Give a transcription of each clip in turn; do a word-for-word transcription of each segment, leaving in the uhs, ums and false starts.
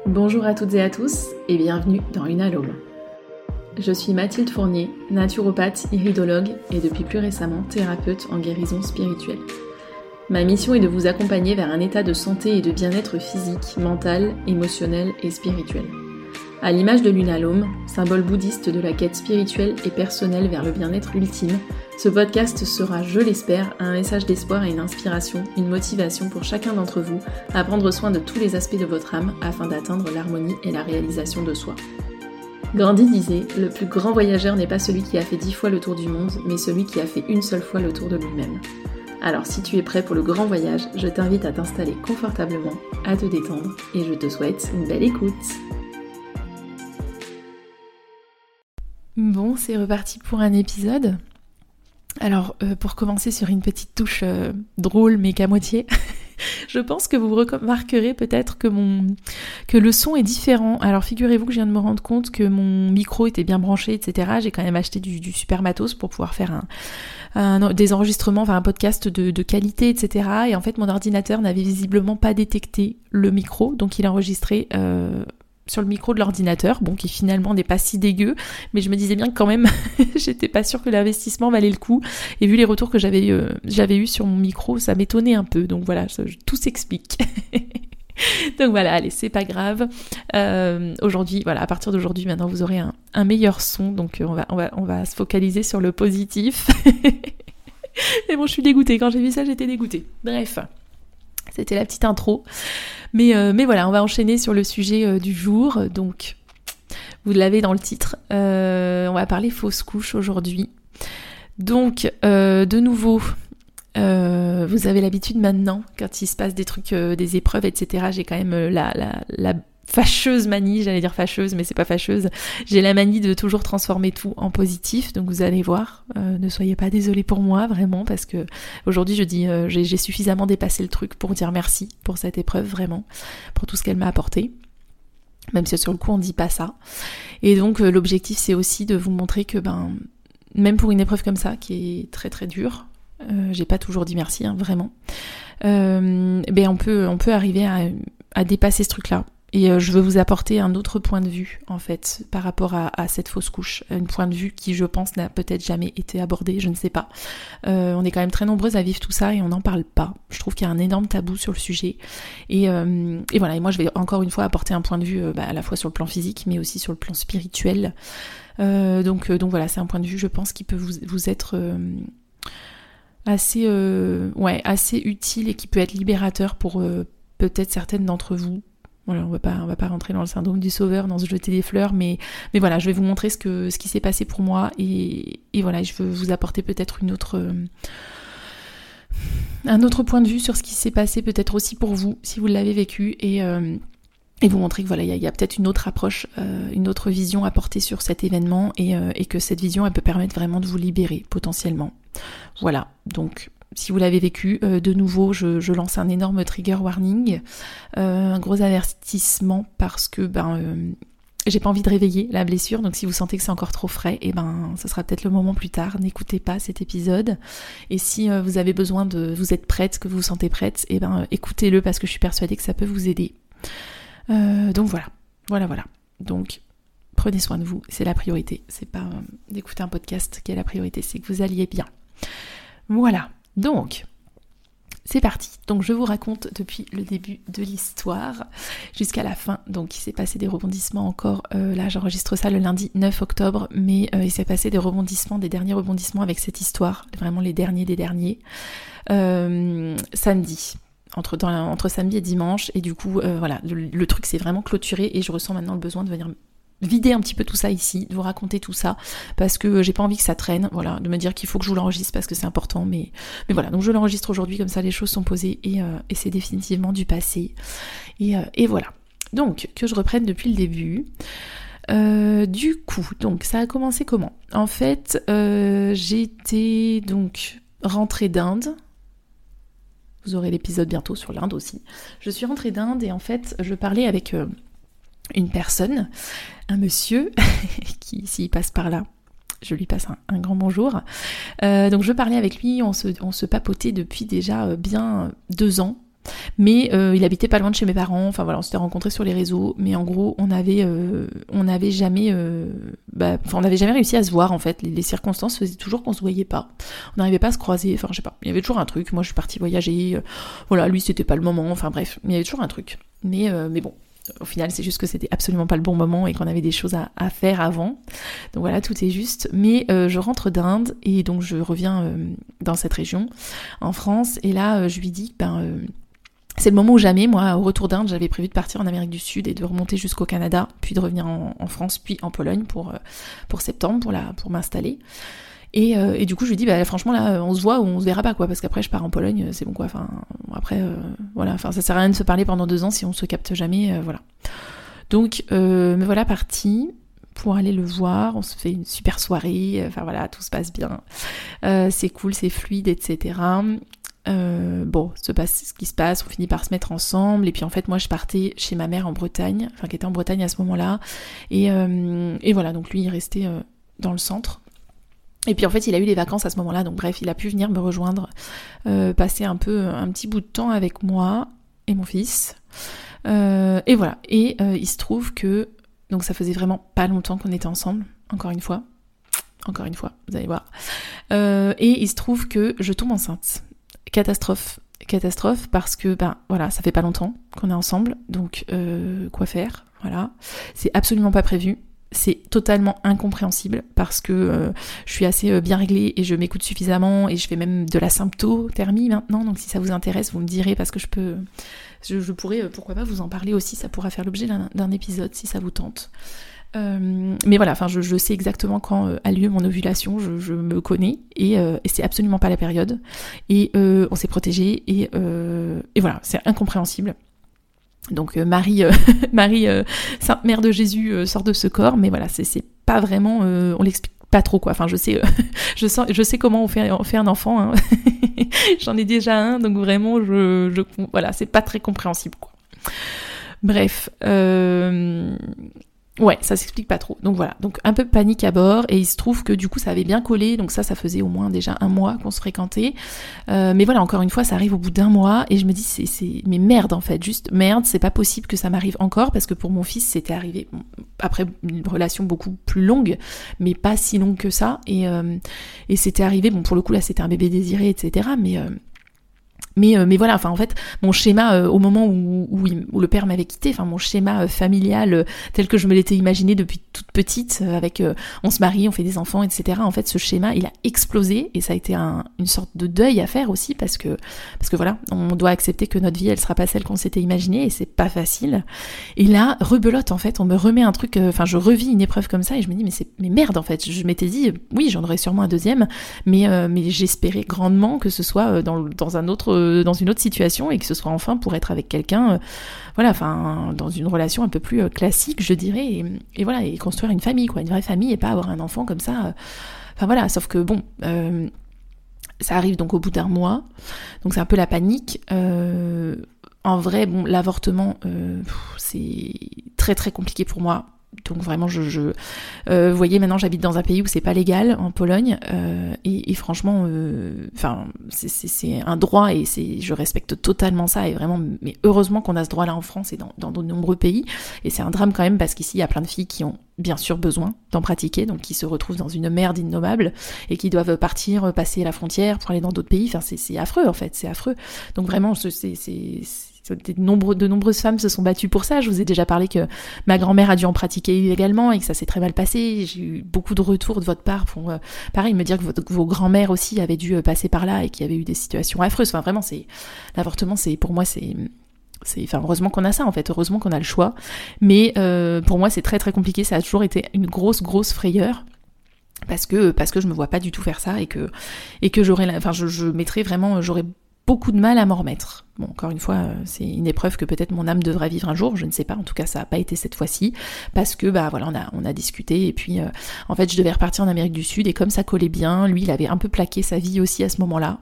Bonjour à toutes et à tous et bienvenue dans Unalome. Je suis Mathilde Fournier, naturopathe, iridologue et depuis plus récemment thérapeute en guérison spirituelle. Ma mission est de vous accompagner vers un état de santé et de bien-être physique, mental, émotionnel et spirituel. À l'image de l'Unalome, symbole bouddhiste de la quête spirituelle et personnelle vers le bien-être ultime, ce podcast sera, je l'espère, un message d'espoir et une inspiration, une motivation pour chacun d'entre vous à prendre soin de tous les aspects de votre âme afin d'atteindre l'harmonie et la réalisation de soi. Gandhi disait « Le plus grand voyageur n'est pas celui qui a fait dix fois le tour du monde, mais celui qui a fait une seule fois le tour de lui-même. » Alors si tu es prêt pour le grand voyage, je t'invite à t'installer confortablement, à te détendre et je te souhaite une belle écoute. Bon, c'est reparti pour un épisode. Alors, euh, pour commencer sur une petite touche euh, drôle mais qu'à moitié, je pense que vous remarquerez peut-être que mon que le son est différent. Alors, figurez-vous que je viens de me rendre compte que mon micro était bien branché, et cetera. J'ai quand même acheté du, du super matos pour pouvoir faire un, un, des enregistrements, enfin un podcast de, de qualité, et cetera. Et en fait, mon ordinateur n'avait visiblement pas détecté le micro, donc il a enregistré... Euh, sur le micro de l'ordinateur, bon, qui finalement n'est pas si dégueu, mais je me disais bien que quand même, j'étais pas sûre que l'investissement valait le coup, et vu les retours que j'avais, euh, j'avais eu sur mon micro, ça m'étonnait un peu, donc voilà, ça, tout s'explique. Donc voilà, allez, c'est pas grave. Euh, aujourd'hui, voilà, à partir d'aujourd'hui, maintenant, vous aurez un, un meilleur son, donc on va, on va, on va se focaliser sur le positif. Mais bon, je suis dégoûtée, quand j'ai vu ça, j'étais dégoûtée. Bref. C'était la petite intro. Mais, euh, mais voilà, on va enchaîner sur le sujet euh, du jour. Donc, vous l'avez dans le titre. Euh, on va parler fausse couche aujourd'hui. Donc, euh, de nouveau, euh, vous avez l'habitude maintenant, quand il se passe des trucs, euh, des épreuves, et cetera. J'ai quand même euh, la, la, la fâcheuse manie, j'allais dire fâcheuse, mais c'est pas fâcheuse. J'ai la manie de toujours transformer tout en positif, donc vous allez voir. Euh, ne soyez pas désolés pour moi, vraiment, parce que aujourd'hui je dis, euh, j'ai, j'ai suffisamment dépassé le truc pour dire merci pour cette épreuve, vraiment, pour tout ce qu'elle m'a apporté. Même si sur le coup on dit pas ça. Et donc euh, l'objectif c'est aussi de vous montrer que ben même pour une épreuve comme ça, qui est très très dure, euh, j'ai pas toujours dit merci, hein, vraiment. Euh, ben on peut on peut arriver à, à dépasser ce truc-là. Et euh, je veux vous apporter un autre point de vue, en fait, par rapport à, à cette fausse couche. Un point de vue qui, je pense, n'a peut-être jamais été abordé, je ne sais pas. Euh, on est quand même très nombreuses à vivre tout ça et on n'en parle pas. Je trouve qu'il y a un énorme tabou sur le sujet. Et, euh, et voilà, et moi je vais encore une fois apporter un point de vue euh, bah, à la fois sur le plan physique, mais aussi sur le plan spirituel. Euh, donc, euh, donc voilà, c'est un point de vue, je pense, qui peut vous, vous être... Euh, assez, euh, ouais, assez utile et qui peut être libérateur pour euh, peut-être certaines d'entre vous. Voilà, on va pas, on va pas rentrer dans le syndrome du sauveur, dans se jeter des fleurs, mais, mais voilà, je vais vous montrer ce que, ce qui s'est passé pour moi et, et voilà, je veux vous apporter peut-être une autre, euh, un autre point de vue sur ce qui s'est passé peut-être aussi pour vous, si vous l'avez vécu et, euh, et vous montrer que voilà, il y a, y a peut-être une autre approche, euh, une autre vision à porter sur cet événement et, euh, et que cette vision, elle peut permettre vraiment de vous libérer potentiellement. Voilà, donc. Si vous l'avez vécu, euh, de nouveau, je, je lance un énorme trigger warning, euh, un gros avertissement parce que ben euh, j'ai pas envie de réveiller la blessure. Donc si vous sentez que c'est encore trop frais, et ben ce sera peut-être le moment plus tard. N'écoutez pas cet épisode. Et si euh, vous avez besoin de, vous êtes prête, que vous vous sentez prête, et ben euh, écoutez-le parce que je suis persuadée que ça peut vous aider. Euh, donc voilà, voilà, voilà. Donc prenez soin de vous, c'est la priorité. C'est pas euh, d'écouter un podcast qui est la priorité, c'est que vous alliez bien. Voilà. Donc, c'est parti. Donc, je vous raconte depuis le début de l'histoire jusqu'à la fin. Donc, il s'est passé des rebondissements encore. Euh, là, j'enregistre ça le lundi neuf octobre, mais euh, il s'est passé des rebondissements, des derniers rebondissements avec cette histoire. Vraiment les derniers des derniers. Euh, samedi. Entre, dans, entre samedi et dimanche. Et du coup, euh, voilà, le, le truc s'est vraiment clôturé et je ressens maintenant le besoin de venir... vider un petit peu tout ça ici, de vous raconter tout ça, parce que j'ai pas envie que ça traîne, voilà, de me dire qu'il faut que je vous l'enregistre parce que c'est important, mais, mais voilà, donc je l'enregistre aujourd'hui, comme ça les choses sont posées et, euh, et c'est définitivement du passé. Et, euh, et voilà. Donc, que je reprenne depuis le début. Euh, du coup, donc ça a commencé comment ? En fait, euh, j'étais donc rentrée d'Inde. Vous aurez l'épisode bientôt sur l'Inde aussi. Je suis rentrée d'Inde et en fait, je parlais avec... Euh, une personne, un monsieur, qui s'il passe par là, je lui passe un, un grand bonjour. Euh, donc je parlais avec lui, on se, on se papotait depuis déjà bien deux ans. mais euh, il habitait pas loin de chez mes parents. Enfin voilà, on s'était rencontrés sur les réseaux, mais en gros, on avait, euh, on n'avait jamais, euh, bah, enfin on n'avait jamais réussi à se voir en fait. Les, les circonstances faisaient toujours qu'on se voyait pas. On n'arrivait pas à se croiser. Enfin je sais pas, il y avait toujours un truc. Moi je suis partie voyager, euh, voilà, lui c'était pas le moment. Enfin bref, il y avait toujours un truc. Mais euh, mais bon. Au final, c'est juste que c'était absolument pas le bon moment et qu'on avait des choses à, à faire avant. Donc voilà, tout est juste. Mais euh, je rentre d'Inde et donc je reviens euh, dans cette région, en France. Et là, euh, je lui dis, ben, euh, c'est le moment ou jamais. Moi, au retour d'Inde, j'avais prévu de partir en Amérique du Sud et de remonter jusqu'au Canada, puis de revenir en, en France, puis en Pologne pour, euh, pour septembre, pour, la, pour m'installer. Et, euh, et du coup je lui dis bah franchement là on se voit ou on se verra pas quoi, parce qu'après je pars en Pologne, c'est bon quoi, enfin après euh, voilà, enfin ça sert à rien de se parler pendant deux ans si on se capte jamais, euh, voilà. Donc euh, me voilà partie pour aller le voir, on se fait une super soirée, enfin voilà, tout se passe bien, euh, c'est cool, c'est fluide, et cetera. Euh, bon, se passe ce qui se passe, on finit par se mettre ensemble, et puis en fait moi je partais chez ma mère en Bretagne, enfin qui était en Bretagne à ce moment-là, et, euh, et voilà, donc lui il restait euh, dans le centre. Et puis en fait il a eu les vacances à ce moment-là, donc bref il a pu venir me rejoindre, euh, passer un peu un petit bout de temps avec moi et mon fils, euh, et voilà. Et euh, il se trouve que donc ça faisait vraiment pas longtemps qu'on était ensemble, encore une fois, encore une fois, vous allez voir. Euh, et il se trouve que je tombe enceinte, catastrophe, catastrophe parce que ben voilà ça fait pas longtemps qu'on est ensemble, donc euh, quoi faire, voilà, c'est absolument pas prévu. C'est totalement incompréhensible parce que euh, je suis assez euh, bien réglée et je m'écoute suffisamment et je fais même de la symptothermie maintenant, donc si ça vous intéresse vous me direz, parce que je peux je, je pourrais euh, pourquoi pas vous en parler aussi, ça pourra faire l'objet d'un, d'un épisode si ça vous tente. Euh, mais voilà, enfin je, je sais exactement quand euh, a lieu mon ovulation, je, je me connais et, euh, et c'est absolument pas la période et euh, on s'est protégé et, euh, et voilà, c'est incompréhensible. Donc euh, Marie, euh, Marie euh, Sainte Mère de Jésus euh, sort de ce corps, mais voilà, c'est, c'est pas vraiment, euh, on l'explique pas trop quoi. Enfin, je sais, euh, je sens, je sais comment on fait, on fait un enfant. Hein. J'en ai déjà un, donc vraiment, je, je, voilà, c'est pas très compréhensible quoi. Bref. Euh... Ouais, ça s'explique pas trop. Donc voilà, donc un peu de panique à bord, et il se trouve que du coup ça avait bien collé, donc ça, ça faisait au moins déjà un mois qu'on se fréquentait. Euh, mais voilà, encore une fois, ça arrive au bout d'un mois, et je me dis, c'est, c'est, mais merde en fait, juste merde, c'est pas possible que ça m'arrive encore, parce que pour mon fils, c'était arrivé bon, après une relation beaucoup plus longue, mais pas si longue que ça, et, euh, et c'était arrivé, bon pour le coup là c'était un bébé désiré, et cetera, mais... Euh, Mais, euh, mais voilà, enfin en fait, mon schéma euh, au moment où, où, il, où le père m'avait quitté, enfin mon schéma euh, familial euh, tel que je me l'étais imaginé depuis toute petite, euh, avec euh, on se marie, on fait des enfants, et cetera. En fait, ce schéma, il a explosé et ça a été un, une sorte de deuil à faire aussi parce que parce que voilà, on doit accepter que notre vie, elle sera pas celle qu'on s'était imaginée et c'est pas facile. Et là, rebelote en fait, on me remet un truc, enfin euh, je revis une épreuve comme ça et je me dis mais c'est mais merde en fait. Je m'étais dit oui, j'en aurais sûrement un deuxième, mais euh, mais j'espérais grandement que ce soit dans dans un autre dans une autre situation et que ce soit enfin pour être avec quelqu'un, euh, voilà, enfin dans une relation un peu plus euh, classique, je dirais, et, et voilà, et construire une famille, quoi, une vraie famille, et pas avoir un enfant comme ça. Euh, enfin voilà, sauf que bon, euh, ça arrive donc au bout d'un mois, donc c'est un peu la panique. Euh, en vrai, bon, l'avortement, euh, c'est très très compliqué pour moi. Donc vraiment, je, je euh, vous voyez, maintenant j'habite dans un pays où c'est pas légal, en Pologne, euh, et, et franchement, enfin, euh, c'est, c'est, c'est un droit et c'est, je respecte totalement ça. Et vraiment, mais heureusement qu'on a ce droit-là en France et dans, dans de nombreux pays. Et c'est un drame quand même parce qu'ici il y a plein de filles qui ont bien sûr besoin d'en pratiquer, donc qui se retrouvent dans une merde innommable et qui doivent partir, passer la frontière pour aller dans d'autres pays. Enfin, c'est, c'est affreux en fait, c'est affreux. Donc vraiment, c'est, c'est, c'est De, nombreux, de nombreuses femmes se sont battues pour ça. Je vous ai déjà parlé que ma grand-mère a dû en pratiquer illégalement et que ça s'est très mal passé. J'ai eu beaucoup de retours de votre part pour, euh, pareil, me dire que, votre, que vos grands-mères aussi avaient dû passer par là et qu'il y avait eu des situations affreuses. Enfin, vraiment, c'est l'avortement, c'est pour moi, c'est... C'est, enfin, heureusement qu'on a ça en fait, heureusement qu'on a le choix. Mais euh, pour moi, c'est très très compliqué. Ça a toujours été une grosse grosse frayeur. Parce que, parce que je me vois pas du tout faire ça et que, et que j'aurais, enfin, je, je mettrais vraiment, j'aurais beaucoup de mal à m'en remettre. Bon, encore une fois, c'est une épreuve que peut-être mon âme devrait vivre un jour, je ne sais pas, en tout cas ça n'a pas été cette fois-ci, parce que bah voilà, on a, on a discuté, et puis euh, en fait je devais repartir en Amérique du Sud, et comme ça collait bien, lui il avait un peu plaqué sa vie aussi à ce moment-là,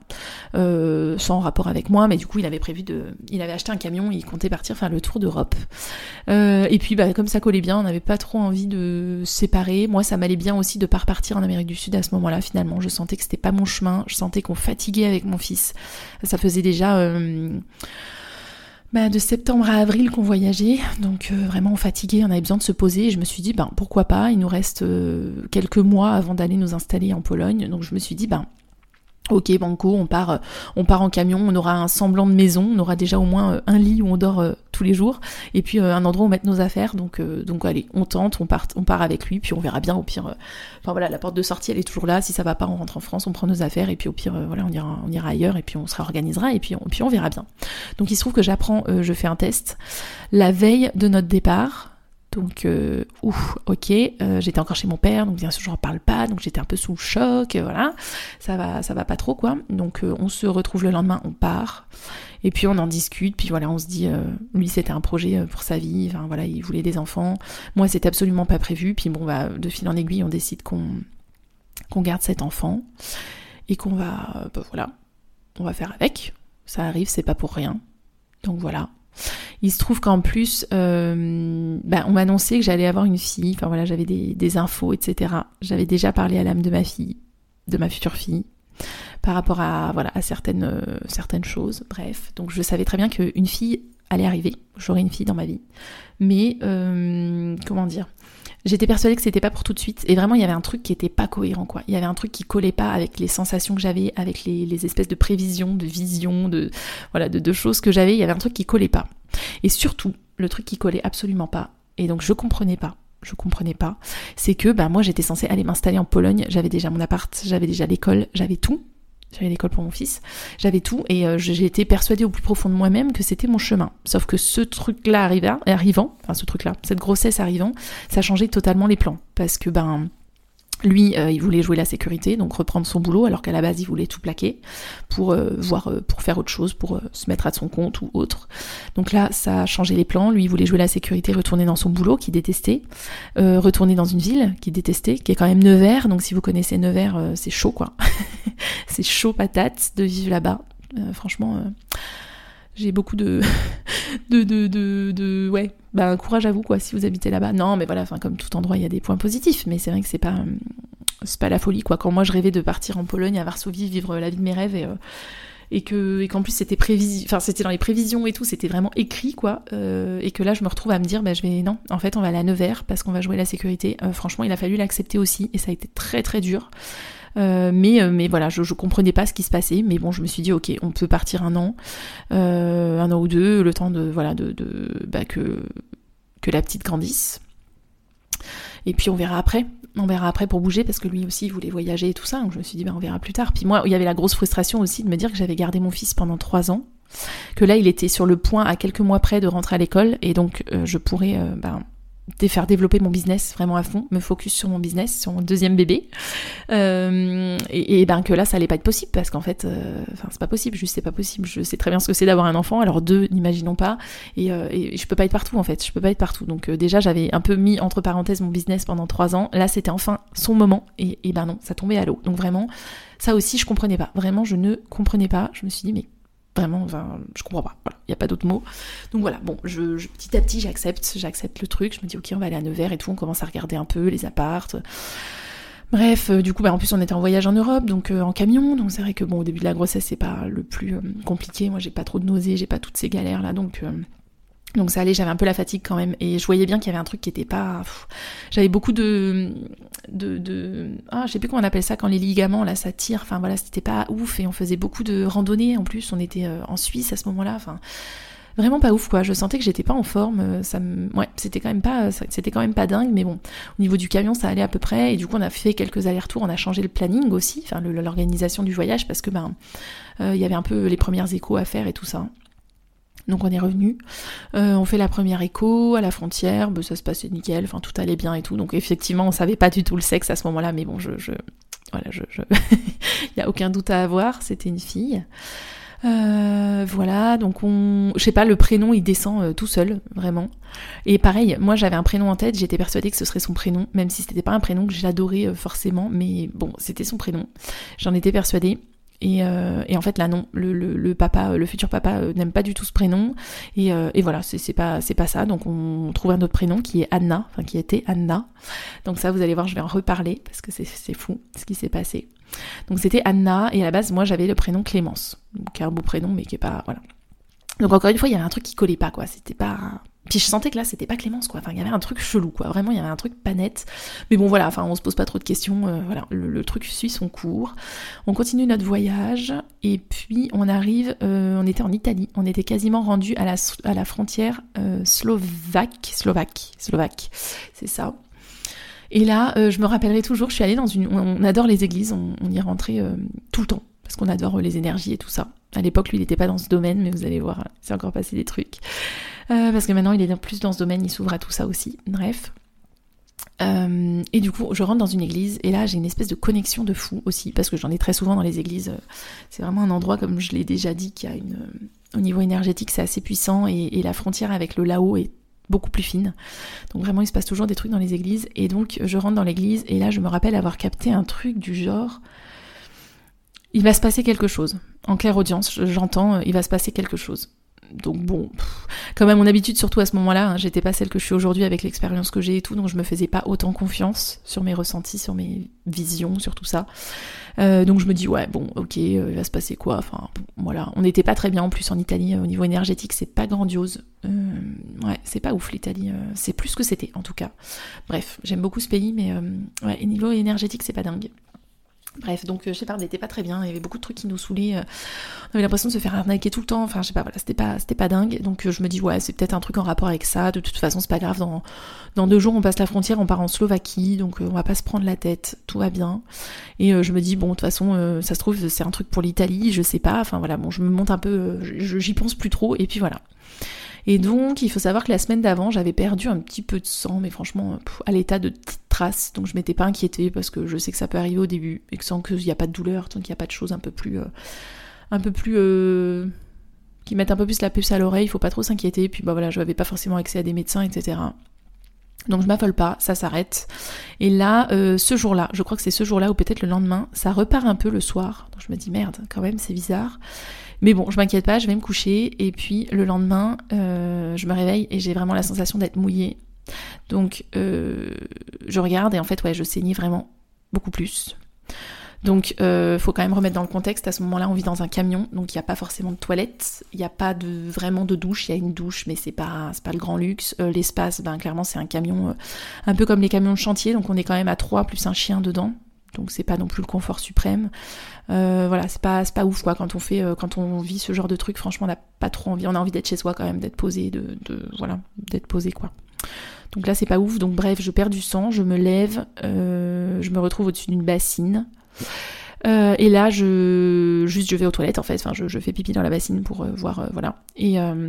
euh, sans rapport avec moi, mais du coup il avait prévu de, il avait acheté un camion, il comptait partir faire le tour d'Europe, euh, et puis bah comme ça collait bien, on n'avait pas trop envie de se séparer. Moi ça m'allait bien aussi de pas repartir en Amérique du Sud à ce moment-là, finalement, je sentais que c'était pas mon chemin, je sentais qu'on fatiguait avec mon fils, ça faisait déjà... Euh, bah, de septembre à avril qu'on voyageait, donc euh, vraiment fatigué, on avait besoin de se poser, et je me suis dit, ben pourquoi pas, il nous reste euh, quelques mois avant d'aller nous installer en Pologne, donc je me suis dit, ben ok banco, on part, on part en camion, on aura un semblant de maison, on aura déjà au moins un lit où on dort euh, tous les jours, et puis euh, un endroit où mettre nos affaires, donc euh, donc allez, on tente, on part, on part avec lui, puis on verra bien au pire. Euh, enfin voilà, la porte de sortie elle est toujours là, si ça va pas, on rentre en France, on prend nos affaires, et puis au pire euh, voilà, on ira, on ira ailleurs, et puis on se réorganisera, et puis on, puis on verra bien. Donc il se trouve que j'apprends, euh, je fais un test la veille de notre départ. Donc, euh, ouf, ok, euh, j'étais encore chez mon père, donc bien sûr, je n'en parle pas, donc j'étais un peu sous le choc, euh, voilà, ça va, ça va pas trop, quoi. Donc, euh, on se retrouve le lendemain, on part, et puis on en discute, puis voilà, on se dit, euh, lui, c'était un projet pour sa vie, enfin voilà, il voulait des enfants, moi, c'était absolument pas prévu, puis bon, bah, de fil en aiguille, on décide qu'on, qu'on garde cet enfant, et qu'on va, euh, bah, voilà, on va faire avec, ça arrive, c'est pas pour rien, donc voilà. Il se trouve qu'en plus, euh, bah, on m'a annoncé que j'allais avoir une fille. Enfin voilà, j'avais des, des infos, et cetera. J'avais déjà parlé à l'âme de ma fille, de ma future fille, par rapport à voilà à certaines euh, certaines choses. Bref, donc je savais très bien qu'une fille allait arriver. J'aurais une fille dans ma vie, mais euh, comment dire, j'étais persuadée que c'était pas pour tout de suite, et vraiment il y avait un truc qui était pas cohérent, quoi. Il y avait un truc qui collait pas avec les sensations que j'avais, avec les, les espèces de prévisions, de visions, de voilà, de, de choses que j'avais. Il y avait un truc qui collait pas. Et surtout, le truc qui collait absolument pas, et donc je comprenais pas, je comprenais pas, c'est que bah moi j'étais censée aller m'installer en Pologne, j'avais déjà mon appart, j'avais déjà l'école, j'avais tout. J'avais l'école pour mon fils, j'avais tout, et euh, j'ai été persuadée au plus profond de moi-même que c'était mon chemin. Sauf que ce truc-là arriva, arrivant, enfin ce truc-là, cette grossesse arrivant, ça changeait totalement les plans. Parce que ben lui, euh, il voulait jouer la sécurité, donc reprendre son boulot, alors qu'à la base il voulait tout plaquer pour euh, voir, euh, pour faire autre chose, pour euh, se mettre à son compte ou autre. Donc là, ça a changé les plans. Lui, il voulait jouer la sécurité, retourner dans son boulot qu'il détestait, euh, retourner dans une ville qu'il détestait, qui est quand même Nevers. Donc si vous connaissez Nevers, euh, c'est chaud, quoi. C'est chaud patate de vivre là-bas. Euh, franchement, euh, j'ai beaucoup de, de, de, de, de, ouais, ben courage à vous, quoi, si vous habitez là-bas. Non, mais voilà, enfin comme tout endroit, il y a des points positifs, mais c'est vrai que c'est pas, c'est pas la folie, quoi. Quand moi je rêvais de partir en Pologne, à Varsovie, vivre la vie de mes rêves, et, euh, et que, et qu'en plus c'était prévisi, enfin c'était dans les prévisions et tout, c'était vraiment écrit, quoi, euh, et que là je me retrouve à me dire, bah je vais, non, en fait on va aller à Nevers parce qu'on va jouer la sécurité. Euh, franchement, il a fallu l'accepter aussi, et ça a été très très dur. Euh, mais euh, mais voilà, je, je comprenais pas ce qui se passait, mais bon, je me suis dit ok, on peut partir un an, euh, un an ou deux, le temps de voilà de, de bah, que que la petite grandisse, et puis on verra après, on verra après pour bouger, parce que lui aussi il voulait voyager et tout ça, donc je me suis dit bah on verra plus tard. Puis moi, il y avait la grosse frustration aussi de me dire que j'avais gardé mon fils pendant trois ans, que là il était sur le point à quelques mois près de rentrer à l'école, et donc euh, je pourrais euh, bah, faire développer mon business vraiment à fond, me focus sur mon business, sur mon deuxième bébé, euh, et, et ben que là ça allait pas être possible, parce qu'en fait euh, enfin c'est pas possible, juste c'est pas possible. Je sais très bien ce que c'est d'avoir un enfant, alors deux, n'imaginons pas, et, euh, et je peux pas être partout, en fait, je peux pas être partout. Donc euh, déjà j'avais un peu mis entre parenthèses mon business pendant trois ans, là c'était enfin son moment, et, et ben non, ça tombait à l'eau. Donc vraiment, ça aussi je comprenais pas, vraiment je ne comprenais pas. Je me suis dit mais vraiment, enfin, je comprends pas. Voilà, il y a pas d'autre mot. Donc voilà, bon, je, je, petit à petit, j'accepte, j'accepte le truc. Je me dis, ok, on va aller à Nevers et tout. On commence à regarder un peu les appartes. Bref, euh, du coup, bah, en plus, on était en voyage en Europe, donc euh, en camion. Donc c'est vrai que bon, au début de la grossesse, c'est pas le plus euh, compliqué. Moi, j'ai pas trop de nausées, j'ai pas toutes ces galères là, donc. Euh, Donc ça allait, j'avais un peu la fatigue quand même, et je voyais bien qu'il y avait un truc qui était pas... Pff, j'avais beaucoup de... de, de... Ah, je sais plus comment on appelle ça, quand les ligaments, là, ça tire, enfin voilà, c'était pas ouf, et on faisait beaucoup de randonnées, en plus, on était euh, en Suisse à ce moment-là, enfin... Vraiment pas ouf, quoi, je sentais que j'étais pas en forme, ça me... Ouais, c'était quand même pas, c'était quand même pas dingue, mais bon, au niveau du camion, ça allait à peu près, et du coup, on a fait quelques allers-retours, on a changé le planning aussi, enfin, le, l'organisation du voyage, parce que, ben, euh, il y avait un peu les premières échos à faire et tout ça. Donc on est revenu, euh, on fait la première écho à la frontière, bah, ça se passait nickel, enfin tout allait bien et tout. Donc effectivement on savait pas du tout le sexe à ce moment-là, mais bon, je, je voilà, je, je... il y a aucun doute à avoir, c'était une fille. Euh, voilà, donc on, je sais pas, le prénom il descend euh, tout seul, vraiment. Et pareil, moi j'avais un prénom en tête, j'étais persuadée que ce serait son prénom, même si c'était pas un prénom que j'adorais euh, forcément, mais bon, c'était son prénom. J'en étais persuadée. Et, euh, et en fait là non, le, le, le papa, le futur papa euh, n'aime pas du tout ce prénom, et, euh, et voilà, c'est, c'est pas c'est pas ça. Donc on trouve un autre prénom qui est Anna, enfin qui était Anna. Donc ça, vous allez voir, je vais en reparler parce que c'est c'est fou ce qui s'est passé. Donc c'était Anna, et à la base moi j'avais le prénom Clémence, qui est un beau prénom mais qui est pas, voilà. Donc encore une fois, il y avait un truc qui collait pas, quoi. C'était pas... Puis je sentais que là, c'était pas Clémence, quoi. Enfin, il y avait un truc chelou, quoi. Vraiment, il y avait un truc pas net. Mais bon, voilà, enfin, on se pose pas trop de questions. Euh, voilà, le, le truc suit son cours. On continue notre voyage. Et puis, on arrive... Euh, on était en Italie. On était quasiment rendu à la, à la frontière euh, slovaque. Slovaque. Slovaque. C'est ça. Et là, euh, je me rappellerai toujours, je suis allée dans une... On, on adore les églises. On, on y est rentré euh, tout le temps. Parce qu'on adore euh, les énergies et tout ça. À l'époque, lui, il n'était pas dans ce domaine. Mais vous allez voir, c'est encore passé des trucs. Euh, parce que maintenant il est plus dans ce domaine, il s'ouvre à tout ça aussi, bref. Euh, et du coup je rentre dans une église et là j'ai une espèce de connexion de fou aussi, parce que j'en ai très souvent dans les églises. C'est vraiment un endroit, comme je l'ai déjà dit, qui a une... au niveau énergétique c'est assez puissant, et, et la frontière avec le Lao est beaucoup plus fine. Donc vraiment il se passe toujours des trucs dans les églises, et donc je rentre dans l'église et là je me rappelle avoir capté un truc du genre... Il va se passer quelque chose. En claire audience, j'entends, il va se passer quelque chose. Donc bon, pff, comme à mon habitude, surtout à ce moment-là, hein, j'étais pas celle que je suis aujourd'hui avec l'expérience que j'ai et tout, donc je me faisais pas autant confiance sur mes ressentis, sur mes visions, sur tout ça. Euh, donc je me dis ouais bon ok, euh, il va se passer quoi, enfin bon, voilà. On n'était pas très bien en plus en Italie, euh, au niveau énergétique c'est pas grandiose. Euh, ouais, c'est pas ouf l'Italie, euh, c'est plus que c'était en tout cas. Bref, j'aime beaucoup ce pays, mais euh, ouais, et niveau énergétique c'est pas dingue. Bref, donc je sais pas, on n'était pas très bien, il y avait beaucoup de trucs qui nous saoulaient, on avait l'impression de se faire arnaquer tout le temps, enfin je sais pas, voilà, c'était pas, c'était pas dingue, donc je me dis ouais, c'est peut-être un truc en rapport avec ça, de toute façon c'est pas grave, dans, dans deux jours on passe la frontière, on part en Slovaquie, donc on va pas se prendre la tête, tout va bien, et euh, je me dis bon, de toute façon, euh, ça se trouve c'est un truc pour l'Italie, je sais pas, enfin voilà, bon, je me monte un peu, euh, je, j'y pense plus trop, et puis voilà. Et donc, il faut savoir que la semaine d'avant, j'avais perdu un petit peu de sang, mais franchement, pff, à l'état de petites traces. Donc, je m'étais pas inquiétée parce que je sais que ça peut arriver au début et que sans qu'il n'y a pas de douleur, tant qu'il n'y a pas de choses un peu plus, euh, un peu plus, euh, qui mettent un peu plus la puce à l'oreille, il faut pas trop s'inquiéter. Puis bah voilà, je n'avais pas forcément accès à des médecins, et cetera. Donc je m'affole pas, ça s'arrête. Et là, euh, ce jour-là, je crois que c'est ce jour-là ou peut-être le lendemain, ça repart un peu le soir. Donc je me dis merde, quand même, c'est bizarre. Mais bon, je m'inquiète pas, je vais me coucher. Et puis le lendemain, euh, je me réveille et j'ai vraiment la sensation d'être mouillée. Donc euh, je regarde et en fait, ouais, je saignais vraiment beaucoup plus. Donc euh, faut quand même remettre dans le contexte, à ce moment-là on vit dans un camion, donc il n'y a pas forcément de toilette, il n'y a pas de, vraiment de douche, il y a une douche mais c'est pas, c'est pas le grand luxe. Euh, l'espace, ben clairement c'est un camion, euh, un peu comme les camions de chantier, donc on est quand même à trois plus un chien dedans, donc c'est pas non plus le confort suprême. Euh, voilà, c'est pas, c'est pas ouf quoi, quand on fait, euh, quand on vit ce genre de truc, franchement on n'a pas trop envie, on a envie d'être chez soi quand même, d'être posé, de, de, voilà, d'être posé quoi. Donc là c'est pas ouf, donc bref, je perds du sang, je me lève, euh, je me retrouve au-dessus d'une bassine. Euh, et là, je juste je vais aux toilettes en fait. Enfin, je, je fais pipi dans la bassine pour euh, voir, euh, voilà. Et, euh,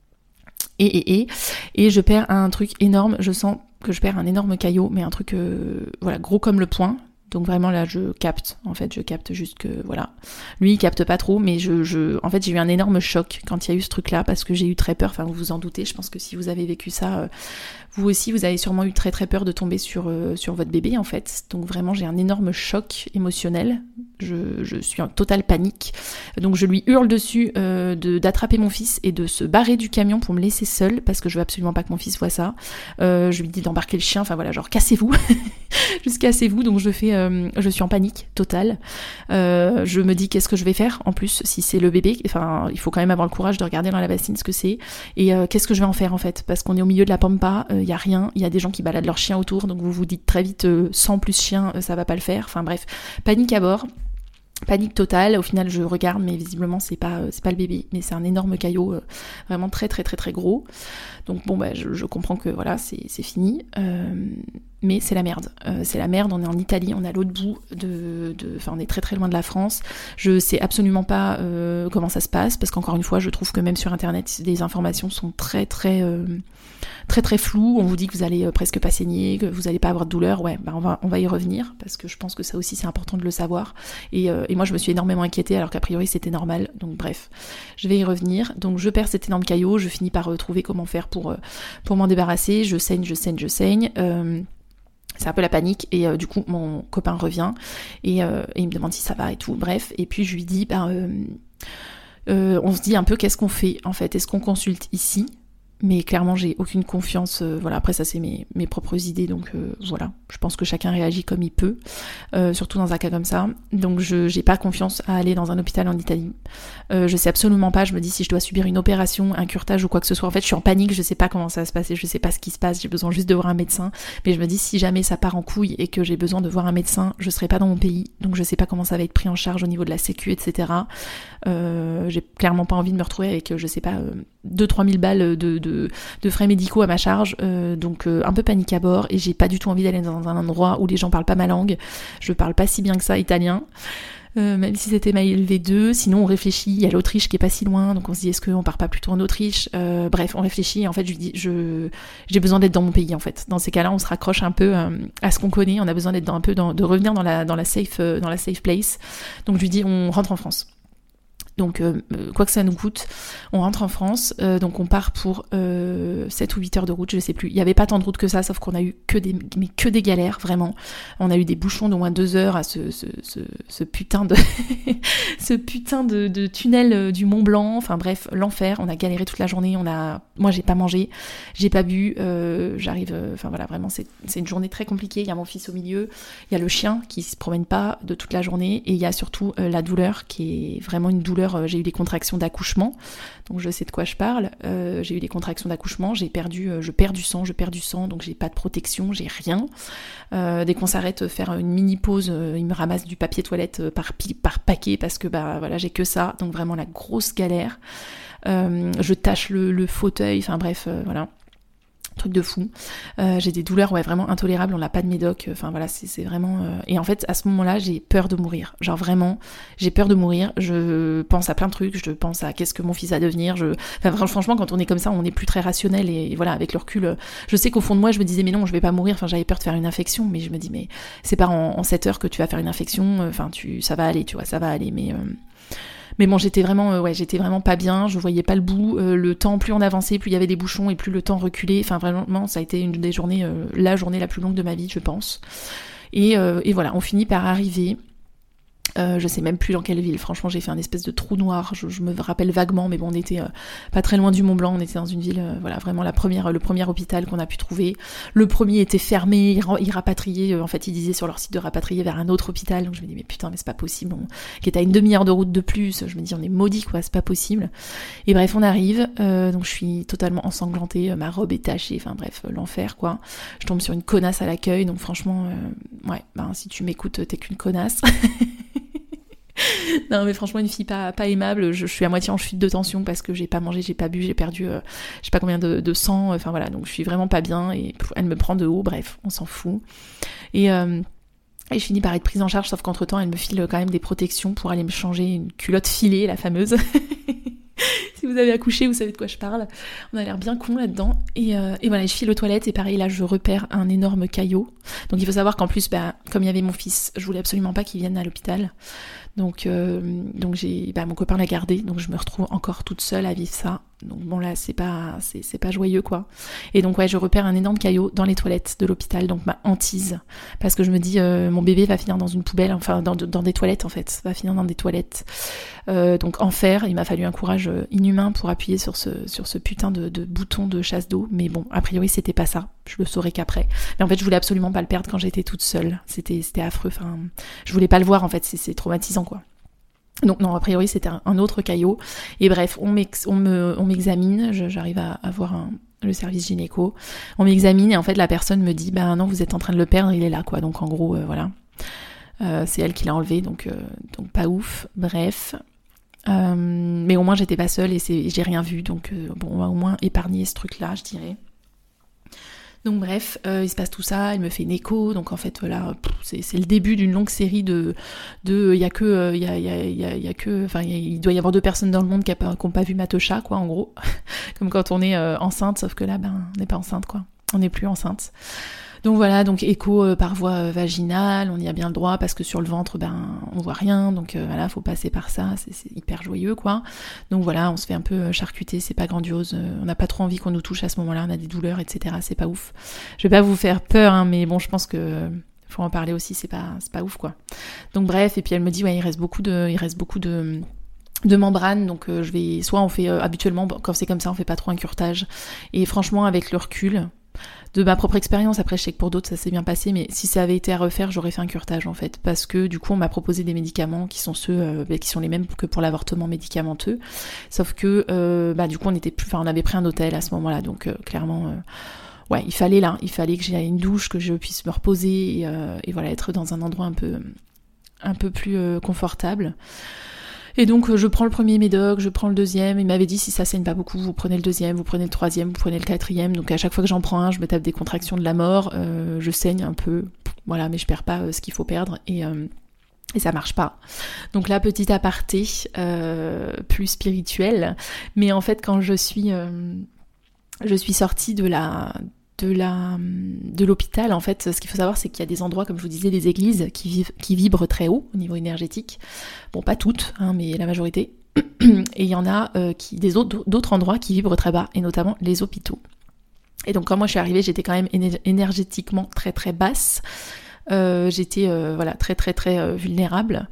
et et et et je perds un truc énorme. Je sens que je perds un énorme caillot, mais un truc, euh, voilà, gros comme le poing. Donc vraiment là, je capte. En fait, je capte juste que voilà. Lui, il capte pas trop, mais je, je, en fait, j'ai eu un énorme choc quand il y a eu ce truc-là parce que j'ai eu très peur. Enfin, vous vous en doutez. Je pense que si vous avez vécu ça. Euh, Vous aussi, vous avez sûrement eu très très peur de tomber sur, euh, sur votre bébé en fait. Donc vraiment, j'ai un énorme choc émotionnel. Je, je suis en totale panique. Donc je lui hurle dessus euh, de, d'attraper mon fils et de se barrer du camion pour me laisser seule parce que je veux absolument pas que mon fils voit ça. Euh, je lui dis d'embarquer le chien. Enfin voilà, genre cassez-vous. Juste cassez-vous. Donc je fais, euh, je suis en panique totale. Euh, je me dis qu'est-ce que je vais faire en plus si c'est le bébé. Enfin, il faut quand même avoir le courage de regarder dans la bassine ce que c'est. Et euh, qu'est-ce que je vais en faire en fait parce qu'on est au milieu de la pampa. Euh, il y a rien, il y a des gens qui baladent leurs chiens autour, donc vous vous dites très vite euh, cent plus chiens, euh, ça va pas le faire. Enfin bref, panique à bord. Panique totale, au final je regarde mais visiblement c'est pas euh, c'est pas le bébé, mais c'est un énorme caillot euh, vraiment très très très très gros. Donc bon bah je, je comprends que voilà, c'est, c'est fini. Euh, mais c'est la merde. Euh, c'est la merde, on est en Italie, on est à l'autre bout de de enfin on est très très loin de la France. Je sais absolument pas euh, comment ça se passe parce qu'encore une fois, je trouve que même sur internet, les informations sont très très euh, très très floues. On vous dit que vous allez euh, presque pas saigner, que vous allez pas avoir de douleur. Ouais, bah on va on va y revenir parce que je pense que ça aussi c'est important de le savoir. Et euh, et moi je me suis énormément inquiétée alors qu'a priori c'était normal. Donc bref, je vais y revenir. Donc je perds cet énorme caillot, je finis par euh, trouver comment faire pour euh, pour m'en débarrasser. Je saigne, je saigne, je saigne. Euh, C'est un peu la panique et euh, du coup mon copain revient et, euh, et il me demande si ça va et tout, bref, et puis je lui dis bah, euh, euh, on se dit un peu qu'est-ce qu'on fait en fait, est-ce qu'on consulte ici Mais clairement, j'ai aucune confiance. Euh, voilà, après ça, c'est mes, mes propres idées, donc euh, voilà. Je pense que chacun réagit comme il peut, euh, surtout dans un cas comme ça. Donc je j'ai pas confiance à aller dans un hôpital en Italie. Euh, je sais absolument pas. Je me dis si je dois subir une opération, un curetage ou quoi que ce soit. En fait, je suis en panique. Je sais pas comment ça va se passer. Je sais pas ce qui se passe. J'ai besoin juste de voir un médecin. Mais je me dis si jamais ça part en couille et que j'ai besoin de voir un médecin, je serai pas dans mon pays. Donc je sais pas comment ça va être pris en charge au niveau de la sécu, et cetera. Euh, j'ai clairement pas envie de me retrouver avec, je sais pas, euh, deux trois mille balles de, de, de frais médicaux à ma charge, euh, donc euh, un peu panique à bord, et j'ai pas du tout envie d'aller dans un endroit où les gens parlent pas ma langue. Je parle pas si bien que ça italien, euh, même si c'était ma L V deux. Sinon on réfléchit, il y a l'Autriche qui est pas si loin, donc on se dit est-ce qu'on part pas plutôt en Autriche. Euh, bref, on réfléchit, et en fait je lui dis je j'ai besoin d'être dans mon pays en fait. Dans ces cas-là, on se raccroche un peu euh, à ce qu'on connaît, on a besoin d'être dans, un peu dans, de revenir dans la dans la safe euh, dans la safe place. Donc je lui dis on rentre en France. Donc euh, quoi que ça nous coûte, on rentre en France, euh, donc on part pour euh, sept ou huit heures de route, je sais plus. Il y avait pas tant de route que ça, sauf qu'on a eu que des mais que des galères, vraiment. On a eu des bouchons d'au moins deux heures à ce, ce, ce, ce putain de ce putain de, de tunnel du Mont Blanc, enfin bref, l'enfer. On a galéré toute la journée, on a moi j'ai pas mangé, j'ai pas bu, euh, j'arrive, enfin euh, voilà, vraiment c'est, c'est une journée très compliquée. Il y a mon fils au milieu, il y a le chien qui se promène pas de toute la journée, et il y a surtout euh, la douleur qui est vraiment une douleur. J'ai eu des contractions d'accouchement, donc je sais de quoi je parle. Euh, j'ai eu des contractions d'accouchement, j'ai perdu, euh, je perds du sang, je perds du sang, donc j'ai pas de protection, j'ai rien. Euh, dès qu'on s'arrête faire une mini pause, euh, ils me ramassent du papier toilette par par paquet parce que bah voilà j'ai que ça, donc vraiment la grosse galère. Euh, je tâche le, le fauteuil, enfin bref, euh, voilà. Truc de fou. Euh, j'ai des douleurs ouais vraiment intolérables, on n'a pas de médoc, enfin voilà, c'est, c'est vraiment... Euh... Et en fait, à ce moment-là, j'ai peur de mourir. Genre vraiment, j'ai peur de mourir, je pense à plein de trucs, je pense à qu'est-ce que mon fils va devenir, je... Enfin franchement, quand on est comme ça, on n'est plus très rationnel, et voilà, avec le recul, je sais qu'au fond de moi, je me disais, mais non, je vais pas mourir, enfin j'avais peur de faire une infection, mais je me dis, mais c'est pas en, en sept heures que tu vas faire une infection, enfin tu... ça va aller, tu vois, ça va aller, mais... Euh... Mais bon, j'étais vraiment, euh, ouais, j'étais vraiment pas bien, je voyais pas le bout. Euh, le temps, plus on avançait, plus il y avait des bouchons et plus le temps reculait. Enfin, vraiment, ça a été une des journées, euh, la journée la plus longue de ma vie, je pense. Et, euh, et voilà, on finit par arriver. Euh, je sais même plus dans quelle ville, franchement j'ai fait un espèce de trou noir, je, je me rappelle vaguement, mais bon on était euh, pas très loin du Mont Blanc, on était dans une ville, euh, voilà vraiment la première, le premier hôpital qu'on a pu trouver. Le premier était fermé, il, il rapatriait, euh, en fait ils disaient sur leur site de rapatrier vers un autre hôpital, donc je me dis mais putain mais c'est pas possible, on, qui est à une demi-heure de route de plus, je me dis on est maudit quoi, c'est pas possible. Et bref on arrive, euh, donc je suis totalement ensanglantée, euh, ma robe est tachée, enfin bref euh, l'enfer quoi. Je tombe sur une connasse à l'accueil, donc franchement euh, ouais, ben si tu m'écoutes t'es qu'une connasse. Non mais franchement une fille pas, pas aimable, je, je suis à moitié en chute de tension parce que j'ai pas mangé, j'ai pas bu, j'ai perdu euh, je sais pas combien de, de sang, enfin voilà, donc je suis vraiment pas bien et pff, elle me prend de haut, bref, on s'en fout. Et, euh, et je finis par être prise en charge, sauf qu'entre temps elle me file quand même des protections pour aller me changer une culotte filée, la fameuse. Si vous avez accouché, vous savez de quoi je parle. On a l'air bien con là-dedans. Et, euh, et voilà, je file aux toilettes et pareil, là, je repère un énorme caillot. Donc il faut savoir qu'en plus, bah, comme il y avait mon fils, je voulais absolument pas qu'il vienne à l'hôpital. Donc, euh, donc j'ai, bah, mon copain l'a gardé, donc je me retrouve encore toute seule à vivre ça. Donc bon là, c'est pas, c'est, c'est pas joyeux quoi. Et donc ouais, je repère un énorme caillot dans les toilettes de l'hôpital, donc ma hantise, parce que je me dis, euh, mon bébé va finir dans une poubelle, enfin dans, dans des toilettes en fait, va finir dans des toilettes. Euh, donc enfer, il m'a fallu un courage inhumain pour appuyer sur ce, sur ce putain de, de bouton de chasse d'eau. Mais bon, a priori c'était pas ça, je le saurais qu'après. Mais en fait, je voulais absolument pas le perdre quand j'étais toute seule. C'était, c'était affreux. Enfin, je voulais pas le voir en fait. C'est, c'est traumatisant quoi. Donc non, a priori c'était un, un autre caillot. Et bref, on, m'ex, on, me, on m'examine. Je, j'arrive à avoir un, le service gynéco. On m'examine et en fait la personne me dit, bah non, vous êtes en train de le perdre, il est là quoi. Donc en gros, euh, voilà. Euh, c'est elle qui l'a enlevé, donc, euh, donc pas ouf. Bref. Euh, mais au moins j'étais pas seule et c'est, j'ai rien vu, donc euh, bon, on va au moins épargner ce truc-là, je dirais. Donc bref, euh, il se passe tout ça, elle me fait une écho, donc en fait voilà, pff, c'est, c'est le début d'une longue série de, de, il y a que, il y a, il y a, il y a, il y a que, enfin il doit y avoir deux personnes dans le monde qui n'ont pas, pas vu Matocha quoi, en gros, comme quand on est euh, enceinte, sauf que là ben on n'est pas enceinte quoi, on n'est plus enceinte. Donc voilà, donc écho euh, par voie euh, vaginale, on y a bien le droit parce que sur le ventre, ben on voit rien, donc euh, voilà, faut passer par ça, c'est, c'est hyper joyeux quoi. Donc voilà, on se fait un peu charcuter, c'est pas grandiose, euh, on n'a pas trop envie qu'on nous touche à ce moment-là, on a des douleurs, et cetera. C'est pas ouf. Je vais pas vous faire peur, hein, mais bon, je pense que faut en parler aussi, c'est pas, c'est pas ouf quoi. Donc bref, et puis elle me dit ouais, il reste beaucoup de, il reste beaucoup de de membrane, donc euh, je vais soit on fait euh, habituellement quand c'est comme ça on fait pas trop un curetage, et franchement avec le recul de ma propre expérience, après je sais que pour d'autres ça s'est bien passé, mais si ça avait été à refaire j'aurais fait un curetage en fait, parce que du coup on m'a proposé des médicaments qui sont ceux euh, bah, qui sont les mêmes que pour l'avortement médicamenteux, sauf que euh, bah du coup on était plus, enfin on avait pris un hôtel à ce moment-là, donc euh, clairement euh, ouais il fallait là, il fallait que j'aie une douche, que je puisse me reposer et, euh, et voilà être dans un endroit un peu un peu plus euh, confortable. Et donc je prends le premier médoc, je prends le deuxième, il m'avait dit si ça saigne pas beaucoup, vous prenez le deuxième, vous prenez le troisième, vous prenez le quatrième, donc à chaque fois que j'en prends un, je me tape des contractions de la mort, euh, je saigne un peu, voilà, mais je perds pas euh, ce qu'il faut perdre, et, euh, et ça marche pas. Donc là, petit aparté, euh, plus spirituel, mais en fait quand je suis, euh, je suis sortie de la... de la de l'hôpital, en fait, ce qu'il faut savoir, c'est qu'il y a des endroits, comme je vous disais, des églises qui vivent, qui vibrent très haut au niveau énergétique. Bon, pas toutes, hein, mais la majorité. Et il y en a euh, qui des autres d'autres endroits qui vibrent très bas, et notamment les hôpitaux. Et donc quand moi je suis arrivée, j'étais quand même éner- énergétiquement très très basse. Euh, j'étais euh, voilà très très très euh, vulnérable.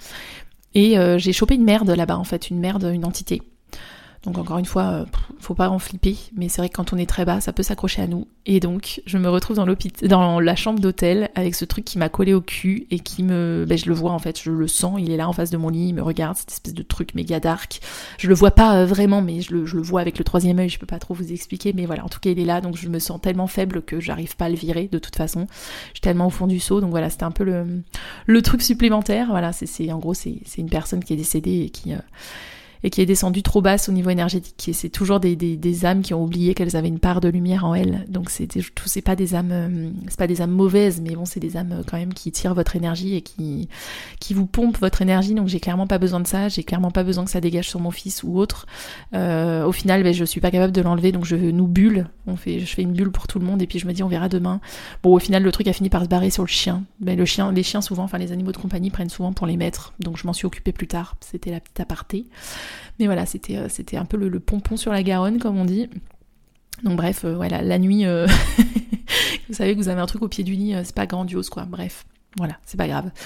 Et euh, j'ai chopé une merde là-bas, en fait, une merde, une entité. Donc encore une fois, euh, faut pas en flipper, mais c'est vrai que quand on est très bas, ça peut s'accrocher à nous. Et donc, je me retrouve dans l'hôpital, dans la chambre d'hôtel, avec ce truc qui m'a collé au cul et qui me... Ben, je le vois en fait, je le sens, il est là en face de mon lit, il me regarde, cette espèce de truc méga dark. Je le vois pas euh, vraiment, mais je le, je le vois avec le troisième œil, je peux pas trop vous expliquer, mais voilà, en tout cas il est là, donc je me sens tellement faible que j'arrive pas à le virer de toute façon. Je suis tellement au fond du seau, donc voilà, c'était un peu le, le truc supplémentaire. Voilà, c'est, c'est en gros, c'est, c'est une personne qui est décédée et qui... Euh, et qui est descendue trop basse au niveau énergétique. Et c'est toujours des, des, des âmes qui ont oublié qu'elles avaient une part de lumière en elles. Donc c'est, c'est pas des âmes, euh, c'est pas des âmes mauvaises, mais bon, c'est des âmes quand même qui tirent votre énergie et qui, qui vous pompent votre énergie. Donc j'ai clairement pas besoin de ça. J'ai clairement pas besoin que ça dégage sur mon fils ou autre. Euh, au final, ben, je suis pas capable de l'enlever, donc je nous bulle. On fait, je fais une bulle pour tout le monde et puis je me dis on verra demain. Bon, au final, le truc a fini par se barrer sur le chien. Mais le chien, les chiens souvent, enfin les animaux de compagnie prennent souvent pour les maîtres. Donc je m'en suis occupée plus tard. C'était la petite aparté. Mais voilà, c'était, euh, c'était un peu le, le pompon sur la Garonne, comme on dit. Donc bref, euh, voilà, la nuit, euh... vous savez que vous avez un truc au pied du lit, euh, c'est pas grandiose, quoi. Bref, voilà, c'est pas grave.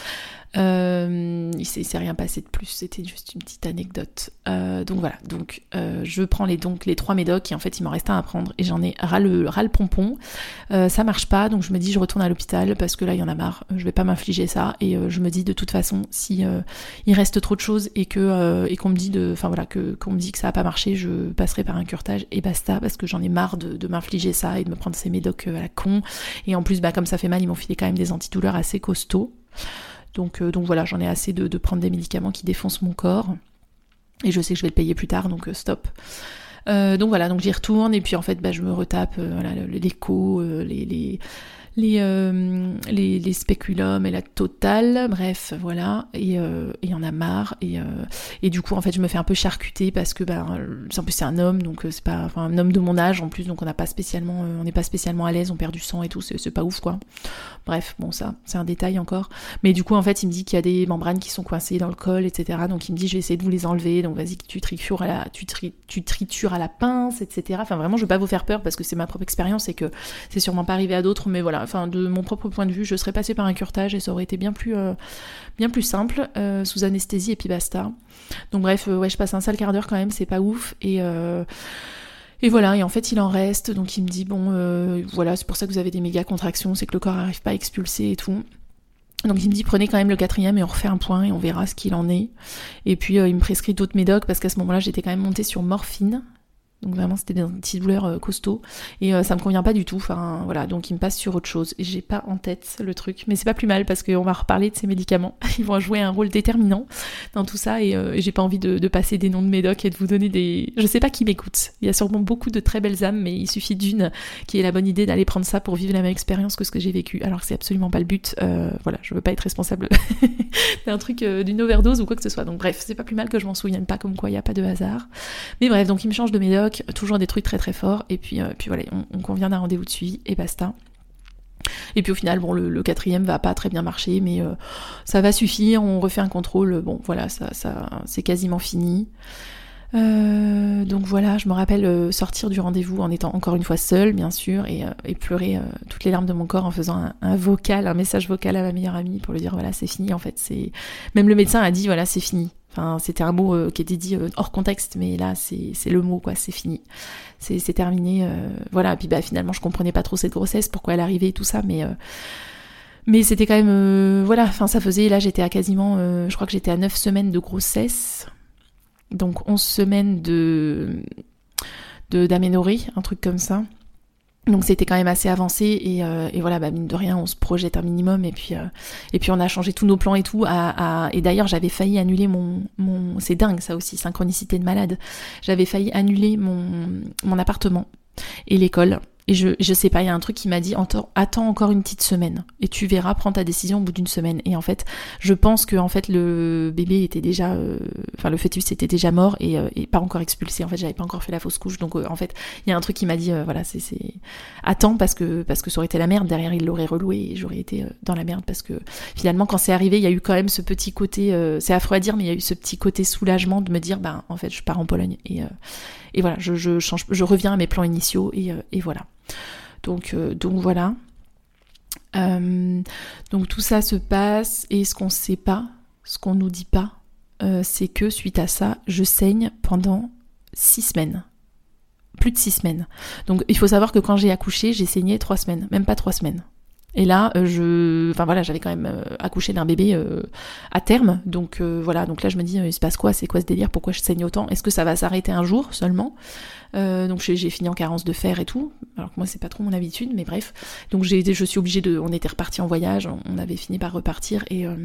Euh, il s'est, il s'est rien passé de plus, c'était juste une petite anecdote. Euh, donc voilà, donc euh, je prends les, donc, les trois médocs et en fait il m'en reste un à prendre et j'en ai ras le, ras le pompon. Euh, ça marche pas, donc je me dis je retourne à l'hôpital parce que là il y en a marre, je vais pas m'infliger ça et euh, je me dis de toute façon si euh, il reste trop de choses et que euh, et qu'on me dit de, enfin voilà que qu'on me dit que ça a pas marché, je passerai par un curetage et basta parce que j'en ai marre de, de m'infliger ça et de me prendre ces médocs à la con et en plus bah comme ça fait mal ils m'ont filé quand même des antidouleurs assez costauds. Donc, euh, donc voilà, j'en ai assez de, de prendre des médicaments qui défoncent mon corps. Et je sais que je vais le payer plus tard, donc euh, stop. Euh, donc voilà, donc j'y retourne et puis en fait bah, je me retape euh, voilà, l'écho, euh, les, les, les, euh, les, les spéculums et la totale, bref, voilà, et il euh, y en a marre, et, euh, et du coup, en fait, je me fais un peu charcuter parce que, ben, en plus, c'est un homme, donc c'est pas, enfin, un homme de mon âge, en plus, donc on n'a pas spécialement, euh, on n'est pas spécialement à l'aise, on perd du sang et tout, c'est, c'est pas ouf, quoi. Bref, bon, ça, c'est un détail encore. Mais du coup, en fait, il me dit qu'il y a des membranes qui sont coincées dans le col, et cetera. Donc il me dit, je vais essayer de vous les enlever, donc vas-y, tu tritures à la, tu, tri, tu tritures à la pince, et cetera. Enfin, vraiment, je vais pas vous faire peur parce que c'est ma propre expérience et que c'est sûrement pas arrivé à d'autres, mais voilà, enfin, de mon propre point de vue, je serais passée par un curetage et ça aurait été bien plus, euh, bien plus simple, euh, sous anesthésie et puis basta. Donc bref, euh, ouais, je passe un sale quart d'heure quand même, c'est pas ouf, et... Euh, Et voilà, et en fait il en reste, donc il me dit bon euh, voilà, c'est pour ça que vous avez des méga contractions, c'est que le corps n'arrive pas à expulser et tout. Donc il me dit prenez quand même le quatrième et on refait un point et on verra ce qu'il en est. Et puis euh, il me prescrit d'autres médocs parce qu'à ce moment-là j'étais quand même montée sur morphine. Donc vraiment c'était des antidouleurs euh, costauds et euh, ça me convient pas du tout, enfin voilà, donc il me passe sur autre chose et j'ai pas en tête le truc, mais c'est pas plus mal parce qu'on va reparler de ces médicaments, ils vont jouer un rôle déterminant dans tout ça et, euh, et j'ai pas envie de, de passer des noms de médocs et de vous donner des... Je sais pas qui m'écoute, il y a sûrement beaucoup de très belles âmes mais il suffit d'une qui ait la bonne idée d'aller prendre ça pour vivre la même expérience que ce que j'ai vécu, alors que c'est absolument pas le but, euh, voilà, je veux pas être responsable d'un truc, euh, d'une overdose ou quoi que ce soit, donc bref, c'est pas plus mal que je m'en souvienne pas, comme quoi il y a pas de hasard, mais bref, donc il me change de médoc, toujours des trucs très très forts, et puis, euh, puis voilà, on, on convient d'un rendez-vous de suivi, et basta. Et puis au final, bon, le, le quatrième va pas très bien marcher, mais euh, ça va suffire, on refait un contrôle, bon voilà, ça, ça, c'est quasiment fini. Euh, donc voilà, je me rappelle euh, sortir du rendez-vous en étant encore une fois seule, bien sûr, et, euh, et pleurer euh, toutes les larmes de mon corps en faisant un, un vocal, un message vocal à ma meilleure amie pour lui dire voilà, c'est fini en fait. C'est même le médecin a dit voilà, c'est fini. Enfin, c'était un mot euh, qui était dit euh, hors contexte, mais là c'est c'est le mot quoi, c'est fini, c'est c'est terminé. Euh, voilà, et puis bah finalement je comprenais pas trop cette grossesse, pourquoi elle arrivait et tout ça, mais euh, mais c'était quand même euh, voilà, enfin ça faisait là j'étais à quasiment, euh, je crois que j'étais à neuf semaines de grossesse. Donc onze semaines de, de d'aménorrhée, un truc comme ça. Donc c'était quand même assez avancé et, euh, et voilà, bah mine de rien, on se projette un minimum et puis euh, et puis on a changé tous nos plans et tout. À, à, et d'ailleurs, j'avais failli annuler mon mon, c'est dingue ça aussi, synchronicité de malade. J'avais failli annuler mon mon appartement et l'école. Et je, je sais pas, il y a un truc qui m'a dit attends encore une petite semaine et tu verras, prends ta décision au bout d'une semaine. Et en fait, je pense que en fait le bébé était déjà, euh, enfin le fœtus était déjà mort et, euh, et pas encore expulsé. En fait, j'avais pas encore fait la fausse couche, donc euh, en fait, il y a un truc qui m'a dit euh, voilà, c'est c'est attends parce que parce que ça aurait été la merde. Derrière, il l'aurait reloué et j'aurais été euh, dans la merde parce que finalement, quand c'est arrivé, il y a eu quand même ce petit côté, euh, c'est affreux à dire, mais il y a eu ce petit côté soulagement de me dire bah en fait, je pars en Pologne et euh, et voilà, je je change, je reviens à mes plans initiaux et euh, et voilà. Donc, euh, donc voilà. Euh, donc tout ça se passe et ce qu'on ne sait pas, ce qu'on nous dit pas, euh, c'est que suite à ça, je saigne pendant six semaines. Plus de six semaines. Donc il faut savoir que quand j'ai accouché, j'ai saigné trois semaines, même pas trois semaines. Et là, euh, je, enfin voilà, j'avais quand même euh, accouché d'un bébé euh, à terme, donc euh, voilà, donc là je me dis, euh, il se passe quoi, c'est quoi ce délire, pourquoi je saigne autant, est-ce que ça va s'arrêter un jour seulement, euh, donc j'ai, j'ai fini en carence de fer et tout, alors que moi c'est pas trop mon habitude, mais bref, donc j'ai, je suis obligée de, on était reparti en voyage, on, on avait fini par repartir et euh,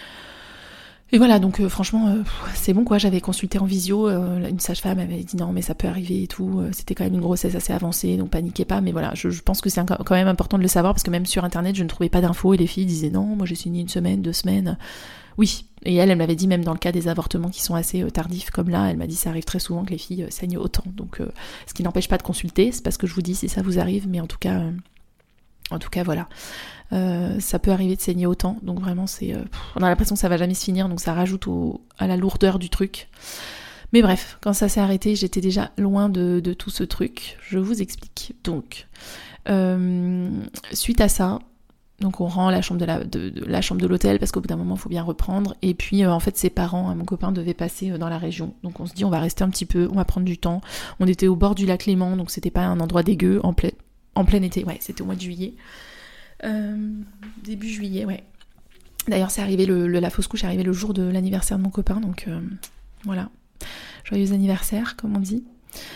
Et voilà, donc euh, franchement, euh, c'est bon quoi, j'avais consulté en visio, euh, une sage-femme avait dit non mais ça peut arriver et tout, euh, c'était quand même une grossesse assez avancée, donc paniquez pas, mais voilà, je, je pense que c'est quand même important de le savoir, parce que même sur internet, je ne trouvais pas d'infos, et les filles disaient non, moi j'ai signé une semaine, deux semaines, oui, et elle, elle m'avait dit même dans le cas des avortements qui sont assez euh, tardifs comme là, elle m'a dit ça arrive très souvent que les filles euh, saignent autant, donc euh, ce qui n'empêche pas de consulter, c'est pas ce que je vous dis si ça vous arrive, mais en tout cas... Euh, En tout cas, voilà, euh, ça peut arriver de saigner autant, donc vraiment, c'est, euh, pff, on a l'impression que ça va jamais se finir, donc ça rajoute au, à la lourdeur du truc. Mais bref, quand ça s'est arrêté, j'étais déjà loin de, de tout ce truc. Je vous explique. Donc, euh, suite à ça, donc on rend la chambre de, la, de, de la chambre de l'hôtel parce qu'au bout d'un moment, il faut bien reprendre. Et puis, euh, en fait, ses parents, mon copain, devaient passer euh, dans la région. Donc on se dit, on va rester un petit peu, on va prendre du temps. On était au bord du lac Léman, donc c'était pas un endroit dégueu, en plein En plein été, ouais, c'était au mois de juillet. Euh, début juillet, ouais. D'ailleurs, c'est arrivé, le, le, la fausse couche est arrivée le jour de l'anniversaire de mon copain, donc euh, voilà. Joyeux anniversaire, comme on dit.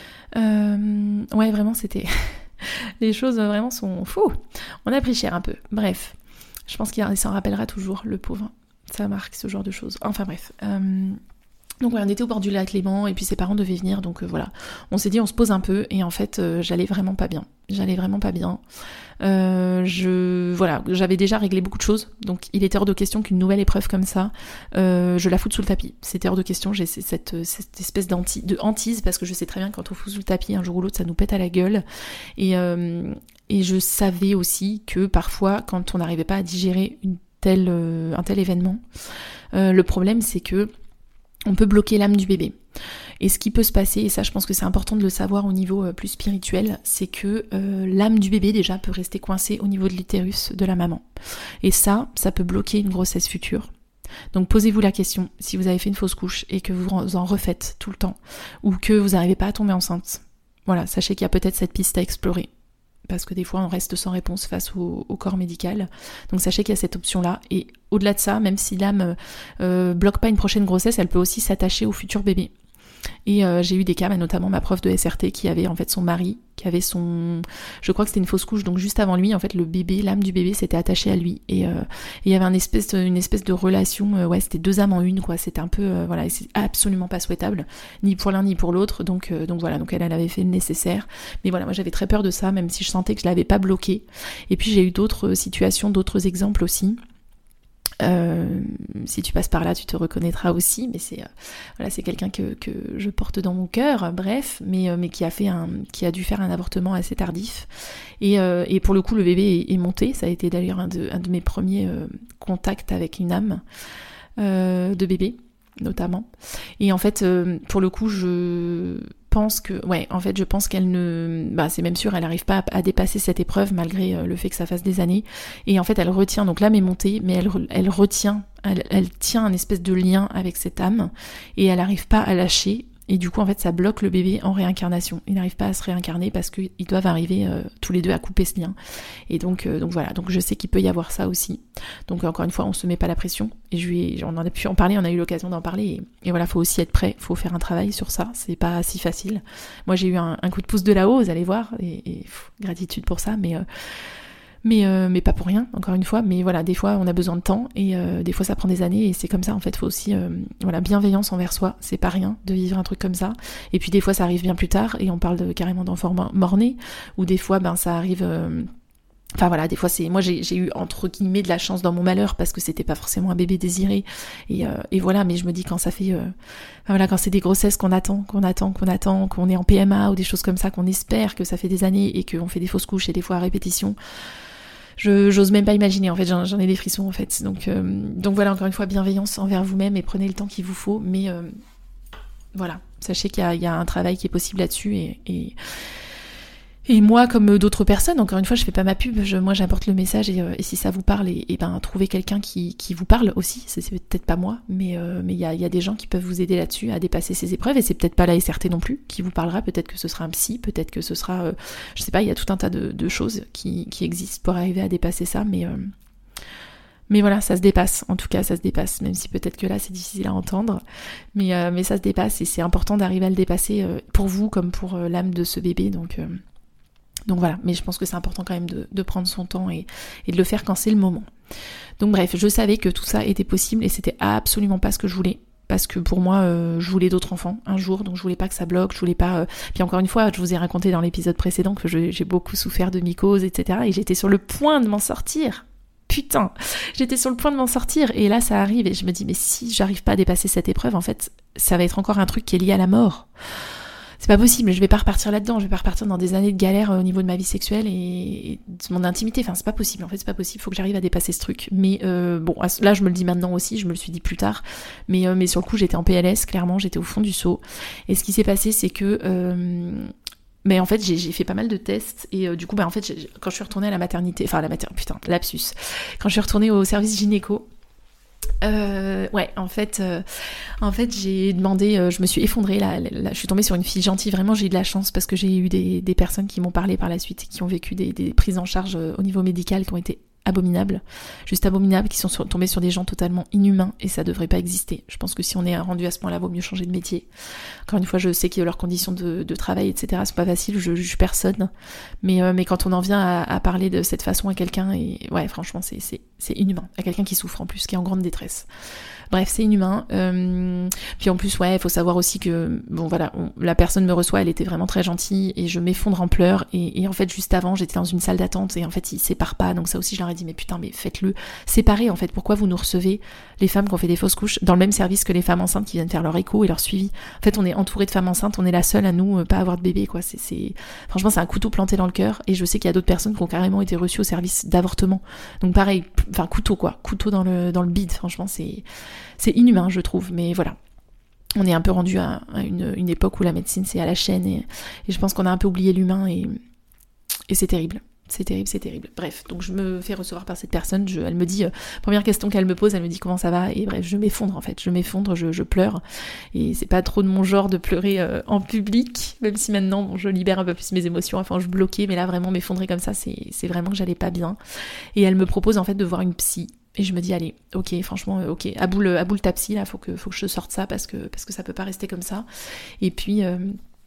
Euh, ouais, vraiment, c'était... Les choses, vraiment, sont fous. On a pris cher un peu. Bref, je pense qu'il s'en rappellera toujours, le pauvre. Ça marque, ce genre de choses. Enfin, bref. Euh... Donc ouais, on était au bord du lac Léman et puis ses parents devaient venir, donc euh, voilà. On s'est dit on se pose un peu et en fait euh, j'allais vraiment pas bien. J'allais vraiment pas bien. Euh, je voilà, j'avais déjà réglé beaucoup de choses, donc il était hors de question qu'une nouvelle épreuve comme ça, euh, je la foute sous le tapis. C'était hors de question. J'ai cette, cette espèce d'anti, de hantise parce que je sais très bien que quand on fout sous le tapis un jour ou l'autre, ça nous pète à la gueule. Et euh, et je savais aussi que parfois quand on n'arrivait pas à digérer une telle euh, un tel événement, euh, le problème c'est que on peut bloquer l'âme du bébé. Et ce qui peut se passer, et ça je pense que c'est important de le savoir au niveau euh, plus spirituel, c'est que euh, l'âme du bébé déjà peut rester coincée au niveau de l'utérus de la maman. Et ça, ça peut bloquer une grossesse future. Donc posez-vous la question, si vous avez fait une fausse couche et que vous en refaites tout le temps, ou que vous n'arrivez pas à tomber enceinte, voilà, sachez qu'il y a peut-être cette piste à explorer. Parce que des fois on reste sans réponse face au, au corps médical. Donc sachez qu'il y a cette option-là. Et au-delà de ça, même si l'âme euh, bloque pas une prochaine grossesse, elle peut aussi s'attacher au futur bébé. Et euh, j'ai eu des cas, bah, notamment ma prof de S R T qui avait en fait son mari, qui avait son... Je crois que c'était une fausse couche, donc juste avant lui, en fait, le bébé, l'âme du bébé s'était attachée à lui. Et euh, il y avait un espèce, une espèce de relation, euh, ouais, c'était deux âmes en une, quoi. C'était un peu, euh, voilà, et c'est absolument pas souhaitable, ni pour l'un ni pour l'autre. Donc, euh, donc voilà, donc elle, elle avait fait le nécessaire. Mais voilà, moi j'avais très peur de ça, même si je sentais que je l'avais pas bloqué. Et puis j'ai eu d'autres situations, d'autres exemples aussi. Euh, si tu passes par là, tu te reconnaîtras aussi, mais c'est euh, voilà, c'est quelqu'un que, que je porte dans mon cœur, bref, mais, euh, mais qui a fait un, qui a dû faire un avortement assez tardif. Et, euh, et pour le coup, le bébé est, est monté. Ça a été d'ailleurs un de, un de mes premiers euh, contacts avec une âme euh, de bébé. notamment. Et en fait, euh, pour le coup, je pense que, ouais, en fait, je pense qu'elle ne, bah, c'est même sûr, elle n'arrive pas à, à dépasser cette épreuve malgré euh, le fait que ça fasse des années. Et en fait, elle retient, donc l'âme est montée, mais elle, elle retient, elle, elle tient un espèce de lien avec cette âme et elle n'arrive pas à lâcher. Et du coup, en fait, ça bloque le bébé en réincarnation. Il n'arrive pas à se réincarner parce qu'ils doivent arriver euh, tous les deux à couper ce lien. Et donc, euh, donc voilà. Donc je sais qu'il peut y avoir ça aussi. Donc encore une fois, on se met pas la pression. Et je lui ai, on en a pu en parler, on a eu l'occasion d'en parler. Et, et voilà, faut aussi être prêt. Faut faire un travail sur ça. C'est pas si facile. Moi, j'ai eu un, un coup de pouce de là-haut, vous allez voir. Et, et pff, gratitude pour ça. Mais euh, Mais, euh, mais pas pour rien, encore une fois. Mais voilà, des fois, on a besoin de temps et euh, des fois, ça prend des années et c'est comme ça. En fait, faut aussi, euh, voilà, bienveillance envers soi. C'est pas rien de vivre un truc comme ça. Et puis, des fois, ça arrive bien plus tard et on parle de, carrément d'enfants mort-nés. Ou des fois, ben, ça arrive... Euh, Enfin voilà, des fois c'est moi j'ai, j'ai eu entre guillemets de la chance dans mon malheur parce que c'était pas forcément un bébé désiré et, euh, et voilà, mais je me dis quand ça fait, euh, enfin voilà, quand c'est des grossesses qu'on attend, qu'on attend, qu'on attend, qu'on est en P M A ou des choses comme ça, qu'on espère que ça fait des années et qu'on fait des fausses couches et des fois à répétition. Je, j'ose même pas imaginer, en fait, j'en, j'en ai des frissons, en fait. Donc, euh, donc voilà, encore une fois, bienveillance envers vous-même et prenez le temps qu'il vous faut. Mais euh, voilà, sachez qu'il y a, il y a un travail qui est possible là-dessus. Et, et, et moi, comme d'autres personnes, encore une fois, je fais pas ma pub. Je, moi, j'apporte le message et, euh, et si ça vous parle, et, et ben, trouvez quelqu'un qui, qui vous parle aussi. C'est, c'est peut-être pas moi, mais euh, mais il y a, y a des gens qui peuvent vous aider là-dessus à dépasser ces épreuves. Et c'est peut-être pas la S R T non plus qui vous parlera. Peut-être que ce sera un psy, peut-être que ce sera, euh, je sais pas. Il y a tout un tas de, de choses qui, qui existent pour arriver à dépasser ça, mais euh, mais voilà, ça se dépasse. En tout cas, ça se dépasse. Même si peut-être que là, c'est difficile à entendre, mais euh, mais ça se dépasse et c'est important d'arriver à le dépasser euh, pour vous comme pour euh, l'âme de ce bébé. Donc euh, Donc voilà, mais je pense que c'est important quand même de, de prendre son temps et, et de le faire quand c'est le moment. Donc bref, je savais que tout ça était possible et c'était absolument pas ce que je voulais. Parce que pour moi, euh, je voulais d'autres enfants un jour, donc je voulais pas que ça bloque, je voulais pas... Euh... Puis encore une fois, je vous ai raconté dans l'épisode précédent que je, j'ai beaucoup souffert de mycose, et cetera. Et j'étais sur le point de m'en sortir. Putain, j'étais sur le point de m'en sortir et là ça arrive et je me dis mais si j'arrive pas à dépasser cette épreuve, en fait, ça va être encore un truc qui est lié à la mort. C'est pas possible, je vais pas repartir là-dedans, je vais pas repartir dans des années de galère au niveau de ma vie sexuelle et de mon intimité, enfin c'est pas possible, en fait c'est pas possible, faut que j'arrive à dépasser ce truc. Mais euh, bon, là je me le dis maintenant aussi, je me le suis dit plus tard, mais, euh, mais sur le coup j'étais en P L S, clairement, j'étais au fond du seau. Et ce qui s'est passé c'est que... Euh, mais en fait j'ai, j'ai fait pas mal de tests et euh, du coup bah en fait j'ai, quand je suis retournée à la maternité, enfin à la maternité, putain, lapsus, quand je suis retournée au service gynéco, Euh, ouais, en fait, euh, en fait, j'ai demandé, euh, je me suis effondrée, là, là, là, je suis tombée sur une fille gentille, vraiment, j'ai eu de la chance parce que j'ai eu des, des personnes qui m'ont parlé par la suite, qui ont vécu des, des prises en charge euh, au niveau médical qui ont été abominables, juste abominables, qui sont sur, tombées sur des gens totalement inhumains et ça devrait pas exister. Je pense que si on est rendu à ce point-là, vaut mieux changer de métier. Encore une fois, je sais que leurs conditions de, de travail, et cetera sont pas faciles, je juge personne, mais, euh, mais quand on en vient à, à parler de cette façon à quelqu'un, et ouais, franchement, c'est, c'est, c'est inhumain, à quelqu'un qui souffre en plus, qui est en grande détresse. Bref, c'est inhumain. Euh, puis en plus, ouais, il faut savoir aussi que, bon voilà, on, la personne me reçoit, elle était vraiment très gentille et je m'effondre en pleurs. Et, et en fait, juste avant, j'étais dans une salle d'attente et en fait, ils séparent pas. Donc ça aussi, je leur ai dit, mais putain, mais faites-le séparer en fait. Pourquoi vous nous recevez, les femmes qui ont fait des fausses couches, dans le même service que les femmes enceintes qui viennent faire leur écho et leur suivi? En fait, on est entouré de femmes enceintes, on est la seule à nous euh, pas avoir de bébé, quoi. C'est, c'est... Franchement, c'est un couteau planté dans le cœur. Et je sais qu'il y a d'autres personnes qui ont carrément été reçues au service d'avortement. Donc pareil, enfin couteau quoi, couteau dans le dans le bide. Franchement, c'est c'est inhumain, je trouve, mais voilà. On est un peu rendu à, à une, une époque où la médecine c'est à la chaîne et, et je pense qu'on a un peu oublié l'humain et, et c'est terrible. C'est terrible, c'est terrible. Bref, donc je me fais recevoir par cette personne, je, elle me dit, euh, première question qu'elle me pose, elle me dit comment ça va, et bref, je m'effondre en fait, je m'effondre, je, je pleure, et c'est pas trop de mon genre de pleurer euh, en public, même si maintenant bon, je libère un peu plus mes émotions, enfin je bloquais, mais là vraiment m'effondrer comme ça, c'est, c'est vraiment que j'allais pas bien. Et elle me propose en fait de voir une psy. Et je me dis allez, ok, franchement, ok, à boule, à boule ta psy là, faut que, faut que je sorte ça parce que, parce que ça peut pas rester comme ça. Et puis, euh,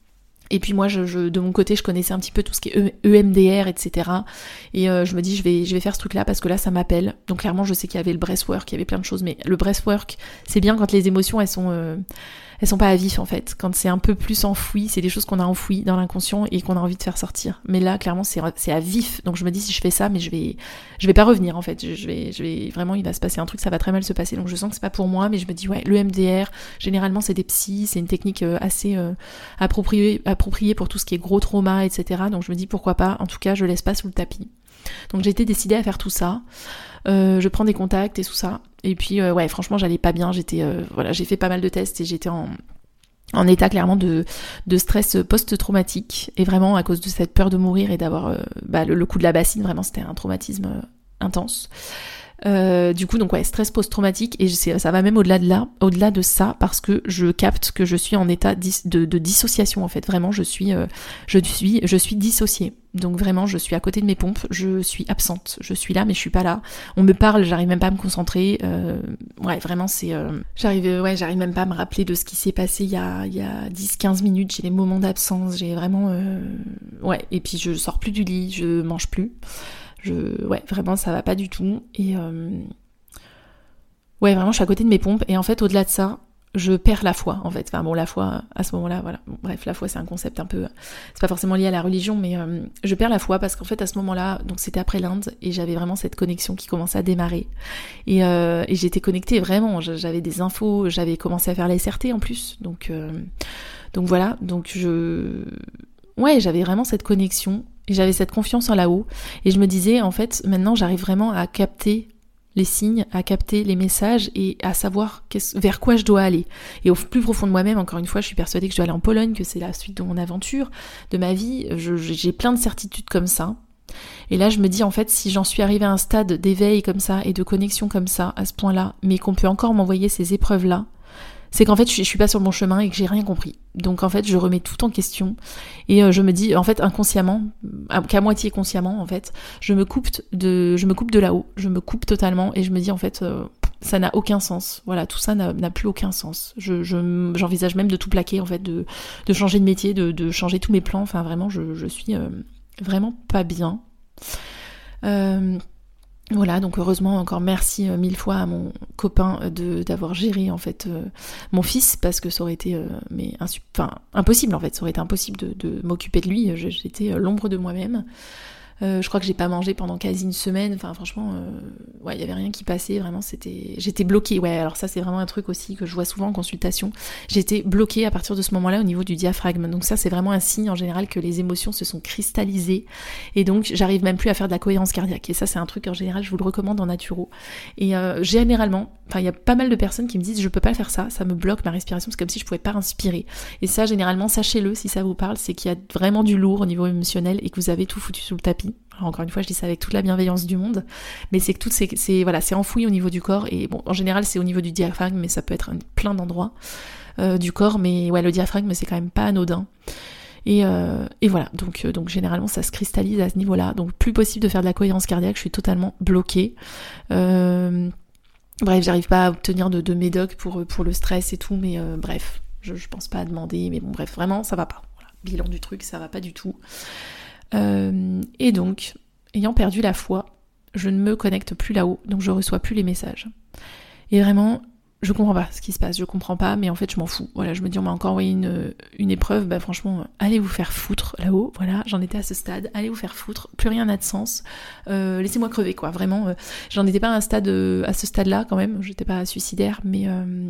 et puis moi, je, je, de mon côté, je connaissais un petit peu tout ce qui est E M D R, et cetera. Et euh, je me dis, je vais, je vais faire ce truc-là parce que là, ça m'appelle. Donc clairement, je sais qu'il y avait le breathwork, il y avait plein de choses, mais le breathwork, c'est bien quand les émotions, elles sont, euh, elles sont pas à vif en fait. Quand c'est un peu plus enfoui, c'est des choses qu'on a enfouies dans l'inconscient et qu'on a envie de faire sortir. Mais là, clairement, c'est, c'est à vif. Donc je me dis, si je fais ça, mais je vais, je vais pas revenir en fait. Je vais, je vais vraiment, il va se passer un truc, ça va très mal se passer. Donc je sens que c'est pas pour moi, mais je me dis ouais, le E M D R, généralement c'est des psys, c'est une technique assez euh, appropriée, appropriée pour tout ce qui est gros trauma, et cetera. Donc je me dis pourquoi pas. En tout cas, je laisse pas sous le tapis. Donc j'ai été décidée à faire tout ça. Euh, je prends des contacts et tout ça. Et puis euh, ouais, franchement, j'allais pas bien. J'étais, euh, voilà, j'ai fait pas mal de tests et j'étais en en état clairement de, de stress post-traumatique. Et vraiment à cause de cette peur de mourir et d'avoir euh, bah, le, le coup de la bassine, vraiment c'était un traumatisme euh, intense. Euh, du coup, donc ouais, stress post-traumatique, et c'est, ça va même au-delà de là, au-delà de ça, parce que je capte que je suis en état dis, de, de dissociation en fait. Vraiment, je suis, euh, je suis, je suis dissociée. Donc vraiment, je suis à côté de mes pompes, je suis absente. Je suis là, mais je suis pas là. On me parle, j'arrive même pas à me concentrer. Euh, ouais, vraiment, c'est, euh, j'arrive, ouais, j'arrive même pas à me rappeler de ce qui s'est passé il y a, il y a dix quinze minutes. J'ai des moments d'absence, j'ai vraiment, euh, ouais. Et puis je sors plus du lit, je mange plus. Je, ouais, vraiment, ça va pas du tout. Et euh, ouais, vraiment, je suis à côté de mes pompes. Et en fait, au-delà de ça, je perds la foi, en fait. Enfin bon, la foi, à ce moment-là, voilà. Bon, bref, la foi, c'est un concept un peu... C'est pas forcément lié à la religion, mais euh, je perds la foi parce qu'en fait, à ce moment-là, donc c'était après l'Inde, et j'avais vraiment cette connexion qui commençait à démarrer. Et, euh, et j'étais connectée, vraiment. J'avais des infos, j'avais commencé à faire la S R T en plus. Donc, euh, donc voilà, donc je... Ouais, j'avais vraiment cette connexion. Et j'avais cette confiance en là-haut. Et je me disais, en fait, maintenant, j'arrive vraiment à capter les signes, à capter les messages et à savoir vers quoi je dois aller. Et au plus profond de moi-même, encore une fois, je suis persuadée que je dois aller en Pologne, que c'est la suite de mon aventure, de ma vie. Je, j'ai plein de certitudes comme ça. Et là, je me dis, en fait, si j'en suis arrivée à un stade d'éveil comme ça et de connexion comme ça, à ce point-là, mais qu'on peut encore m'envoyer ces épreuves-là, c'est qu'en fait je, je suis pas sur le bon chemin et que j'ai rien compris. Donc en fait je remets tout en question et euh, je me dis en fait inconsciemment, qu'à moitié consciemment en fait, je me coupe de, je me coupe de là-haut, je me coupe totalement et je me dis en fait euh, ça n'a aucun sens. Voilà, tout ça n'a, n'a plus aucun sens. Je, je, j'envisage même de tout plaquer en fait, de, de changer de métier, de, de changer tous mes plans. Enfin vraiment je, je suis euh, vraiment pas bien. Euh, Voilà, donc heureusement encore merci euh, mille fois à mon copain de d'avoir géré en fait euh, mon fils parce que ça aurait été euh, mais insu- enfin impossible en fait, ça aurait été impossible de, de m'occuper de lui. Je, j'étais euh, l'ombre de moi-même. Euh, je crois que j'ai pas mangé pendant quasi une semaine. Enfin, franchement, euh, ouais, il y avait rien qui passait. Vraiment, c'était, j'étais bloquée. Ouais, alors ça, c'est vraiment un truc aussi que je vois souvent en consultation. J'étais bloquée à partir de ce moment-là au niveau du diaphragme. Donc ça, c'est vraiment un signe en général que les émotions se sont cristallisées. Et donc, j'arrive même plus à faire de la cohérence cardiaque. Et ça, c'est un truc en général, je vous le recommande en naturo. Et euh, généralement, enfin, il y a pas mal de personnes qui me disent, je peux pas faire ça. Ça me bloque ma respiration. C'est comme si je pouvais pas respirer. Et ça, généralement, sachez-le si ça vous parle, c'est qu'il y a vraiment du lourd au niveau émotionnel et que vous avez tout foutu sous le tapis. Alors encore une fois, je dis ça avec toute la bienveillance du monde, mais c'est que tout c'est, c'est voilà, c'est enfoui au niveau du corps et bon, en général, c'est au niveau du diaphragme, mais ça peut être un, plein d'endroits euh, du corps, mais ouais, le diaphragme, c'est quand même pas anodin. Et, euh, et voilà, donc, euh, donc généralement, ça se cristallise à ce niveau-là. Donc plus possible de faire de la cohérence cardiaque, je suis totalement bloquée. Euh, bref, j'arrive pas à obtenir de, de médoc pour pour le stress et tout, mais euh, bref, je, je pense pas à demander, mais bon, bref, vraiment, ça va pas. Voilà. Bilan du truc, ça va pas du tout. Euh, et donc, ayant perdu la foi, je ne me connecte plus là-haut, donc je reçois plus les messages. Et vraiment, je comprends pas ce qui se passe, je comprends pas, mais en fait je m'en fous. Voilà, je me dis on m'a encore envoyé une, une épreuve, bah franchement, allez vous faire foutre là-haut, voilà, j'en étais à ce stade, allez vous faire foutre, plus rien n'a de sens, euh, laissez-moi crever quoi, vraiment, euh, j'en étais pas à un stade, euh, à ce stade-là quand même, j'étais pas suicidaire, mais euh,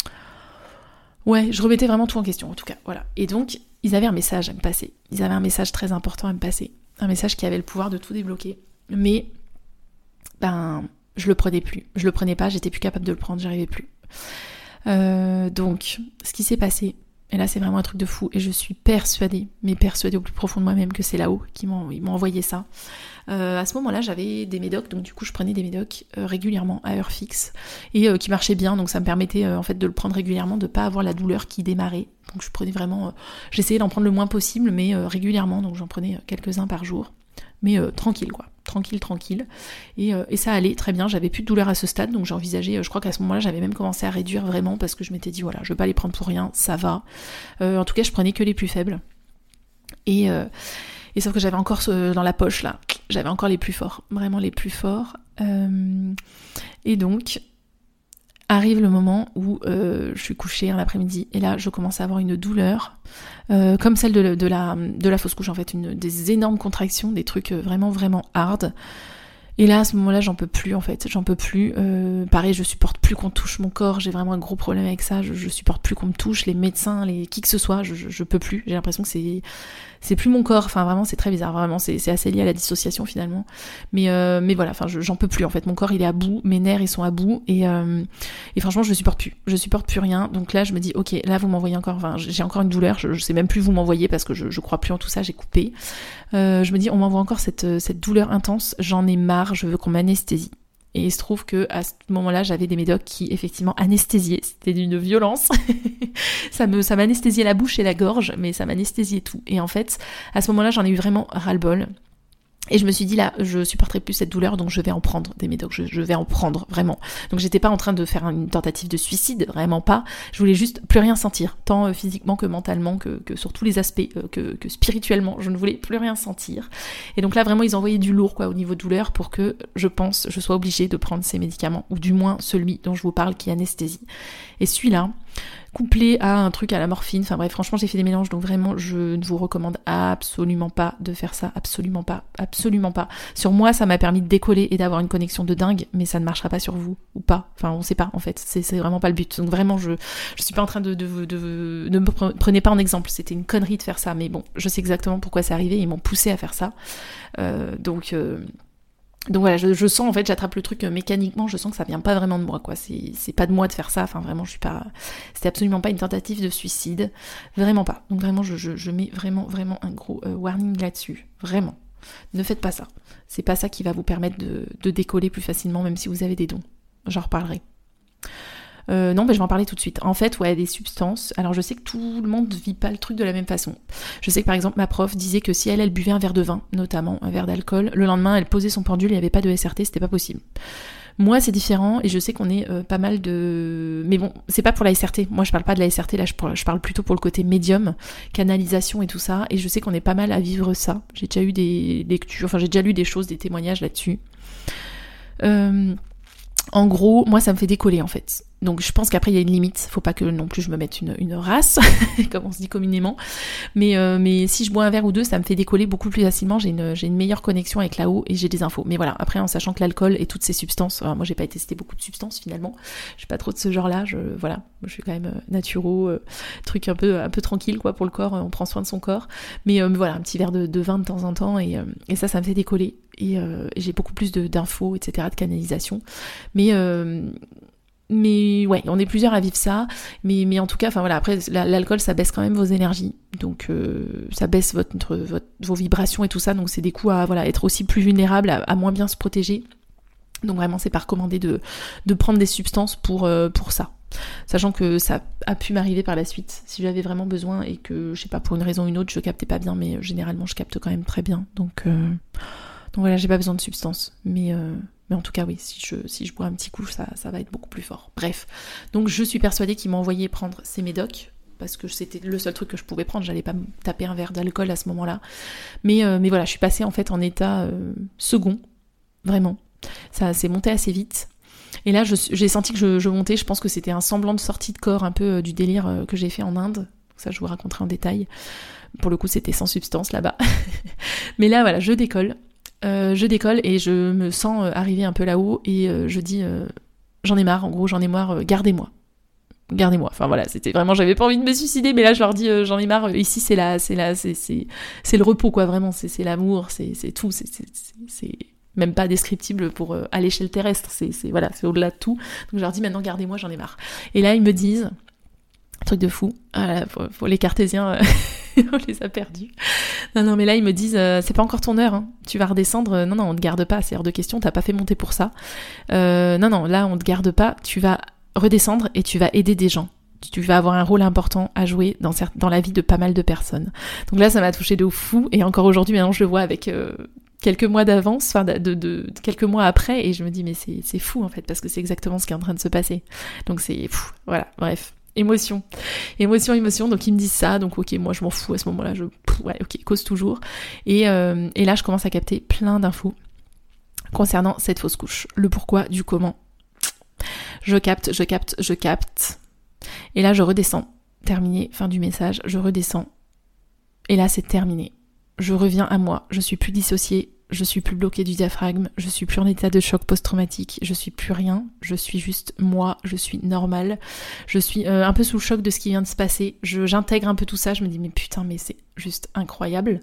ouais, je remettais vraiment tout en question en tout cas, voilà. Et donc, ils avaient un message à me passer. Ils avaient un message très important à me passer. Un message qui avait le pouvoir de tout débloquer. Mais, ben, je le prenais plus. Je le prenais pas, j'étais plus capable de le prendre, j'arrivais plus. Euh, donc, ce qui s'est passé, et là c'est vraiment un truc de fou, et je suis persuadée, mais persuadée au plus profond de moi-même que c'est là-haut qu'ils m'ont, ils m'ont envoyé ça. Euh, à ce moment-là, j'avais des médocs, donc du coup je prenais des médocs euh, régulièrement à heure fixe et euh, qui marchaient bien, donc ça me permettait euh, en fait de le prendre régulièrement, de pas avoir la douleur qui démarrait. Donc je prenais vraiment, euh, j'essayais d'en prendre le moins possible, mais euh, régulièrement, donc j'en prenais quelques-uns par jour, mais euh, tranquille quoi, tranquille, tranquille. Et, euh, et ça allait très bien, j'avais plus de douleur à ce stade, donc j'ai envisagé, euh, je crois qu'à ce moment-là, j'avais même commencé à réduire vraiment parce que je m'étais dit voilà, je vais pas les prendre pour rien, ça va. Euh, en tout cas, je prenais que les plus faibles. Et euh, Et sauf que j'avais encore ce, dans la poche là, j'avais encore les plus forts, vraiment les plus forts. Euh, et donc arrive le moment où euh, je suis couchée un après-midi et là je commence à avoir une douleur euh, comme celle de, de, la, de la fausse couche en fait, une, des énormes contractions, des trucs vraiment vraiment hard. Et là, à ce moment-là, j'en peux plus, en fait. J'en peux plus. Euh, pareil, je supporte plus qu'on touche mon corps. J'ai vraiment un gros problème avec ça. Je, je supporte plus qu'on me touche. Les médecins, les qui que ce soit, je, je, je peux plus. J'ai l'impression que c'est, c'est plus mon corps. Enfin, vraiment, c'est très bizarre. Vraiment, c'est, c'est assez lié à la dissociation, finalement. Mais, euh, mais voilà, enfin, je, j'en peux plus, en fait. Mon corps, il est à bout. Mes nerfs, ils sont à bout. Et, euh, et franchement, je supporte plus. Je supporte plus rien. Donc là, je me dis, ok, là, vous m'envoyez encore, enfin, j'ai encore une douleur. Je, je sais même plus vous m'envoyer parce que je, je crois plus en tout ça. J'ai coupé. Euh, je me dis, on m'envoie encore cette, cette douleur intense. J'en ai marre. Je veux qu'on m'anesthésie. Et il se trouve que à ce moment-là, j'avais des médocs qui effectivement anesthésiaient. C'était d'une violence. ça me, ça m'anesthésiait la bouche et la gorge, mais ça m'anesthésiait tout. Et en fait, à ce moment-là, j'en ai eu vraiment ras-le-bol. Et je me suis dit là, je supporterai plus cette douleur, donc je vais en prendre des médocs, je, je vais en prendre, vraiment. Donc j'étais pas en train de faire une tentative de suicide, vraiment pas. Je voulais juste plus rien sentir, tant euh, physiquement que mentalement, que, que sur tous les aspects, euh, que, que spirituellement, je ne voulais plus rien sentir. Et donc là, vraiment, ils envoyaient du lourd, quoi, au niveau douleur, pour que, je pense, je sois obligée de prendre ces médicaments, ou du moins celui dont je vous parle, qui anesthésie. Et celui-là, couplé à un truc à la morphine, enfin bref, franchement j'ai fait des mélanges, donc vraiment je ne vous recommande absolument pas de faire ça, absolument pas, absolument pas. Sur moi ça m'a permis de décoller et d'avoir une connexion de dingue, mais ça ne marchera pas sur vous, ou pas, enfin on sait pas en fait, c'est, c'est vraiment pas le but. Donc vraiment je, je suis pas en train de, de, de, de, ne me prenez pas en exemple, c'était une connerie de faire ça, mais bon, je sais exactement pourquoi c'est arrivé, ils m'ont poussé à faire ça, euh, donc... Euh, Donc voilà, je, je sens en fait, j'attrape le truc euh, mécaniquement, je sens que ça vient pas vraiment de moi, quoi. C'est, c'est pas de moi de faire ça. Enfin vraiment, je suis pas. C'était absolument pas une tentative de suicide, vraiment pas. Donc vraiment, je, je, je mets vraiment vraiment un gros euh, warning là-dessus. Vraiment, ne faites pas ça. C'est pas ça qui va vous permettre de, de décoller plus facilement, même si vous avez des dons. J'en reparlerai. Euh, non, mais je vais en parler tout de suite. En fait, ouais, des substances. Alors, je sais que tout le monde vit pas le truc de la même façon. Je sais que par exemple, ma prof disait que si elle, elle buvait un verre de vin, notamment un verre d'alcool, le lendemain, elle posait son pendule, il n'y avait pas de S R T, c'était pas possible. Moi, c'est différent et je sais qu'on est euh, pas mal de... Mais bon, c'est pas pour la S R T. Moi, je parle pas de la S R T, là, je, je parle plutôt pour le côté médium, canalisation et tout ça. Et je sais qu'on est pas mal à vivre ça. J'ai déjà eu des lectures, enfin, j'ai déjà lu des choses, des témoignages là-dessus. Euh... En gros, moi, ça me fait décoller, en fait. Donc je pense qu'après il y a une limite, faut pas que non plus je me mette une, une race, comme on se dit communément, mais, euh, mais si je bois un verre ou deux, ça me fait décoller beaucoup plus facilement, j'ai une, j'ai une meilleure connexion avec là-haut et j'ai des infos. Mais voilà, après en sachant que l'alcool et toutes ces substances, alors moi j'ai pas testé beaucoup de substances finalement, je suis pas trop de ce genre-là, je, voilà, je suis quand même euh, naturo, euh, truc un peu, un peu tranquille quoi pour le corps, euh, on prend soin de son corps, mais euh, voilà, un petit verre de, de vin de temps en temps et, euh, et ça, ça me fait décoller et, euh, et j'ai beaucoup plus de, d'infos, et cetera, de canalisation, mais... Euh, Mais ouais, on est plusieurs à vivre ça, mais, mais en tout cas, enfin voilà, après l'alcool ça baisse quand même vos énergies, donc euh, ça baisse votre, votre, vos vibrations et tout ça, donc c'est des coups à voilà, être aussi plus vulnérable, à, à moins bien se protéger. Donc vraiment c'est pas recommandé de, de prendre des substances pour, euh, pour ça. Sachant que ça a pu m'arriver par la suite, si j'avais vraiment besoin et que, je sais pas, pour une raison ou une autre, je captais pas bien, mais généralement je capte quand même très bien, donc, euh, donc voilà, j'ai pas besoin de substances, mais... Euh, Mais en tout cas, oui, si je, si je bois un petit coup, ça, ça va être beaucoup plus fort. Bref. Donc, je suis persuadée qu'ils m'ont envoyé prendre ces médocs, parce que c'était le seul truc que je pouvais prendre. J'allais pas me taper un verre d'alcool à ce moment-là. Mais, euh, mais voilà, je suis passée en fait en état euh, second. Vraiment. Ça s'est monté assez vite. Et là, je, j'ai senti que je, je montais. Je pense que c'était un semblant de sortie de corps, un peu euh, du délire euh, que j'ai fait en Inde. Ça, je vous raconterai en détail. Pour le coup, c'était sans substance là-bas. Mais là, voilà, je décolle. Euh, je décolle et je me sens euh, arriver un peu là-haut et euh, je dis euh, j'en ai marre, en gros j'en ai marre, euh, gardez-moi. Gardez-moi. Enfin voilà, c'était vraiment, j'avais pas envie de me suicider, mais là je leur dis euh, j'en ai marre, ici c'est la, c'est la, c'est, c'est, c'est le repos quoi, vraiment, c'est, c'est l'amour, c'est, c'est tout, c'est, c'est, c'est, c'est même pas descriptible pour euh, à l'échelle terrestre, c'est, c'est, voilà, c'est au-delà de tout. Donc je leur dis maintenant gardez-moi, j'en ai marre. Et là ils me disent, truc de fou, ah, faut, faut les cartésiens... on les a perdus. Non, non, mais là, ils me disent, euh, c'est pas encore ton heure, hein. Tu vas redescendre. Non, non, on te garde pas, c'est hors de question, t'as pas fait monter pour ça. Euh, non, non, là, on te garde pas, tu vas redescendre et tu vas aider des gens. Tu vas avoir un rôle important à jouer dans, certes, dans la vie de pas mal de personnes. Donc là, ça m'a touchée de fou, et encore aujourd'hui, maintenant, je le vois avec euh, quelques mois d'avance, enfin, de, de, de, quelques mois après, et je me dis, mais c'est, c'est fou, en fait, parce que c'est exactement ce qui est en train de se passer. Donc c'est fou, voilà, bref. Émotion, émotion, émotion, donc ils me disent ça, donc ok, moi je m'en fous à ce moment-là, je, pff, ouais, ok, cause toujours, et, euh, et là je commence à capter plein d'infos concernant cette fausse couche, le pourquoi, du comment, je capte, je capte, je capte, et là je redescends, terminé, fin du message, je redescends, et là c'est terminé, je reviens à moi, je suis plus dissociée, je suis plus bloquée du diaphragme, je suis plus en état de choc post-traumatique, je suis plus rien, je suis juste moi, je suis normale, je suis euh, un peu sous le choc de ce qui vient de se passer, je, j'intègre un peu tout ça, je me dis mais putain mais c'est juste incroyable.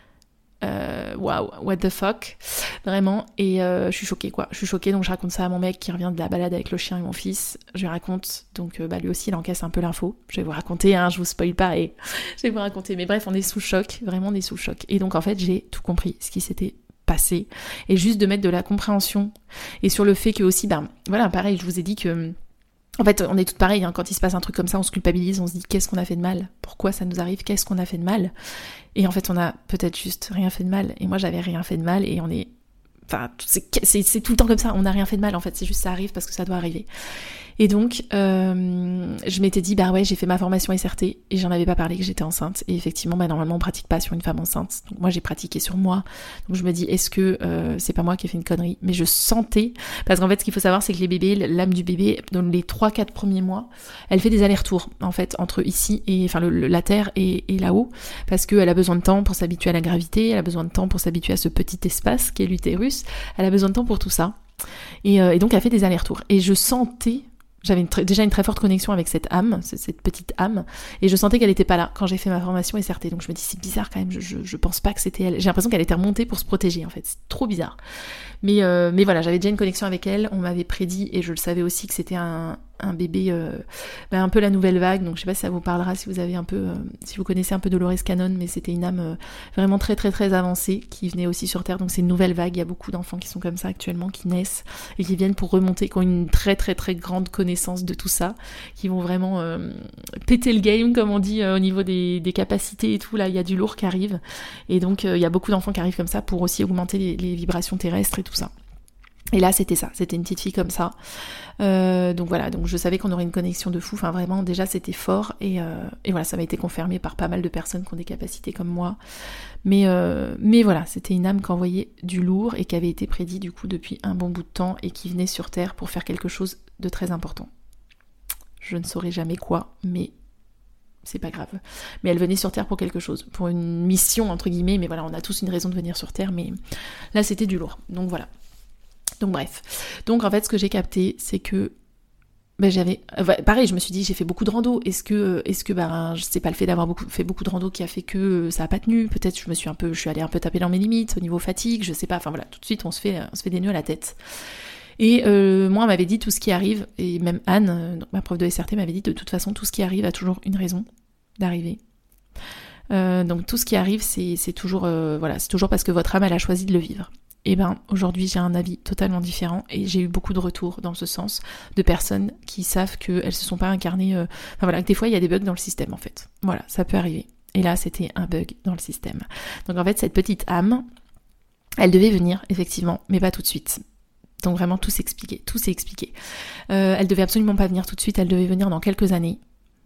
Waouh, wow, what the fuck, vraiment, et euh, je suis choquée quoi, je suis choquée, donc je raconte ça à mon mec qui revient de la balade avec le chien et mon fils, je lui raconte, donc euh, bah, lui aussi il encaisse un peu l'info, je vais vous raconter, hein, je vous spoil pas et je vais vous raconter, mais bref on est sous choc, vraiment on est sous choc, et donc en fait j'ai tout compris, ce qui s'était passé, et juste de mettre de la compréhension, et sur le fait que aussi, bah voilà, pareil, je vous ai dit que en fait, on est toutes pareilles, hein. Quand il se passe un truc comme ça, on se culpabilise, on se dit qu'est-ce qu'on a fait de mal, pourquoi ça nous arrive, qu'est-ce qu'on a fait de mal, et en fait on a peut-être juste rien fait de mal, et moi j'avais rien fait de mal, et on est, enfin c'est, c'est, c'est tout le temps comme ça, on n'a rien fait de mal en fait, c'est juste ça arrive parce que ça doit arriver. Et donc, euh, je m'étais dit, bah ouais, j'ai fait ma formation S R T et j'en avais pas parlé que j'étais enceinte. Et effectivement, bah normalement, on pratique pas sur une femme enceinte. Donc moi, j'ai pratiqué sur moi. Donc je me dis, est-ce que euh, c'est pas moi qui ai fait une connerie ? Mais je sentais, parce qu'en fait, ce qu'il faut savoir, c'est que les bébés, l'âme du bébé, dans les trois quatre premiers mois, elle fait des allers-retours, en fait, entre ici et, enfin, le, le, la terre et, et là-haut, parce qu'elle a besoin de temps pour s'habituer à la gravité, elle a besoin de temps pour s'habituer à ce petit espace qui est l'utérus, elle a besoin de temps pour tout ça. Et, euh, et donc, elle fait des allers-retours. Et je sentais, j'avais une très, déjà une très forte connexion avec cette âme, cette petite âme, et je sentais qu'elle était pas là quand j'ai fait ma formation S R T. Donc je me dis c'est bizarre quand même, je, je, je pense pas que c'était elle. J'ai l'impression qu'elle était remontée pour se protéger en fait, c'est trop bizarre. Mais, euh, mais voilà, j'avais déjà une connexion avec elle, on m'avait prédit, et je le savais aussi que c'était un, un bébé, euh, ben un peu la nouvelle vague, donc je sais pas si ça vous parlera, si vous avez un peu, euh, si vous connaissez un peu Dolores Cannon, mais c'était une âme euh, vraiment très très très avancée, qui venait aussi sur Terre, donc c'est une nouvelle vague, il y a beaucoup d'enfants qui sont comme ça actuellement, qui naissent, et qui viennent pour remonter, qui ont une très très très grande connaissance de tout ça, qui vont vraiment euh, péter le game, comme on dit, euh, au niveau des, des capacités et tout, là il y a du lourd qui arrive, et donc euh, il y a beaucoup d'enfants qui arrivent comme ça, pour aussi augmenter les, les vibrations terrestres et tout ça. Et là c'était ça, c'était une petite fille comme ça, euh, donc voilà, donc je savais qu'on aurait une connexion de fou, enfin vraiment déjà c'était fort, et, euh, et voilà, ça m'a été confirmé par pas mal de personnes qui ont des capacités comme moi, mais, euh, mais voilà, c'était une âme qui envoyait du lourd et qui avait été prédit du coup depuis un bon bout de temps, et qui venait sur Terre pour faire quelque chose de très important. Je ne saurais jamais quoi, mais c'est pas grave. Mais elle venait sur Terre pour quelque chose, pour une mission entre guillemets, mais voilà, on a tous une raison de venir sur Terre, mais là c'était du lourd, donc voilà. Donc bref, donc en fait ce que j'ai capté c'est que ben, j'avais, pareil je me suis dit j'ai fait beaucoup de rando, est-ce que, est-ce que ben, je sais pas le fait d'avoir beaucoup, fait beaucoup de rando qui a fait que ça a pas tenu, peut-être je me suis un peu, je suis allée un peu taper dans mes limites au niveau fatigue, je sais pas, enfin voilà, tout de suite on se fait, on se fait des nœuds à la tête. Et euh, moi on m'avait dit tout ce qui arrive, et même Anne, donc ma prof de S R T m'avait dit de toute façon tout ce qui arrive a toujours une raison d'arriver. Euh, donc tout ce qui arrive c'est, c'est toujours, euh, voilà, c'est toujours parce que votre âme elle a choisi de le vivre. Et ben aujourd'hui j'ai un avis totalement différent, et j'ai eu beaucoup de retours dans ce sens de personnes qui savent qu'elles se sont pas incarnées, euh... enfin voilà, que des fois il y a des bugs dans le système en fait, voilà, ça peut arriver, et là c'était un bug dans le système. Donc en fait cette petite âme elle devait venir effectivement, mais pas tout de suite, donc vraiment tout s'expliquait, tout s'est expliqué. Euh, elle devait absolument pas venir tout de suite, elle devait venir dans quelques années.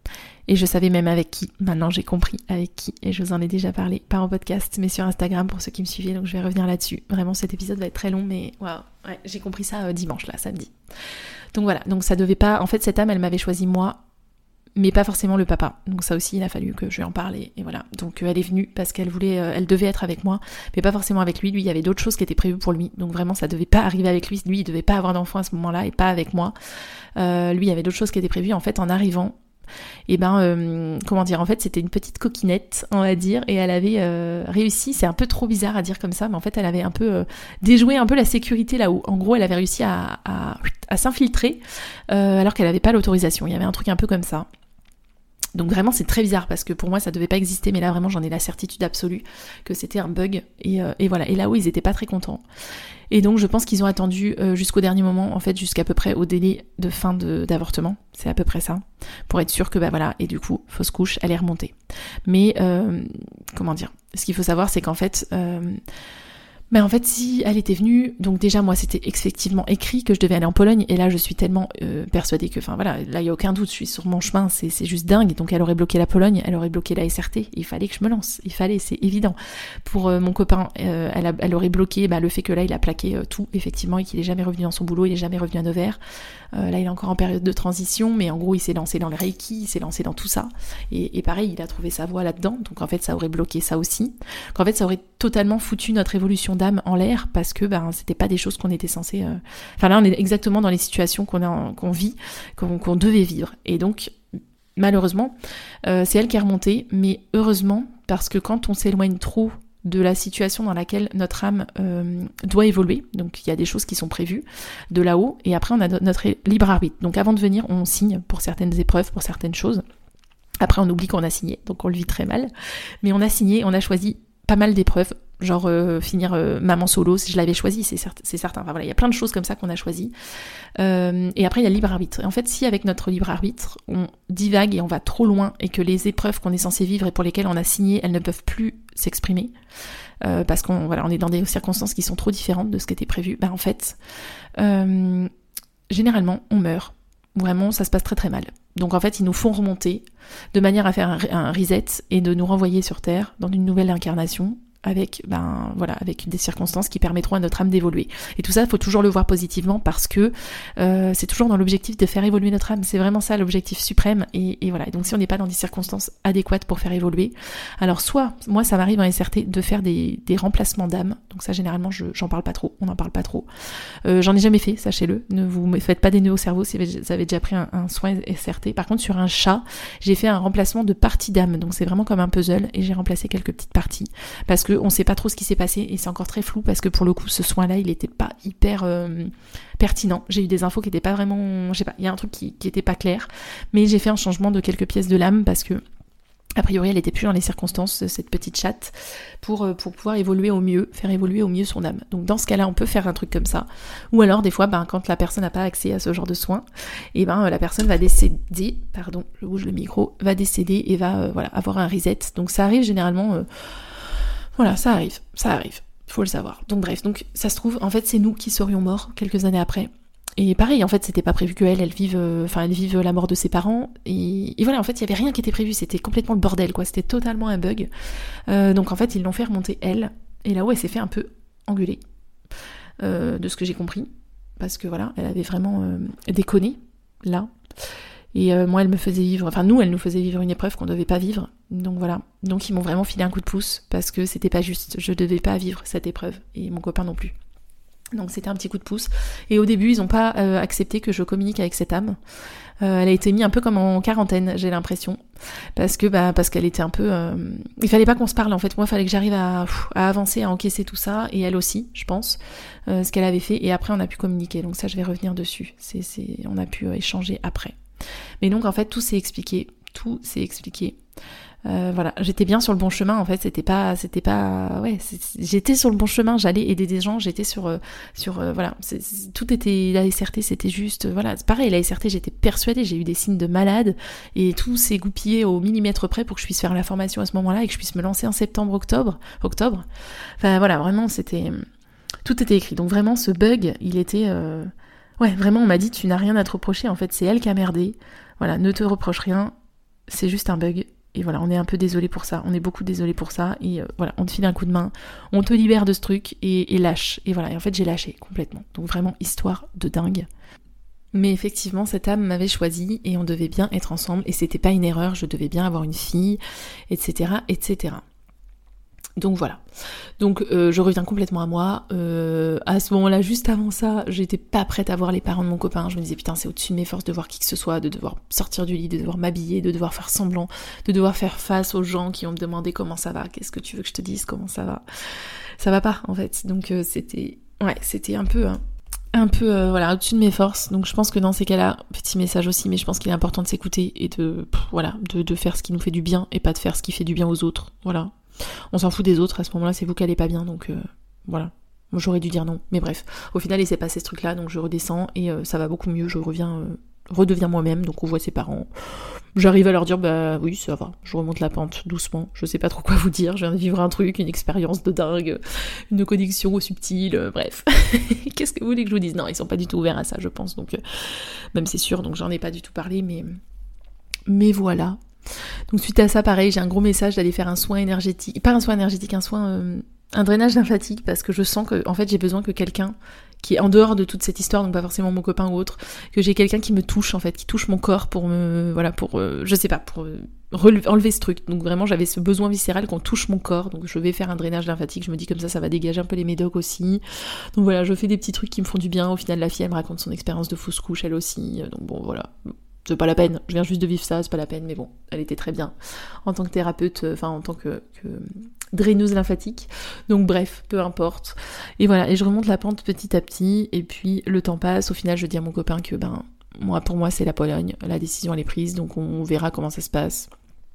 Et je savais même avec qui, maintenant j'ai compris avec qui, et je vous en ai déjà parlé, pas en podcast, mais sur Instagram pour ceux qui me suivaient, donc je vais revenir là-dessus. Vraiment cet épisode va être très long, mais waouh, ouais, j'ai compris ça euh, dimanche là, samedi. Donc voilà, donc ça devait pas, en fait cette âme elle m'avait choisi moi, mais pas forcément le papa. Donc ça aussi il a fallu que je lui en parle, et, et voilà. Donc euh, elle est venue parce qu'elle voulait, euh, elle devait être avec moi, mais pas forcément avec lui, lui il y avait d'autres choses qui étaient prévues pour lui, donc vraiment ça devait pas arriver avec lui, lui il devait pas avoir d'enfant à ce moment-là, et pas avec moi. Euh, lui il y avait d'autres choses qui étaient prévues, en fait en arrivant, et ben euh, comment dire, en fait c'était une petite coquinette on va dire, et elle avait euh, réussi, c'est un peu trop bizarre à dire comme ça, mais en fait elle avait un peu euh, déjoué un peu la sécurité là-haut, en gros elle avait réussi à, à, à s'infiltrer euh, alors qu'elle avait pas l'autorisation, il y avait un truc un peu comme ça. Donc vraiment c'est très bizarre parce que pour moi ça devait pas exister, mais là vraiment j'en ai la certitude absolue que c'était un bug, et, euh, et voilà, et là où ils étaient pas très contents. Et donc je pense qu'ils ont attendu euh, jusqu'au dernier moment, en fait jusqu'à peu près au délai de fin de, d'avortement, c'est à peu près ça, pour être sûr que bah voilà, et du coup fausse couche, elle est remontée. Mais euh, comment dire, ce qu'il faut savoir c'est qu'en fait euh, Mais en fait, si elle était venue, donc déjà moi c'était effectivement écrit que je devais aller en Pologne, et là je suis tellement euh, persuadée que, enfin voilà, là il y a aucun doute, je suis sur mon chemin, c'est c'est juste dingue. Donc elle aurait bloqué la Pologne, elle aurait bloqué la S R T, il fallait que je me lance, il fallait, c'est évident. Pour euh, mon copain, euh, elle, a, elle aurait bloqué bah, le fait que là il a plaqué euh, tout effectivement, et qu'il est jamais revenu dans son boulot, il est jamais revenu à Nevers. Euh, là il est encore en période de transition, mais en gros il s'est lancé dans le Reiki, il s'est lancé dans tout ça, et, et pareil il a trouvé sa voie là-dedans, donc en fait ça aurait bloqué ça aussi. Donc en fait ça aurait totalement foutu notre évolution d'âme en l'air parce que ben c'était pas des choses qu'on était censé. Euh... Enfin là, on est exactement dans les situations qu'on a, qu'on vit, qu'on, qu'on devait vivre. Et donc malheureusement, euh, c'est elle qui est remontée, mais heureusement parce que quand on s'éloigne trop de la situation dans laquelle notre âme euh, doit évoluer. Donc il y a des choses qui sont prévues de là-haut, et après on a notre libre arbitre. Donc avant de venir, on signe pour certaines épreuves, pour certaines choses. Après on oublie qu'on a signé, donc on le vit très mal. Mais on a signé, on a choisi pas mal d'épreuves, genre euh, finir euh, maman solo, si je l'avais choisi, c'est, cert- c'est certain. Enfin voilà, il y a plein de choses comme ça qu'on a choisi. Euh, et après il y a le libre arbitre. Et en fait, si avec notre libre arbitre, on divague et on va trop loin, et que les épreuves qu'on est censé vivre et pour lesquelles on a signé, elles ne peuvent plus s'exprimer, euh, parce qu'on voilà, on est dans des circonstances qui sont trop différentes de ce qui était prévu, bah en fait, euh, généralement, on meurt. Vraiment, ça se passe très très mal. Donc en fait, ils nous font remonter de manière à faire un, un reset et de nous renvoyer sur Terre dans une nouvelle incarnation avec, ben, voilà, avec des circonstances qui permettront à notre âme d'évoluer. Et tout ça, il faut toujours le voir positivement parce que euh, c'est toujours dans l'objectif de faire évoluer notre âme. C'est vraiment ça l'objectif suprême. Et, et voilà. Et donc si on n'est pas dans des circonstances adéquates pour faire évoluer, alors soit, moi ça m'arrive en S R T de faire des, des remplacements d'âme. Donc ça généralement, je, j'en parle pas trop. On n'en parle pas trop. Euh, j'en ai jamais fait, sachez-le. Ne vous faites pas des nœuds au cerveau si vous avez déjà pris un, un soin S R T. Par contre, sur un chat, j'ai fait un remplacement de parties d'âme. Donc c'est vraiment comme un puzzle et j'ai remplacé quelques petites parties parce que on sait pas trop ce qui s'est passé et c'est encore très flou parce que pour le coup ce soin-là il était pas hyper euh, pertinent. J'ai eu des infos qui étaient pas vraiment, je sais pas, il y a un truc qui, qui était pas clair, mais j'ai fait un changement de quelques pièces de l'âme parce que a priori elle était plus dans les circonstances, cette petite chatte, pour, pour pouvoir évoluer au mieux, faire évoluer au mieux son âme. Donc dans ce cas-là on peut faire un truc comme ça, ou alors des fois ben, quand la personne n'a pas accès à ce genre de soins, et ben la personne va décéder, pardon je bouge le micro, va décéder et va euh, voilà, avoir un reset. Donc ça arrive généralement euh, Voilà, ça arrive, ça arrive, faut le savoir. Donc bref, donc ça se trouve, en fait, c'est nous qui serions morts quelques années après. Et pareil, en fait, c'était pas prévu qu'elle, elle vive, enfin, elle vive la mort de ses parents. Et, et voilà, en fait, il y avait rien qui était prévu, c'était complètement le bordel, quoi. C'était totalement un bug. Euh, donc en fait, ils l'ont fait remonter elle. Et là-haut, elle s'est fait un peu engueuler, euh, de ce que j'ai compris, parce que voilà, elle avait vraiment euh, déconné là. Et euh, moi, elle me faisait vivre, enfin nous, elle nous faisait vivre une épreuve qu'on devait pas vivre. Donc voilà. Donc ils m'ont vraiment filé un coup de pouce parce que c'était pas juste. Je devais pas vivre cette épreuve et mon copain non plus. Donc c'était un petit coup de pouce. Et au début, ils ont pas euh, accepté que je communique avec cette âme. Euh, elle a été mise un peu comme en quarantaine, j'ai l'impression, parce que bah parce qu'elle était un peu. Euh... Il fallait pas qu'on se parle en fait. Moi, il fallait que j'arrive à, à avancer, à encaisser tout ça, et elle aussi, je pense, euh, ce qu'elle avait fait. Et après, on a pu communiquer. Donc ça, je vais revenir dessus. C'est, c'est... On a pu euh, échanger après. Mais donc en fait tout s'est expliqué, tout s'est expliqué. Euh, voilà, j'étais bien sur le bon chemin en fait, c'était pas, c'était pas, ouais, c'est, j'étais sur le bon chemin, j'allais aider des gens, j'étais sur, euh, sur, euh, voilà, c'est, c'est, tout était, la S R T c'était juste, euh, voilà, c'est pareil, la S R T j'étais persuadée, j'ai eu des signes de malade et tout s'est goupillé au millimètre près pour que je puisse faire la formation à ce moment-là et que je puisse me lancer en septembre, octobre, octobre. Enfin voilà, vraiment c'était, tout était écrit. Donc vraiment ce bug, il était euh, ouais, vraiment, on m'a dit, tu n'as rien à te reprocher, en fait, c'est elle qui a merdé. Voilà, ne te reproche rien, c'est juste un bug. Et voilà, on est un peu désolé pour ça, on est beaucoup désolé pour ça. Et euh, voilà, on te file un coup de main, on te libère de ce truc et, et lâche. Et voilà, et en fait, j'ai lâché complètement. Donc vraiment, histoire de dingue. Mais effectivement, cette âme m'avait choisi et on devait bien être ensemble. Et c'était pas une erreur, je devais bien avoir une fille, et cetera, et cetera. Donc voilà. Donc euh, je reviens complètement à moi. Euh, à ce moment-là, juste avant ça, j'étais pas prête à voir les parents de mon copain. Je me disais putain, c'est au-dessus de mes forces de voir qui que ce soit, de devoir sortir du lit, de devoir m'habiller, de devoir faire semblant, de devoir faire face aux gens qui ont me demandé comment ça va, qu'est-ce que tu veux que je te dise, comment ça va. Ça va pas en fait. Donc euh, c'était, ouais, c'était un peu, hein, un peu, euh, voilà, au-dessus de mes forces. Donc je pense que dans ces cas-là, petit message aussi, mais je pense qu'il est important de s'écouter et de, pff, voilà, de, de faire ce qui nous fait du bien et pas de faire ce qui fait du bien aux autres. Voilà. On s'en fout des autres, à ce moment-là, c'est vous qui allez pas bien, donc euh, voilà. Moi, j'aurais dû dire non, mais bref. Au final, il s'est passé ce truc-là, donc je redescends et euh, ça va beaucoup mieux, je reviens, euh, redeviens moi-même, donc on voit ses parents. J'arrive à leur dire, bah oui, ça va, je remonte la pente doucement, je sais pas trop quoi vous dire, je viens de vivre un truc, une expérience de dingue, une connexion au subtil, euh, bref. Qu'est-ce que vous voulez que je vous dise ? Non, ils sont pas du tout ouverts à ça, je pense, donc euh, même c'est sûr, donc j'en ai pas du tout parlé, mais mais voilà. Donc suite à ça, pareil, j'ai un gros message d'aller faire un soin énergétique, pas un soin énergétique, un soin, euh, un drainage lymphatique, parce que je sens que, en fait, j'ai besoin que quelqu'un qui est en dehors de toute cette histoire, donc pas forcément mon copain ou autre, que j'ai quelqu'un qui me touche en fait, qui touche mon corps pour me, voilà, pour, euh, je sais pas, pour euh, relever, enlever ce truc. Donc vraiment j'avais ce besoin viscéral qu'on touche mon corps, donc je vais faire un drainage lymphatique, je me dis comme ça ça va dégager un peu les médocs aussi. Donc voilà, je fais des petits trucs qui me font du bien. Au final la fille elle me raconte son expérience de fausse couche elle aussi, donc bon voilà. C'est pas la peine, je viens juste de vivre ça, c'est pas la peine, mais bon, elle était très bien en tant que thérapeute, enfin en tant que, que draineuse lymphatique. Donc bref, peu importe. Et voilà, et je remonte la pente petit à petit, et puis le temps passe. Au final, je dis à mon copain que ben moi, pour moi, c'est la Pologne, la décision elle est prise, donc on verra comment ça se passe.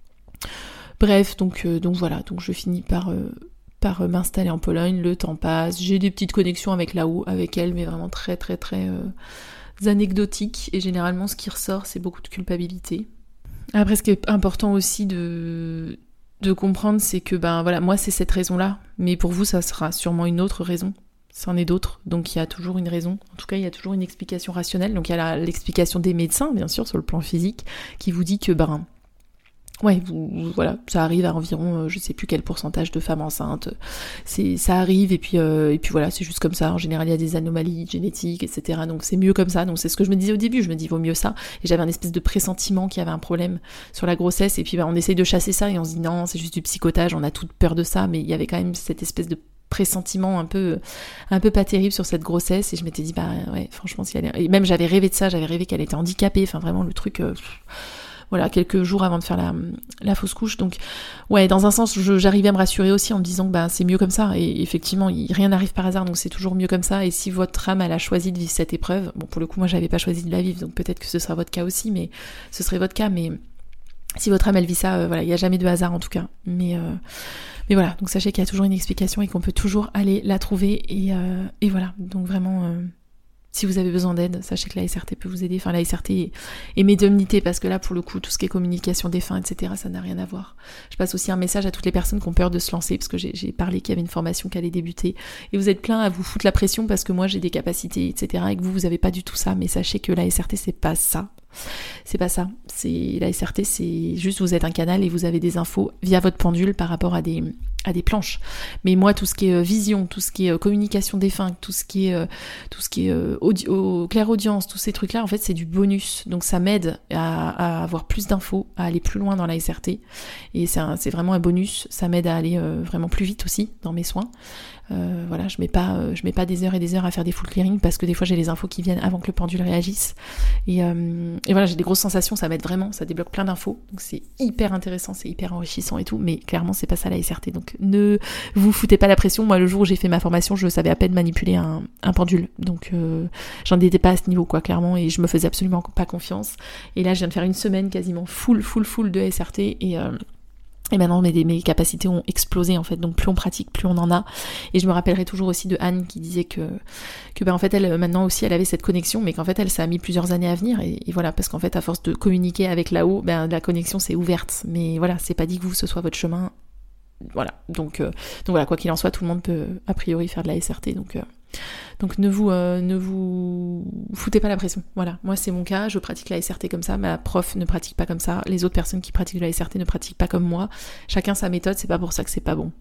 Bref, donc euh, donc voilà, donc je finis par euh, par m'installer en Pologne. Le temps passe, j'ai des petites connexions avec là-haut, avec elle, mais vraiment très très très euh, anecdotiques, et généralement ce qui ressort c'est beaucoup de culpabilité. Après ce qui est important aussi de, de comprendre c'est que ben voilà, moi c'est cette raison là, mais pour vous ça sera sûrement une autre raison, c'en est d'autres, donc il y a toujours une raison, en tout cas il y a toujours une explication rationnelle. Donc il y a la, l'explication des médecins bien sûr sur le plan physique qui vous dit que ben ouais, vous, voilà, ça arrive à environ, euh, je sais plus quel pourcentage de femmes enceintes, c'est, ça arrive, et puis, euh, et puis voilà, c'est juste comme ça. En général, il y a des anomalies génétiques, et cetera. Donc c'est mieux comme ça. Donc c'est ce que je me disais au début, je me dis, vaut mieux ça. Et j'avais un espèce de pressentiment qu'il y avait un problème sur la grossesse, et puis bah, on essaye de chasser ça, et on se dit, non, c'est juste du psychotage, on a toute peur de ça, mais il y avait quand même cette espèce de pressentiment un peu un peu pas terrible sur cette grossesse, et je m'étais dit, bah ouais, franchement, si elle est... Et même j'avais rêvé de ça, j'avais rêvé qu'elle était handicapée, enfin vraiment le truc... Euh... Voilà, quelques jours avant de faire la, la fausse couche. Donc, ouais, dans un sens, je, j'arrivais à me rassurer aussi en me disant que bah, c'est mieux comme ça. Et effectivement, il, rien n'arrive par hasard, donc c'est toujours mieux comme ça. Et si votre âme, elle a choisi de vivre cette épreuve, bon, pour le coup, moi, j'avais pas choisi de la vivre, donc peut-être que ce sera votre cas aussi, mais ce serait votre cas. Mais si votre âme, elle vit ça, euh, voilà, il n'y a jamais de hasard en tout cas. Mais, euh, mais voilà, donc sachez qu'il y a toujours une explication et qu'on peut toujours aller la trouver. Et, euh, et voilà, donc vraiment... Euh, si vous avez besoin d'aide, sachez que la S R T peut vous aider. Enfin, la S R T et, et médiumnité, parce que là, pour le coup, tout ce qui est communication défunt, et cetera, ça n'a rien à voir. Je passe aussi un message à toutes les personnes qui ont peur de se lancer, parce que j'ai, j'ai parlé qu'il y avait une formation qui allait débuter. Et vous êtes plein à vous foutre la pression parce que moi, j'ai des capacités, et cetera. Et que vous, vous avez pas du tout ça. Mais sachez que la S R T, c'est pas ça. C'est pas ça. C'est, la S R T, c'est juste vous êtes un canal et vous avez des infos via votre pendule par rapport à des... à des planches. Mais moi, tout ce qui est euh, vision, tout ce qui est euh, communication défunte, tout ce qui est euh, tout ce qui est euh, audio, clairaudience, tous ces trucs-là, en fait, c'est du bonus. Donc ça m'aide à, à avoir plus d'infos, à aller plus loin dans la S R T. Et c'est, un, c'est vraiment un bonus. Ça m'aide à aller euh, vraiment plus vite aussi dans mes soins. Euh, voilà, je mets pas, euh, je mets pas des heures et des heures à faire des full clearing parce que des fois j'ai les infos qui viennent avant que le pendule réagisse. Et, euh, et voilà, j'ai des grosses sensations, ça m'aide vraiment, ça débloque plein d'infos. Donc c'est hyper intéressant, c'est hyper enrichissant et tout. Mais clairement, c'est pas ça la S R T. Donc ne vous foutez pas la pression. Moi, le jour où j'ai fait ma formation, je savais à peine manipuler un, un pendule. Donc euh, j'en étais pas à ce niveau, quoi, clairement. Et je me faisais absolument pas confiance. Et là, je viens de faire une semaine quasiment full, full, full de S R T. Et... Euh, Et maintenant, mes, mes capacités ont explosé, en fait. Donc, plus on pratique, plus on en a. Et je me rappellerai toujours aussi de Anne qui disait que, que ben, en fait, elle, maintenant aussi, elle avait cette connexion, mais qu'en fait, elle, ça a mis plusieurs années à venir. Et, et voilà, parce qu'en fait, à force de communiquer avec là-haut, ben, la connexion s'est ouverte. Mais voilà, c'est pas dit que vous, ce soit votre chemin. Voilà. Donc, euh, donc voilà, quoi qu'il en soit, tout le monde peut, a priori, faire de la S R T. Donc, euh, donc ne vous, euh, ne vous foutez pas la pression. Voilà, moi c'est mon cas, je pratique la S R T comme ça, ma prof ne pratique pas comme ça, les autres personnes qui pratiquent de la S R T ne pratiquent pas comme moi. Chacun sa méthode, c'est pas pour ça que c'est pas bon.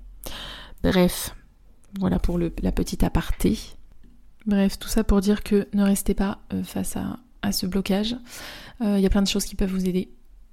Bref, voilà pour le, la petette aparté. Bref, tout ça pour dire que ne restez pas euh, face à, à ce blocage. Il euh, y a plein de choses qui peuvent vous aider,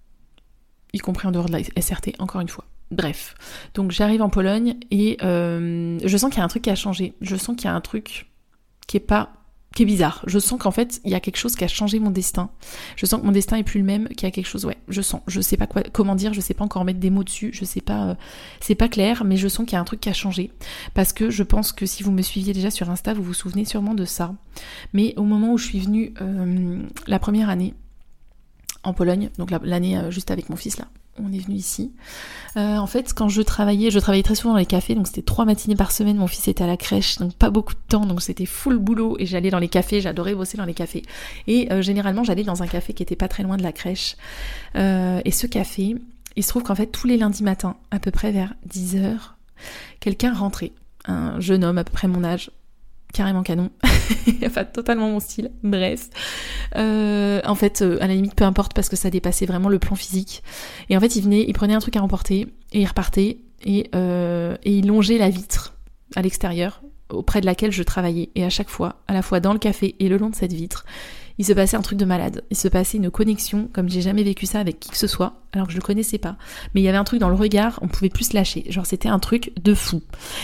y compris en dehors de la S R T, encore une fois. Bref, donc j'arrive en Pologne et euh, je sens qu'il y a un truc qui a changé. Je sens qu'il y a un truc qui est pas, qui est bizarre. Je sens qu'en fait il y a quelque chose qui a changé mon destin. Je sens que mon destin est plus le même, qu'il y a quelque chose. Ouais, je sens. Je sais pas quoi, comment dire. Je sais pas encore mettre des mots dessus. Je sais pas. Euh, c'est pas clair, mais je sens qu'il y a un truc qui a changé parce que je pense que si vous me suiviez déjà sur Insta, vous vous souvenez sûrement de ça. Mais au moment où je suis venue euh, la première année en Pologne, donc la, l'année euh, juste avec mon fils là. On est venu ici. Euh, en fait, quand je travaillais, je travaillais très souvent dans les cafés, donc c'était trois matinées par semaine. Mon fils était à la crèche, donc pas beaucoup de temps, donc c'était full boulot. Et j'allais dans les cafés, j'adorais bosser dans les cafés. Et euh, généralement, j'allais dans un café qui était pas très loin de la crèche. Euh, et ce café, il se trouve qu'en fait, tous les lundis matins, à peu près vers dix heures, quelqu'un rentrait. Un jeune homme, à peu près mon âge, carrément canon, enfin totalement mon style, bref. Euh, en fait, euh, à la limite, peu importe parce que ça dépassait vraiment le plan physique. Et en fait, il venait, il prenait un truc à remporter et il repartait et, euh, et il longeait la vitre à l'extérieur auprès de laquelle je travaillais. Et à chaque fois, à la fois dans le café et le long de cette vitre, il se passait un truc de malade. Il se passait une connexion comme j'ai jamais vécu ça avec qui que ce soit, alors que je le connaissais pas. Mais il y avait un truc dans le regard, on pouvait plus se lâcher. Genre c'était un truc de fou.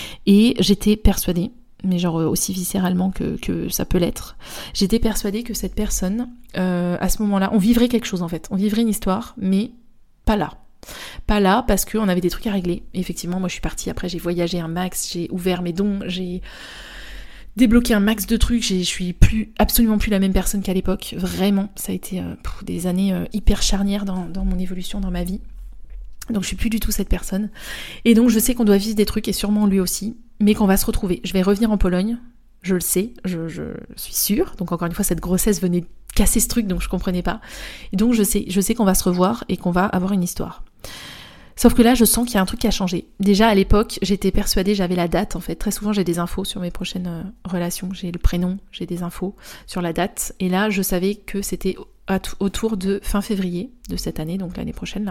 Et j'étais persuadée, mais genre aussi viscéralement que, que ça peut l'être, j'étais persuadée que cette personne, euh, à ce moment-là, on vivrait quelque chose en fait. On vivrait une histoire, mais pas là. Pas là parce qu'on avait des trucs à régler. Et effectivement, moi je suis partie, après j'ai voyagé un max, j'ai ouvert mes dons, j'ai débloqué un max de trucs, je suis plus absolument plus la même personne qu'à l'époque, vraiment, ça a été euh, pff, des années euh, hyper charnières dans, dans mon évolution, dans ma vie, donc je suis plus du tout cette personne, et donc je sais qu'on doit vivre des trucs, et sûrement lui aussi, mais qu'on va se retrouver. Je vais revenir en Pologne, je le sais, je, je suis sûre, donc encore une fois cette grossesse venait casser ce truc, donc je comprenais pas, et donc je sais, je sais qu'on va se revoir, et qu'on va avoir une histoire. Sauf que là, je sens qu'il y a un truc qui a changé. Déjà, à l'époque, j'étais persuadée, j'avais la date, en fait. Très souvent, j'ai des infos sur mes prochaines euh, relations. J'ai le prénom, j'ai des infos sur la date. Et là, je savais que c'était autour de fin février de cette année, donc l'année prochaine, là.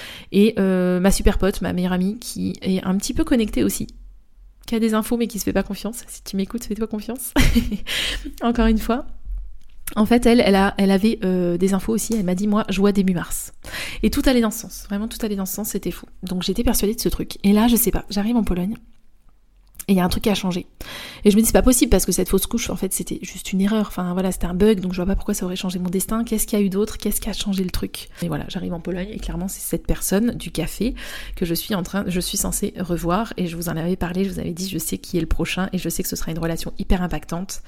Et euh, ma super pote, ma meilleure amie, qui est un petit peu connectée aussi, qui a des infos, mais qui se fait pas confiance. Si tu m'écoutes, fais-toi confiance. Encore une fois. En fait, elle, elle, a, elle avait euh, des infos aussi, elle m'a dit, moi, je vois début mars. Et tout allait dans ce sens, vraiment tout allait dans ce sens, c'était fou. Donc j'étais persuadée de ce truc. Et là, je sais pas, j'arrive en Pologne, et il y a un truc qui a changé. Et je me dis, c'est pas possible, parce que cette fausse couche, en fait, c'était juste une erreur. Enfin voilà, c'était un bug, donc je vois pas pourquoi ça aurait changé mon destin. Qu'est-ce qu'il y a eu d'autre? Qu'est-ce qui a changé le truc? Et voilà, j'arrive en Pologne, et clairement, c'est cette personne du café que je suis en train, je suis censée revoir, et je vous en avais parlé, je vous avais dit, je sais qui est le prochain, et je sais que ce sera une relation hyper impactante.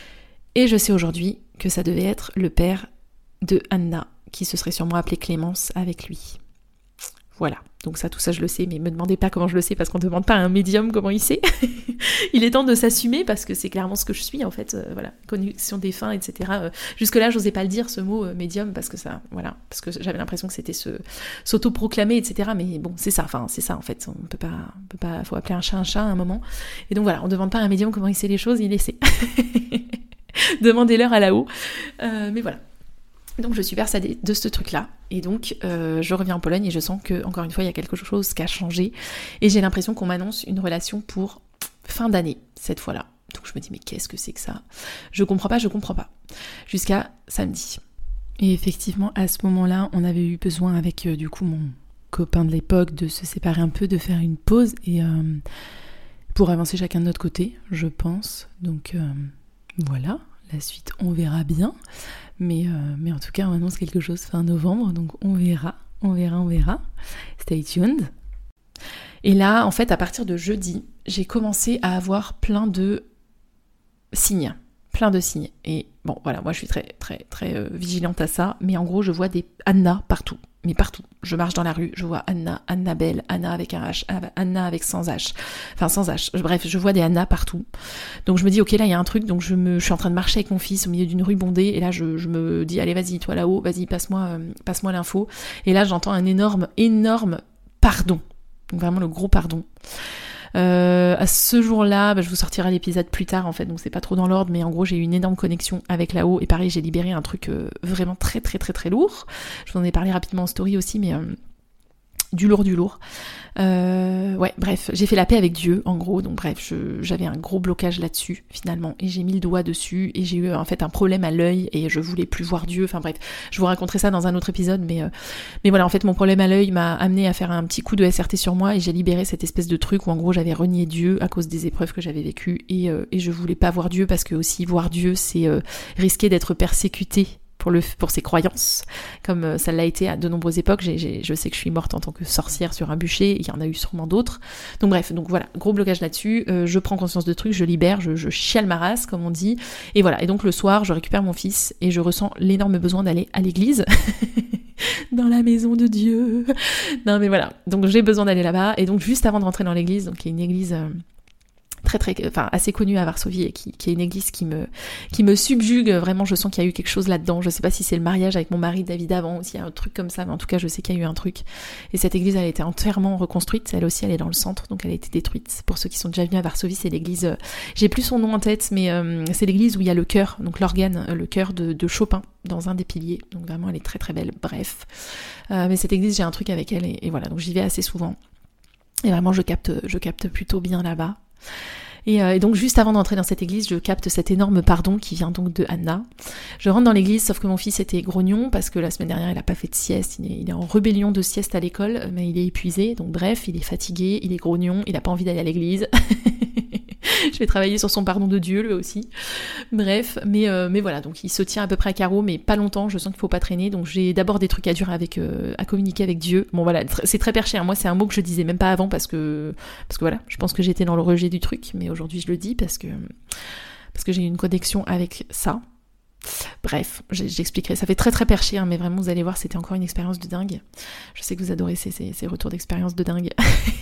Et je sais aujourd'hui que ça devait être le père de Anna, qui se serait sûrement appelé Clémence avec lui. Voilà, donc ça, tout ça, je le sais, mais me demandez pas comment je le sais, parce qu'on ne demande pas à un médium comment il sait. Il est temps de s'assumer, parce que c'est clairement ce que je suis, en fait, euh, voilà, connexion des fins, et cetera. Euh, jusque-là, j'osais pas le dire, ce mot euh, médium, parce que ça, voilà, parce que j'avais l'impression que c'était se, s'auto-proclamer, et cetera. Mais bon, c'est ça, enfin, c'est ça, en fait, on peut pas, on peut pas, faut appeler un chat un chat à un moment. Et donc voilà, on ne demande pas à un médium comment il sait les choses, il les sait. Demandez-leur à là-haut. Euh, mais voilà. Donc je suis persuadée de ce truc-là. Et donc euh, je reviens en Pologne et je sens que, encore une fois, il y a quelque chose qui a changé. Et j'ai l'impression qu'on m'annonce une relation pour fin d'année, cette fois-là. Donc je me dis, mais qu'est-ce que c'est que ça? Je comprends pas, je comprends pas. Jusqu'à samedi. Et effectivement, à ce moment-là, on avait eu besoin avec, euh, du coup, mon copain de l'époque, de se séparer un peu, de faire une pause. Et euh, pour avancer chacun de notre côté, je pense. Donc... Euh, Voilà, la suite, on verra bien. Mais, euh, mais en tout cas, on annonce quelque chose fin novembre, donc on verra, on verra, on verra. Stay tuned. Et là, en fait, à partir de jeudi, j'ai commencé à avoir plein de signes. Plein de signes. Et bon, voilà, moi je suis très, très, très euh, vigilante à ça. Mais en gros, je vois des Anna partout. Mais partout. Je marche dans la rue, je vois Anna, Annabelle, Anna avec un H, Anna avec sans H. Enfin, sans H. Bref, je vois des Anna partout. Donc je me dis, ok, là, il y a un truc. Donc je me, je suis en train de marcher avec mon fils au milieu d'une rue bondée. Et là, je, je me dis, allez, vas-y, toi là-haut, vas-y, passe-moi, euh, passe-moi l'info. Et là, j'entends un énorme, énorme pardon. Donc vraiment le gros pardon. Euh, à ce jour-là, bah, je vous sortirai l'épisode plus tard en fait, donc c'est pas trop dans l'ordre, mais en gros j'ai eu une énorme connexion avec là-haut, et pareil j'ai libéré un truc euh, vraiment très très très très lourd. Je vous en ai parlé rapidement en story aussi, mais euh, du lourd du lourd. Euh, ouais, bref, j'ai fait la paix avec Dieu, en gros, donc bref, je, j'avais un gros blocage là-dessus, finalement, et j'ai mis le doigt dessus, et j'ai eu en fait un problème à l'œil, et je voulais plus voir Dieu, enfin bref, je vous raconterai ça dans un autre épisode, mais, euh, mais voilà, en fait, mon problème à l'œil m'a amené à faire un petit coup de S R T sur moi, et j'ai libéré cette espèce de truc où en gros j'avais renié Dieu à cause des épreuves que j'avais vécues, et, euh, et je voulais pas voir Dieu, parce que aussi voir Dieu, c'est euh, risquer d'être persécuté pour, le, pour ses croyances, comme ça l'a été à de nombreuses époques. J'ai, j'ai, je sais que je suis morte en tant que sorcière sur un bûcher, il y en a eu sûrement d'autres. Donc bref, donc voilà, gros blocage là-dessus, euh, je prends conscience de trucs, je libère, je, je chiale ma race, comme on dit, et voilà. Et donc le soir, je récupère mon fils, et je ressens l'énorme besoin d'aller à l'église, dans la maison de Dieu. Non mais voilà, donc j'ai besoin d'aller là-bas, et donc juste avant de rentrer dans l'église, donc il y a une église... Euh, très très enfin assez connue à Varsovie, et qui, qui est une église qui me qui me subjugue vraiment. Je sens qu'il y a eu quelque chose là-dedans. Je sais pas si c'est le mariage avec mon mari David avant, ou s'il y a un truc comme ça, mais en tout cas je sais qu'il y a eu un truc. Et cette église, elle a été entièrement reconstruite. Elle aussi, elle est dans le centre, donc elle a été détruite. Pour ceux qui sont déjà venus à Varsovie, c'est l'église, euh, j'ai plus son nom en tête, mais euh, c'est l'église où il y a le chœur, donc l'organe, euh, le chœur de, de Chopin dans un des piliers. Donc vraiment, elle est très très belle. Bref, euh, mais cette église, j'ai un truc avec elle, et, et voilà, donc j'y vais assez souvent. Et vraiment, je capte je capte plutôt bien là-bas. Et, euh, et donc juste avant d'entrer dans cette église, je capte cet énorme pardon qui vient donc de Anna. Je rentre dans l'église, sauf que mon fils était grognon parce que la semaine dernière il a pas fait de sieste, il est, il est en rébellion de sieste à l'école, mais il est épuisé, donc bref, il est fatigué, il est grognon, il a pas envie d'aller à l'église. Je vais travailler sur son pardon de Dieu lui aussi. Bref, mais, euh, mais voilà, donc il se tient à peu près à carreau, mais pas longtemps, je sens qu'il faut pas traîner, donc j'ai d'abord des trucs à dire avec, euh, à communiquer avec Dieu. Bon voilà, c'est très perché, hein. Moi c'est un mot que je disais même pas avant parce que, parce que voilà, je pense que j'étais dans le rejet du truc, mais aujourd'hui je le dis parce que, parce que j'ai une connexion avec ça. Bref, j'expliquerai, ça fait très très perché, hein, mais vraiment vous allez voir, c'était encore une expérience de dingue. Je sais que vous adorez ces, ces, ces retours d'expérience de dingue.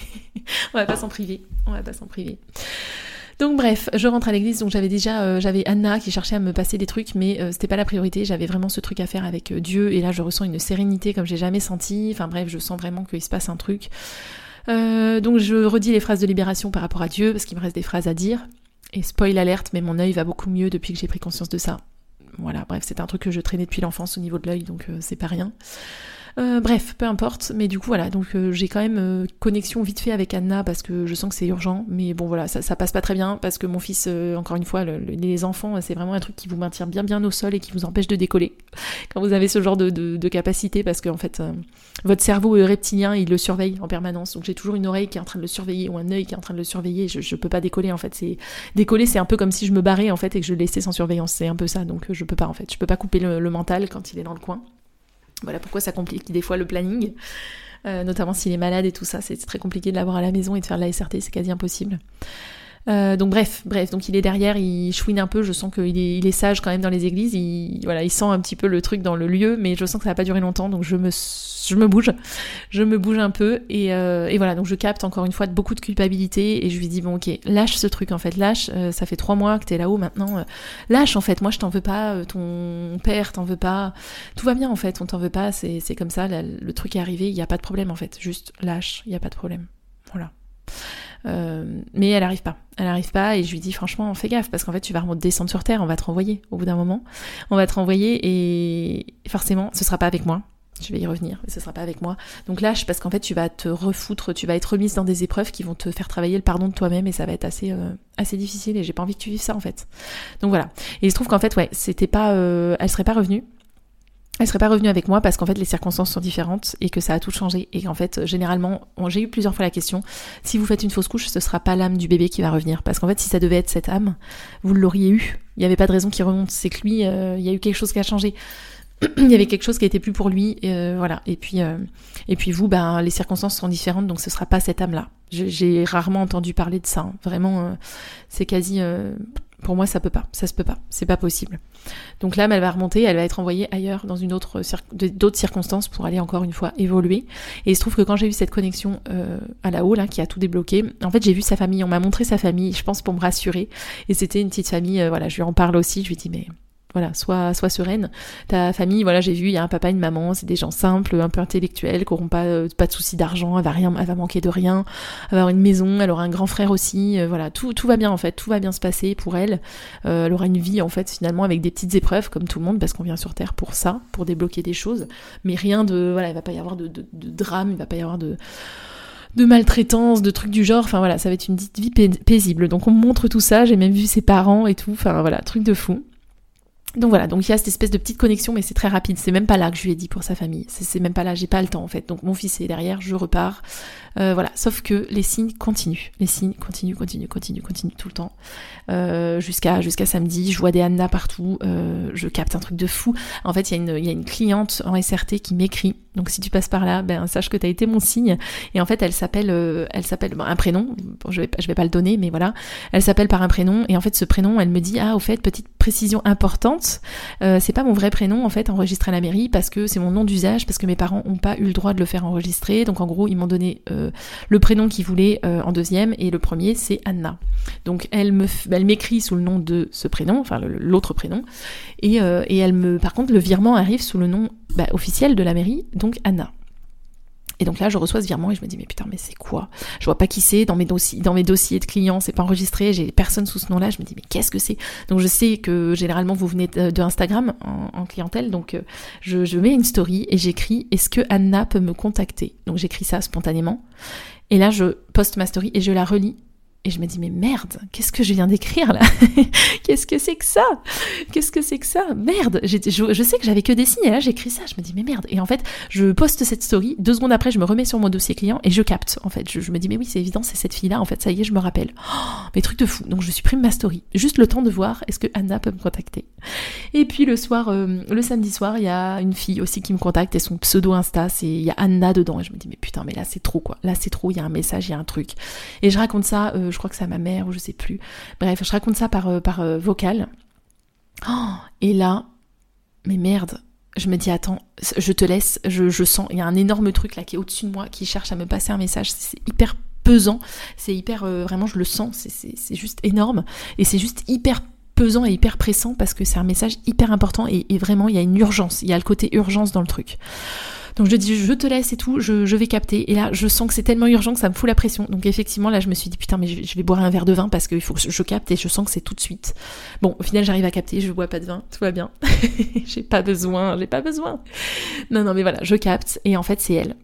On va pas s'en priver, on va pas s'en priver. Donc bref, je rentre à l'église, donc j'avais déjà, euh, j'avais Anna qui cherchait à me passer des trucs, mais euh, c'était pas la priorité, j'avais vraiment ce truc à faire avec euh, Dieu, et là je ressens une sérénité comme j'ai jamais senti, enfin bref, je sens vraiment qu'il se passe un truc. Euh, donc je redis les phrases de libération par rapport à Dieu, parce qu'il me reste des phrases à dire, et spoil alerte, mais mon œil va beaucoup mieux depuis que j'ai pris conscience de ça. Voilà, bref, c'est un truc que je traînais depuis l'enfance au niveau de l'œil, donc euh, c'est pas rien. Euh, bref, peu importe, mais du coup voilà, donc euh, j'ai quand même euh, connexion vite fait avec Anna parce que je sens que c'est urgent, mais bon voilà, ça, ça passe pas très bien parce que mon fils, euh, encore une fois, le, le, les enfants, c'est vraiment un truc qui vous maintient bien bien au sol et qui vous empêche de décoller quand vous avez ce genre de, de, de capacité, parce qu'en fait, euh, votre cerveau reptilien, il le surveille en permanence, donc j'ai toujours une oreille qui est en train de le surveiller ou un œil qui est en train de le surveiller, je, je peux pas décoller en fait, c'est décoller, c'est un peu comme si je me barrais en fait et que je le laissais sans surveillance, c'est un peu ça, donc euh, je peux pas en fait, je peux pas couper le, le mental quand il est dans le coin. Voilà pourquoi ça complique des fois le planning, euh, notamment s'il est malade et tout ça, c'est très compliqué de l'avoir à la maison et de faire de la S R T, c'est quasi impossible. Euh, donc bref, bref, donc il est derrière, il chouine un peu, je sens qu'il est, il est sage quand même dans les églises, il, voilà, il sent un petit peu le truc dans le lieu, mais je sens que ça va pas durer longtemps, donc je me, je me bouge, je me bouge un peu, et, euh, et voilà, donc je capte encore une fois beaucoup de culpabilité, et je lui dis, bon ok, lâche ce truc en fait, lâche, euh, ça fait trois mois que t'es là-haut maintenant, euh, lâche en fait, moi je t'en veux pas, euh, ton père t'en veut pas, tout va bien en fait, on t'en veut pas, c'est, c'est comme ça, là, le truc est arrivé, il y a pas de problème en fait, juste lâche, il y a pas de problème, voilà. Euh, mais elle arrive pas, elle arrive pas et je lui dis franchement fais gaffe parce qu'en fait tu vas redescendre sur terre, on va te renvoyer au bout d'un moment, on va te renvoyer et forcément ce sera pas avec moi, je vais y revenir, mais ce sera pas avec moi, donc lâche parce qu'en fait tu vas te refoutre, tu vas être remise dans des épreuves qui vont te faire travailler le pardon de toi-même et ça va être assez euh, assez difficile et j'ai pas envie que tu vives ça en fait, donc voilà, et il se trouve qu'en fait ouais c'était pas, euh, elle serait pas revenue. Elle serait pas revenue avec moi parce qu'en fait les circonstances sont différentes et que ça a tout changé et qu'en fait généralement, bon, j'ai eu plusieurs fois la question, si vous faites une fausse couche, ce sera pas l'âme du bébé qui va revenir parce qu'en fait si ça devait être cette âme, vous l'auriez eu, il y avait pas de raison qu'il remonte, c'est que lui, euh, il y a eu quelque chose qui a changé. Il y avait quelque chose qui était plus pour lui, euh, voilà. Et puis, euh, et puis vous, ben les circonstances sont différentes, donc ce sera pas cette âme-là. J'ai, j'ai rarement entendu parler de ça. Hein. Vraiment, euh, c'est quasi. Euh, pour moi, ça peut pas, ça se peut pas, c'est pas possible. Donc l'âme, elle va remonter, elle va être envoyée ailleurs dans une autre cir- d'autres circonstances pour aller encore une fois évoluer. Et il se trouve que quand j'ai eu cette connexion euh, à la haut là, qui a tout débloqué, en fait j'ai vu sa famille, on m'a montré sa famille, je pense pour me rassurer. Et c'était une petite famille, euh, voilà, je lui en parle aussi, je lui dis mais. Voilà, sois, sois sereine. Ta famille, voilà, j'ai vu, il y a un papa, une maman, c'est des gens simples, un peu intellectuels, qui n'auront pas, euh, pas de soucis d'argent, elle va rien, elle va manquer de rien, elle va avoir une maison, elle aura un grand frère aussi, euh, voilà, tout, tout va bien en fait, tout va bien se passer pour elle. Euh, elle aura une vie en fait finalement avec des petites épreuves comme tout le monde, parce qu'on vient sur Terre pour ça, pour débloquer des choses, mais rien de, voilà, il va pas y avoir de, de, de drame, il va pas y avoir de de maltraitance, de trucs du genre, enfin voilà, ça va être une petite vie paisible. Donc on me montre tout ça, j'ai même vu ses parents et tout, enfin voilà, truc de fou. Donc voilà, donc il y a cette espèce de petite connexion, mais c'est très rapide, c'est même pas là que je lui ai dit pour sa famille, c'est, c'est même pas là, j'ai pas le temps en fait, donc mon fils est derrière, je repars, euh, voilà, sauf que les signes continuent, les signes continuent, continuent, continuent, continuent tout le temps, euh, jusqu'à jusqu'à samedi, je vois des Anna partout, euh, je capte un truc de fou, en fait il y a une, il y a une cliente en S R T qui m'écrit, donc si tu passes par là, ben sache que t'as été mon signe, et en fait elle s'appelle, euh, elle s'appelle, bon, un prénom, bon, je vais, je vais pas le donner, mais voilà, elle s'appelle par un prénom, et en fait ce prénom, elle me dit, ah au fait, petite précision importante, Euh, c'est pas mon vrai prénom en fait enregistré à la mairie parce que c'est mon nom d'usage, parce que mes parents ont pas eu le droit de le faire enregistrer, donc en gros ils m'ont donné euh, le prénom qu'ils voulaient euh, en deuxième et le premier c'est Anna, donc elle me f... elle m'écrit sous le nom de ce prénom, enfin le, l'autre prénom, et, euh, et elle me par contre le virement arrive sous le nom bah, officiel de la mairie, donc Anna. Et donc là, je reçois ce virement et je me dis, mais putain, mais c'est quoi ? Je vois pas qui c'est, dans mes dossiers, dans mes dossiers de clients, c'est pas enregistré, j'ai personne sous ce nom-là, je me dis, mais qu'est-ce que c'est ? Donc je sais que généralement, vous venez de, de Instagram en, en clientèle, donc euh, je, je mets une story et j'écris, est-ce que Anna peut me contacter ? Donc j'écris ça spontanément. Et là, je poste ma story et je la relis. Et je me dis, mais merde, qu'est-ce que je viens d'écrire là? Qu'est-ce que c'est que ça? Qu'est-ce que c'est que ça? Merde, je, je sais que j'avais que des signes, et là j'écris ça, je me dis, mais merde. Et en fait, je poste cette story, deux secondes après, je me remets sur mon dossier client et je capte. En fait, je, je me dis, mais oui, c'est évident, c'est cette fille-là, en fait, ça y est, je me rappelle. Oh, mais truc de fou. Donc je supprime ma story. Juste le temps de voir, est-ce que Anna peut me contacter? Et puis le soir, euh, le samedi soir, il y a une fille aussi qui me contacte, et son pseudo Insta, c'est, il y a Anna dedans. Et je me dis, mais putain, mais là c'est trop quoi. Là c'est trop, il y a un message, il y a un truc. Et je raconte ça, euh, je crois que c'est à ma mère ou je sais plus. Bref, je raconte ça par, euh, par euh, vocal. Oh, et là, mais merde, je me dis attends, je te laisse, je, je sens, il y a un énorme truc là qui est au-dessus de moi, qui cherche à me passer un message, c'est, c'est hyper pesant, c'est hyper, euh, vraiment je le sens, c'est, c'est, c'est juste énorme, et c'est juste hyper pesant et hyper pressant parce que c'est un message hyper important et, et vraiment il y a une urgence, il y a le côté urgence dans le truc. Donc je dis je te laisse et tout, je, je vais capter. Et là je sens que c'est tellement urgent que ça me fout la pression. Donc effectivement là je me suis dit putain mais je, je vais boire un verre de vin parce qu'il faut que je, je capte et je sens que c'est tout de suite. Bon au final j'arrive à capter, je bois pas de vin, tout va bien. j'ai pas besoin, j'ai pas besoin. Non non mais voilà, je capte et en fait c'est elle.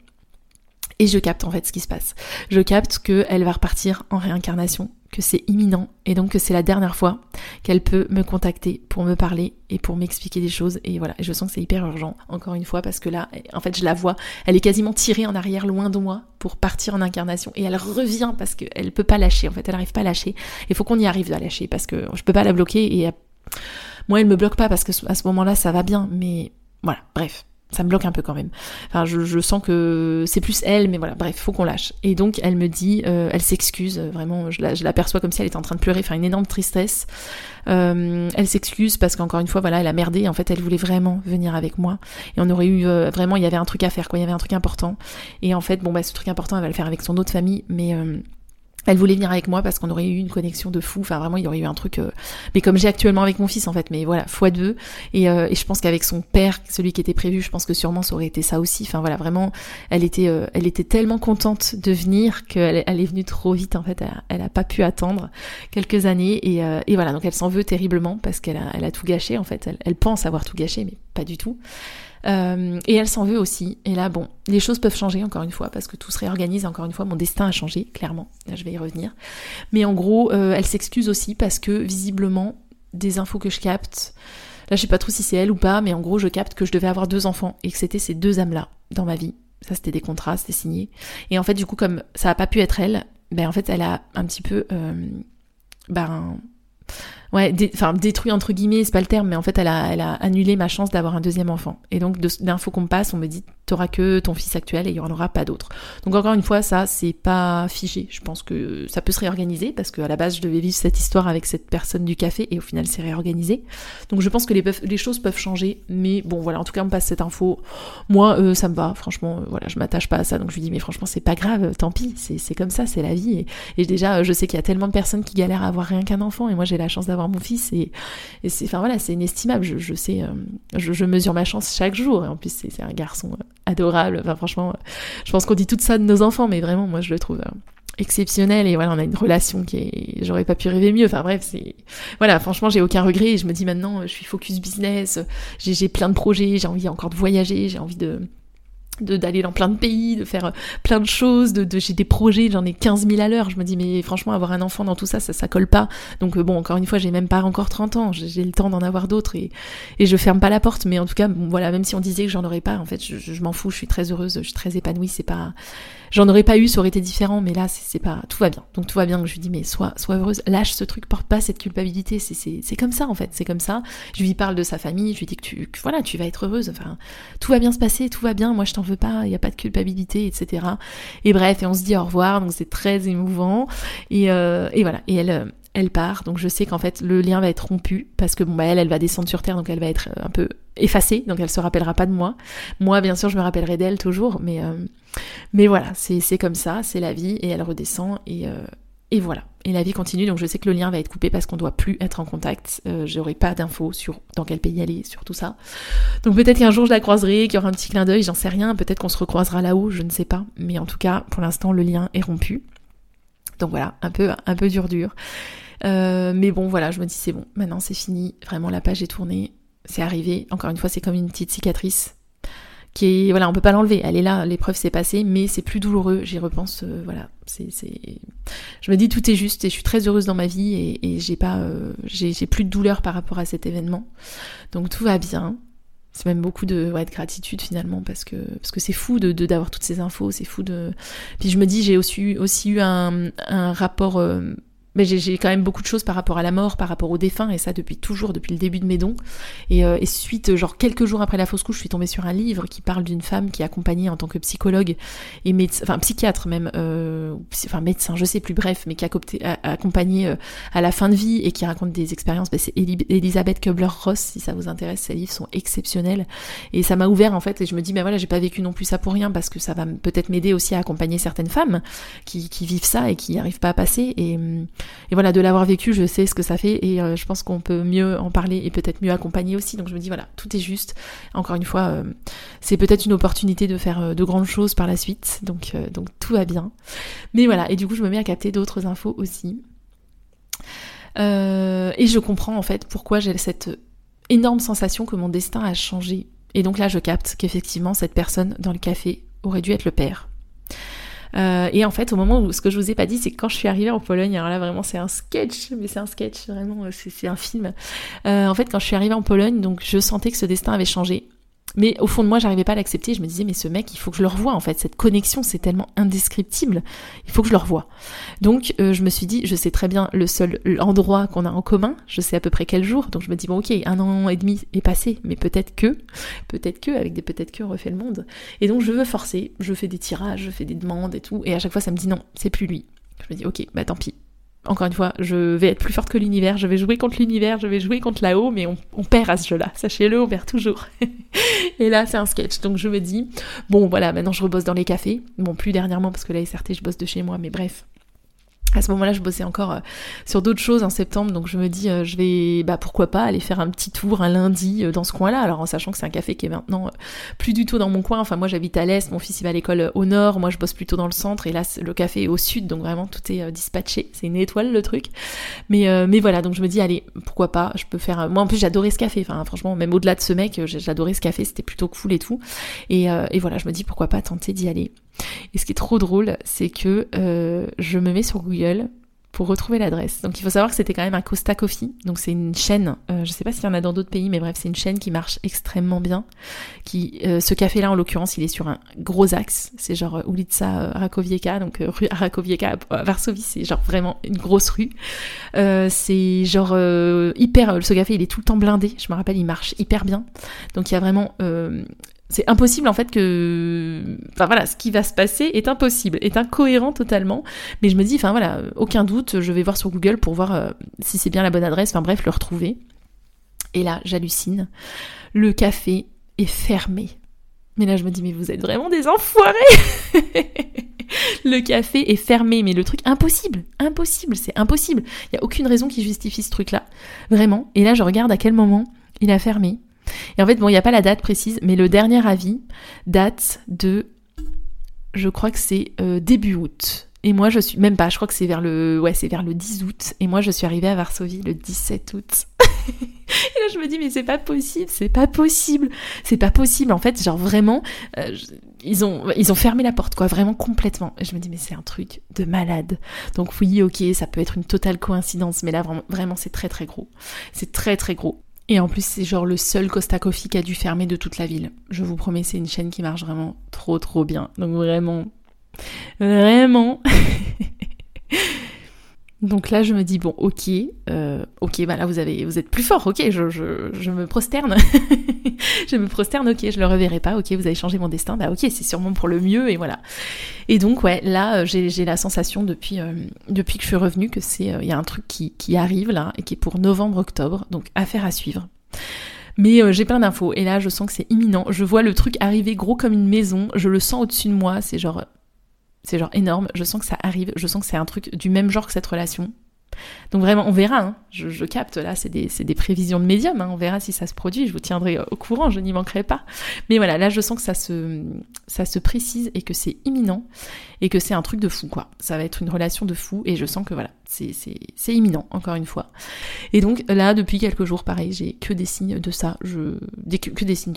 Et je capte en fait ce qui se passe. Je capte qu'elle va repartir en réincarnation, que c'est imminent et donc que c'est la dernière fois qu'elle peut me contacter pour me parler et pour m'expliquer des choses. Et voilà, et je sens que c'est hyper urgent, encore une fois, parce que là, en fait, je la vois, elle est quasiment tirée en arrière loin de moi pour partir en incarnation. Et elle revient parce qu'elle peut pas lâcher, en fait, elle arrive pas à lâcher. Il faut qu'on y arrive à lâcher parce que je peux pas la bloquer et moi, elle me bloque pas parce que à ce moment-là, ça va bien. Mais voilà, bref. Ça me bloque un peu quand même. Enfin, je, je sens que c'est plus elle, mais voilà, bref, faut qu'on lâche. Et donc, elle me dit, euh, elle s'excuse, vraiment, je, la, je l'aperçois comme si elle était en train de pleurer, faire une énorme tristesse. Euh, elle s'excuse parce qu'encore une fois, voilà, elle a merdé. En fait, elle voulait vraiment venir avec moi. Et on aurait eu, euh, vraiment, il y avait un truc à faire, quoi. Il y avait un truc important. Et en fait, bon, bah, ce truc important, elle va le faire avec son autre famille, mais... Euh, elle voulait venir avec moi parce qu'on aurait eu une connexion de fou. Enfin, vraiment, il y aurait eu un truc... Euh... Mais comme j'ai actuellement avec mon fils, en fait. Mais voilà, fois deux. Et, euh, et je pense qu'avec son père, celui qui était prévu, je pense que sûrement ça aurait été ça aussi. Enfin, voilà, vraiment, elle était, euh, elle était tellement contente de venir qu'elle elle est venue trop vite, en fait. Elle a, elle a pas pu attendre quelques années. Et, euh, et voilà, donc elle s'en veut terriblement parce qu'elle a, elle a tout gâché, en fait. Elle, elle pense avoir tout gâché, mais pas du tout. Euh, et elle s'en veut aussi. Et là, bon, les choses peuvent changer encore une fois parce que tout se réorganise. Encore une fois, mon destin a changé, clairement. Là, je vais y revenir. Mais en gros, euh, elle s'excuse aussi parce que visiblement, des infos que je capte, là, je sais pas trop si c'est elle ou pas, mais en gros, je capte que je devais avoir deux enfants et que c'était ces deux âmes-là dans ma vie. Ça, c'était des contrats, c'était signé. Et en fait, du coup, comme ça a pas pu être elle, ben en fait, elle a un petit peu, euh, ben. Ouais, dé, enfin détruit entre guillemets, c'est pas le terme, mais en fait elle a, elle a annulé ma chance d'avoir un deuxième enfant. Et donc de, d'infos qu'on me passe, on me dit t'auras que ton fils actuel et il y en aura pas d'autres. Donc encore une fois, ça c'est pas figé. Je pense que ça peut se réorganiser parce qu'à la base je devais vivre cette histoire avec cette personne du café et au final c'est réorganisé. Donc je pense que les, les choses peuvent changer, mais bon voilà, en tout cas on me passe cette info. Moi euh, ça me va, franchement, euh, voilà, je m'attache pas à ça. Donc je lui dis mais franchement c'est pas grave, tant pis, c'est, c'est comme ça, c'est la vie. Et, et déjà je sais qu'il y a tellement de personnes qui galèrent à avoir rien qu'un enfant et moi j'ai la chance d'avoir mon fils et, et c'est, enfin voilà, c'est inestimable. Je, je sais, euh, je, je mesure ma chance chaque jour. Et en plus, c'est, c'est un garçon euh, adorable. Enfin franchement, euh, je pense qu'on dit tout ça de nos enfants, mais vraiment, moi, je le trouve euh, exceptionnel. Et voilà, on a une relation qui est, j'aurais pas pu rêver mieux. Enfin bref, c'est, voilà, franchement, j'ai aucun regret. Et je me dis maintenant, je suis focus business. J'ai, j'ai plein de projets. J'ai envie encore de voyager. J'ai envie de de d'aller dans plein de pays, de faire plein de choses, de, de j'ai des projets, j'en ai quinze mille à l'heure. Je me dis mais franchement avoir un enfant dans tout ça, ça ça colle pas. Donc bon, encore une fois, j'ai même pas encore trente ans, j'ai, j'ai le temps d'en avoir d'autres et et je ferme pas la porte, mais en tout cas, bon voilà, même si on disait que j'en aurais pas, en fait, je, je m'en fous, je suis très heureuse, je suis très épanouie, c'est pas j'en aurais pas eu, ça aurait été différent, mais là c'est, c'est pas tout va bien. Donc tout va bien, je lui dis mais sois sois heureuse, lâche ce truc, porte pas cette culpabilité, c'est c'est c'est comme ça en fait, c'est comme ça. Je lui parle de sa famille, je lui dis que tu que, voilà, tu vas être heureuse, enfin tout va bien se passer, tout va bien, moi je t'en veux pas, il y a pas de culpabilité, et cetera. Et bref, et on se dit au revoir, donc c'est très émouvant. Et, euh, et voilà, et elle, elle part, donc je sais qu'en fait le lien va être rompu, parce que bon bah elle, elle va descendre sur terre, donc elle va être un peu effacée, donc elle se rappellera pas de moi. Moi, bien sûr, je me rappellerai d'elle toujours, mais euh, mais voilà, c'est c'est comme ça, c'est la vie, et elle redescend, et euh, et voilà. Et la vie continue, donc je sais que le lien va être coupé parce qu'on doit plus être en contact. Euh, j'aurai pas d'infos sur dans quel pays elle est, sur tout ça. Donc peut-être qu'un jour je la croiserai, qu'il y aura un petit clin d'œil, j'en sais rien. Peut-être qu'on se recroisera là-haut, je ne sais pas. Mais en tout cas, pour l'instant, le lien est rompu. Donc voilà, un peu, un peu dur dur. Euh, mais bon, voilà, je me dis c'est bon. Maintenant, c'est fini. Vraiment, la page est tournée. C'est arrivé. Encore une fois, c'est comme une petite cicatrice qui est, voilà, on peut pas l'enlever, elle est là, l'épreuve s'est passée, mais c'est plus douloureux, j'y repense, euh, voilà, c'est, c'est, je me dis tout est juste et je suis très heureuse dans ma vie et, et j'ai pas, euh, j'ai, j'ai plus de douleur par rapport à cet événement, donc tout va bien. C'est même beaucoup de, ouais, de gratitude finalement parce que parce que c'est fou de, de d'avoir toutes ces infos, c'est fou de. Puis je me dis j'ai aussi aussi eu un un rapport. Euh... Mais j'ai, j'ai quand même beaucoup de choses par rapport à la mort, par rapport au défunt, et ça depuis toujours, depuis le début de mes dons. Et, euh, et suite, genre quelques jours après la fausse couche, je suis tombée sur un livre qui parle d'une femme qui est accompagnée en tant que psychologue et médecin, enfin psychiatre même, euh, enfin médecin, je sais plus, bref, mais qui a, copté, a, a accompagné euh, à la fin de vie et qui raconte des expériences. Ben, c'est Elisabeth Kubler-Ross, si ça vous intéresse, ces livres sont exceptionnels. Et ça m'a ouvert en fait, et je me dis, ben voilà, j'ai pas vécu non plus ça pour rien, parce que ça va peut-être m'aider aussi à accompagner certaines femmes qui, qui vivent ça et qui n'y arrivent pas à passer. Et Et voilà, de l'avoir vécu, je sais ce que ça fait et euh, je pense qu'on peut mieux en parler et peut-être mieux accompagner aussi. Donc je me dis voilà, tout est juste. Encore une fois, euh, c'est peut-être une opportunité de faire euh, de grandes choses par la suite. Donc, euh, donc tout va bien. Mais voilà, et du coup je me mets à capter d'autres infos aussi. Euh, et je comprends en fait pourquoi j'ai cette énorme sensation que mon destin a changé. Et donc là je capte qu'effectivement cette personne dans le café aurait dû être le père. Euh, et en fait, au moment où ce que je vous ai pas dit, c'est que quand je suis arrivée en Pologne, alors là vraiment c'est un sketch, mais c'est un sketch vraiment, c'est, c'est un film. Euh, en fait, quand je suis arrivée en Pologne, donc je sentais que ce destin avait changé. Mais au fond de moi, j'arrivais pas à l'accepter. Je me disais, mais ce mec, il faut que je le revoie, en fait. Cette connexion, c'est tellement indescriptible. Il faut que je le revoie. Donc, euh, je me suis dit, je sais très bien le seul endroit qu'on a en commun. Je sais à peu près quel jour. Donc, je me dis, bon, ok, un an et demi est passé. Mais peut-être que, peut-être que, avec des peut-être que, on refait le monde. Et donc, je veux forcer. Je fais des tirages, je fais des demandes et tout. Et à chaque fois, ça me dit, non, c'est plus lui. Je me dis, ok, bah tant pis. Encore une fois, je vais être plus forte que l'univers, je vais jouer contre l'univers, je vais jouer contre là-haut, mais on, on perd à ce jeu-là, sachez-le, on perd toujours. Et là, c'est un sketch, donc je me dis, bon voilà, maintenant je rebosse dans les cafés, bon plus dernièrement, parce que là, S R T, je bosse de chez moi, mais bref. À ce moment-là, je bossais encore euh, sur d'autres choses en septembre, donc je me dis, euh, je vais, bah pourquoi pas, aller faire un petit tour un lundi euh, dans ce coin-là, alors en sachant que c'est un café qui est maintenant euh, plus du tout dans mon coin, enfin moi j'habite à l'est, mon fils il va à l'école euh, au nord, moi je bosse plutôt dans le centre, et là le café est au sud, donc vraiment tout est euh, dispatché, c'est une étoile le truc, mais euh, mais voilà, donc je me dis, allez, pourquoi pas, je peux faire, euh... moi en plus j'adorais ce café, enfin franchement, même au-delà de ce mec, euh, j'adorais ce café, c'était plutôt cool et tout, et, euh, et voilà, je me dis, pourquoi pas tenter d'y aller. Et ce qui est trop drôle, c'est que euh, je me mets sur Google pour retrouver l'adresse. Donc il faut savoir que c'était quand même un Costa Coffee, donc c'est une chaîne, euh, je sais pas s'il y en a dans d'autres pays, mais bref, c'est une chaîne qui marche extrêmement bien. Qui, euh, ce café-là, en l'occurrence, il est sur un gros axe, c'est genre euh, Ulica euh, Rakowiecka, donc euh, rue Rakowiecka à Varsovie, c'est genre vraiment une grosse rue. Euh, c'est genre euh, hyper, euh, ce café, il est tout le temps blindé, je me rappelle, il marche hyper bien. Donc il y a vraiment... Euh, c'est impossible en fait que, enfin voilà, ce qui va se passer est impossible, est incohérent totalement. Mais je me dis, enfin voilà, aucun doute, je vais voir sur Google pour voir euh, si c'est bien la bonne adresse. Enfin bref, le retrouver. Et là, j'hallucine. Le café est fermé. Mais là, je me dis, mais vous êtes vraiment des enfoirés. Le café est fermé, mais le truc impossible, impossible, c'est impossible. Il y a aucune raison qui justifie ce truc-là, vraiment. Et là, je regarde à quel moment il a fermé. Et en fait, bon, il n'y a pas la date précise, mais le dernier avis date de, je crois que c'est euh, début août. Et moi, je suis, même pas, je crois que c'est vers le, ouais, c'est vers le dix août. Et moi, je suis arrivée à Varsovie le dix-sept août. Et là, je me dis, mais c'est pas possible, c'est pas possible, c'est pas possible. En fait, genre vraiment, euh, ils ont, ils ont fermé la porte, quoi, vraiment complètement. Et je me dis, mais c'est un truc de malade. Donc oui, ok, ça peut être une totale coïncidence, mais là, vraiment, vraiment c'est très très gros. C'est très très gros. Et en plus, c'est genre le seul Costa Coffee qui a dû fermer de toute la ville. Je vous promets, c'est une chaîne qui marche vraiment trop trop bien. Donc vraiment, vraiment. Donc là, je me dis, bon, ok, euh, ok, bah là, vous avez, vous êtes plus fort, ok, je, je, je me prosterne. Je me prosterne, ok, je le reverrai pas, ok, vous avez changé mon destin, bah ok, c'est sûrement pour le mieux, et voilà. Et donc, ouais, là, j'ai, j'ai la sensation depuis, euh, depuis que je suis revenue que c'est, il euh, y a un truc qui, qui arrive là, et qui est pour novembre-octobre, donc affaire à suivre. Mais euh, j'ai plein d'infos, et là, je sens que c'est imminent. Je vois le truc arriver gros comme une maison, je le sens au-dessus de moi, c'est genre... C'est genre énorme, je sens que ça arrive, je sens que c'est un truc du même genre que cette relation. Donc vraiment, on verra, hein. je, je capte, là, c'est des, c'est des prévisions de médium, hein. On verra si ça se produit, je vous tiendrai au courant, je n'y manquerai pas. Mais voilà, là, je sens que ça se, ça se précise et que c'est imminent et que c'est un truc de fou, quoi. Ça va être une relation de fou et je sens que voilà, c'est, c'est, c'est imminent, encore une fois. Et donc là, depuis quelques jours, pareil, j'ai que des signes de ça, je, des, que, que des signes de ça.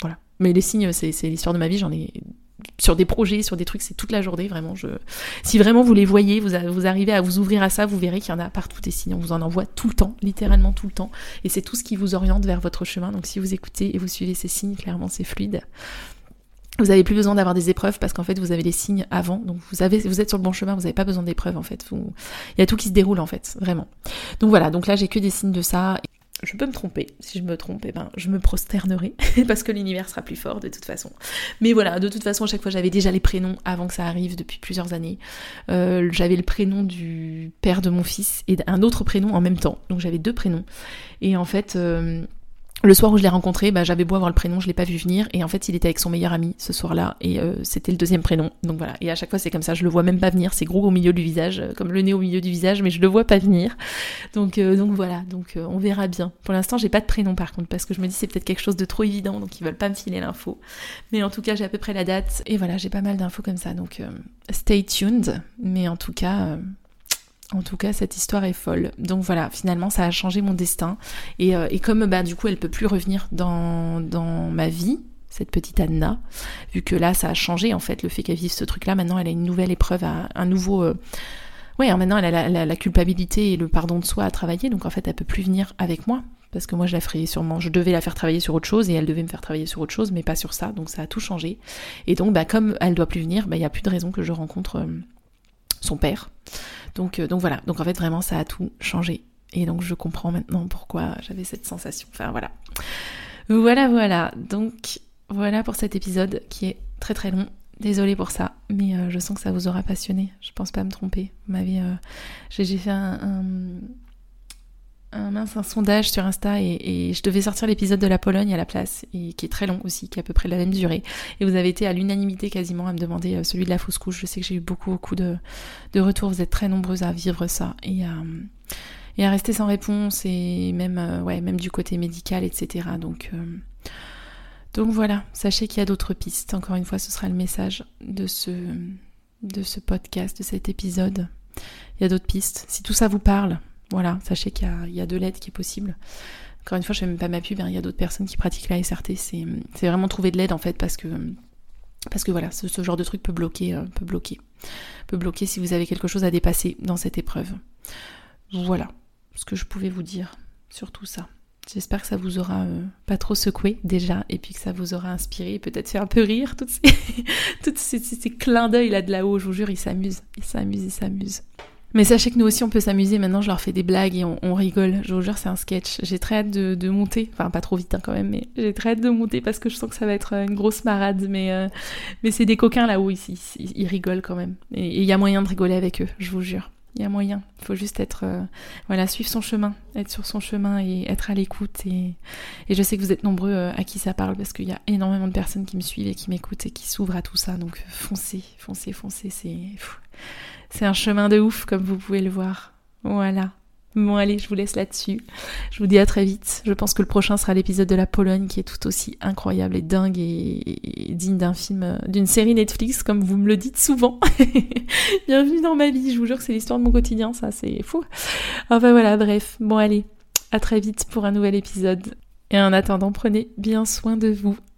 voilà. Mais les signes, c'est, c'est l'histoire de ma vie, j'en ai... sur des projets, sur des trucs, c'est toute la journée, vraiment. Je... Si vraiment vous les voyez, vous, a... vous arrivez à vous ouvrir à ça, vous verrez qu'il y en a partout des signes. On vous en envoie tout le temps, littéralement tout le temps. Et c'est tout ce qui vous oriente vers votre chemin. Donc si vous écoutez et vous suivez ces signes, clairement, c'est fluide. Vous n'avez plus besoin d'avoir des épreuves parce qu'en fait, vous avez les signes avant. Donc vous, avez... vous êtes sur le bon chemin, vous n'avez pas besoin d'épreuves, en fait. Vous... Il y a tout qui se déroule, en fait, vraiment. Donc voilà, donc là, j'ai que des signes de ça. Je peux me tromper, si je me trompe, eh ben, je me prosternerai, parce que l'univers sera plus fort de toute façon. Mais voilà, de toute façon, à chaque fois, j'avais déjà les prénoms avant que ça arrive depuis plusieurs années. Euh, j'avais le prénom du père de mon fils et un autre prénom en même temps, donc j'avais deux prénoms. Et en fait... Euh, Le soir où je l'ai rencontré, bah, j'avais beau avoir le prénom, je l'ai pas vu venir, et en fait il était avec son meilleur ami ce soir-là, et euh, c'était le deuxième prénom, donc voilà, et à chaque fois c'est comme ça, je le vois même pas venir, c'est gros au milieu du visage, euh, comme le nez au milieu du visage, mais je le vois pas venir, donc euh, donc voilà, donc euh, on verra bien. Pour l'instant j'ai pas de prénom par contre, parce que je me dis c'est peut-être quelque chose de trop évident, donc ils veulent pas me filer l'info, mais en tout cas j'ai à peu près la date, et voilà, j'ai pas mal d'infos comme ça, donc euh, stay tuned, mais en tout cas... Euh, En tout cas, cette histoire est folle. Donc voilà, finalement, ça a changé mon destin. Et, euh, et comme bah, du coup, elle peut plus revenir dans, dans ma vie, cette petite Anna, vu que là, ça a changé en fait, le fait qu'elle vive ce truc-là. Maintenant, elle a une nouvelle épreuve, à, un nouveau... Euh... Ouais, hein, maintenant, elle a la, la, la culpabilité et le pardon de soi à travailler. Donc en fait, elle peut plus venir avec moi. Parce que moi, je la ferais sûrement... Je devais la faire travailler sur autre chose et elle devait me faire travailler sur autre chose, mais pas sur ça. Donc ça a tout changé. Et donc, bah, comme elle doit plus venir, bah, y a plus de raison que je rencontre euh, son père. Donc, euh, donc voilà, donc en fait vraiment ça a tout changé. Et donc je comprends maintenant pourquoi j'avais cette sensation. Enfin voilà. Voilà, voilà. Donc voilà pour cet épisode qui est très très long. Désolée pour ça, mais euh, je sens que ça vous aura passionné. Je pense pas me tromper. Vous m'avez, euh, j'ai, j'ai fait un, un, un, mince, un sondage sur Insta et, et je devais sortir l'épisode de la Pologne à la place, et qui est très long aussi, qui est à peu près de la même durée. Et vous avez été à l'unanimité quasiment à me demander euh, celui de la fausse couche. Je sais que j'ai eu beaucoup beaucoup de, de retours. Vous êtes très nombreuses à vivre ça et à, et à rester sans réponse, et même, euh, ouais, même du côté médical, et cetera. Donc, euh, donc voilà, sachez qu'il y a d'autres pistes. Encore une fois, ce sera le message de ce, de ce podcast, de cet épisode. Il y a d'autres pistes. Si tout ça vous parle, voilà, sachez qu'il y a, il y a de l'aide qui est possible. Encore une fois, je fais même pas ma pub, hein, il y a d'autres personnes qui pratiquent la S R T. C'est, c'est vraiment trouver de l'aide en fait, parce que, parce que voilà, ce, ce genre de truc peut bloquer, euh, peut bloquer, peut bloquer si vous avez quelque chose à dépasser dans cette épreuve. Voilà ce que je pouvais vous dire sur tout ça. J'espère que ça vous aura euh, pas trop secoué déjà, et puis que ça vous aura inspiré, peut-être fait un peu rire, toutes ces, toutes ces, ces, ces clins d'œil là de là-haut. Je vous jure, ils s'amusent, ils s'amusent, ils s'amusent. Mais sachez que nous aussi on peut s'amuser. Maintenant je leur fais des blagues et on, on rigole. Je vous jure, c'est un sketch. J'ai très hâte de, de monter, enfin pas trop vite hein, quand même, mais j'ai très hâte de monter parce que je sens que ça va être une grosse marade. Mais euh, mais c'est des coquins là-haut ici, ils, ils rigolent quand même. Et il y a moyen de rigoler avec eux, je vous jure. Il y a moyen. Il faut juste être, euh, voilà, suivre son chemin, être sur son chemin et être à l'écoute. Et, et je sais que vous êtes nombreux euh, à qui ça parle, parce qu'il y a énormément de personnes qui me suivent et qui m'écoutent et qui s'ouvrent à tout ça. Donc foncez, foncez, foncez. C'est, c'est un chemin de ouf, comme vous pouvez le voir. Voilà. Bon allez, je vous laisse là-dessus. Je vous dis à très vite. Je pense que le prochain sera l'épisode de la Pologne, qui est tout aussi incroyable et dingue et, et digne d'un film, d'une série Netflix, comme vous me le dites souvent. Bienvenue dans ma vie, je vous jure que c'est l'histoire de mon quotidien, ça, c'est fou. Enfin voilà, bref. Bon allez, à très vite pour un nouvel épisode. Et en attendant, prenez bien soin de vous.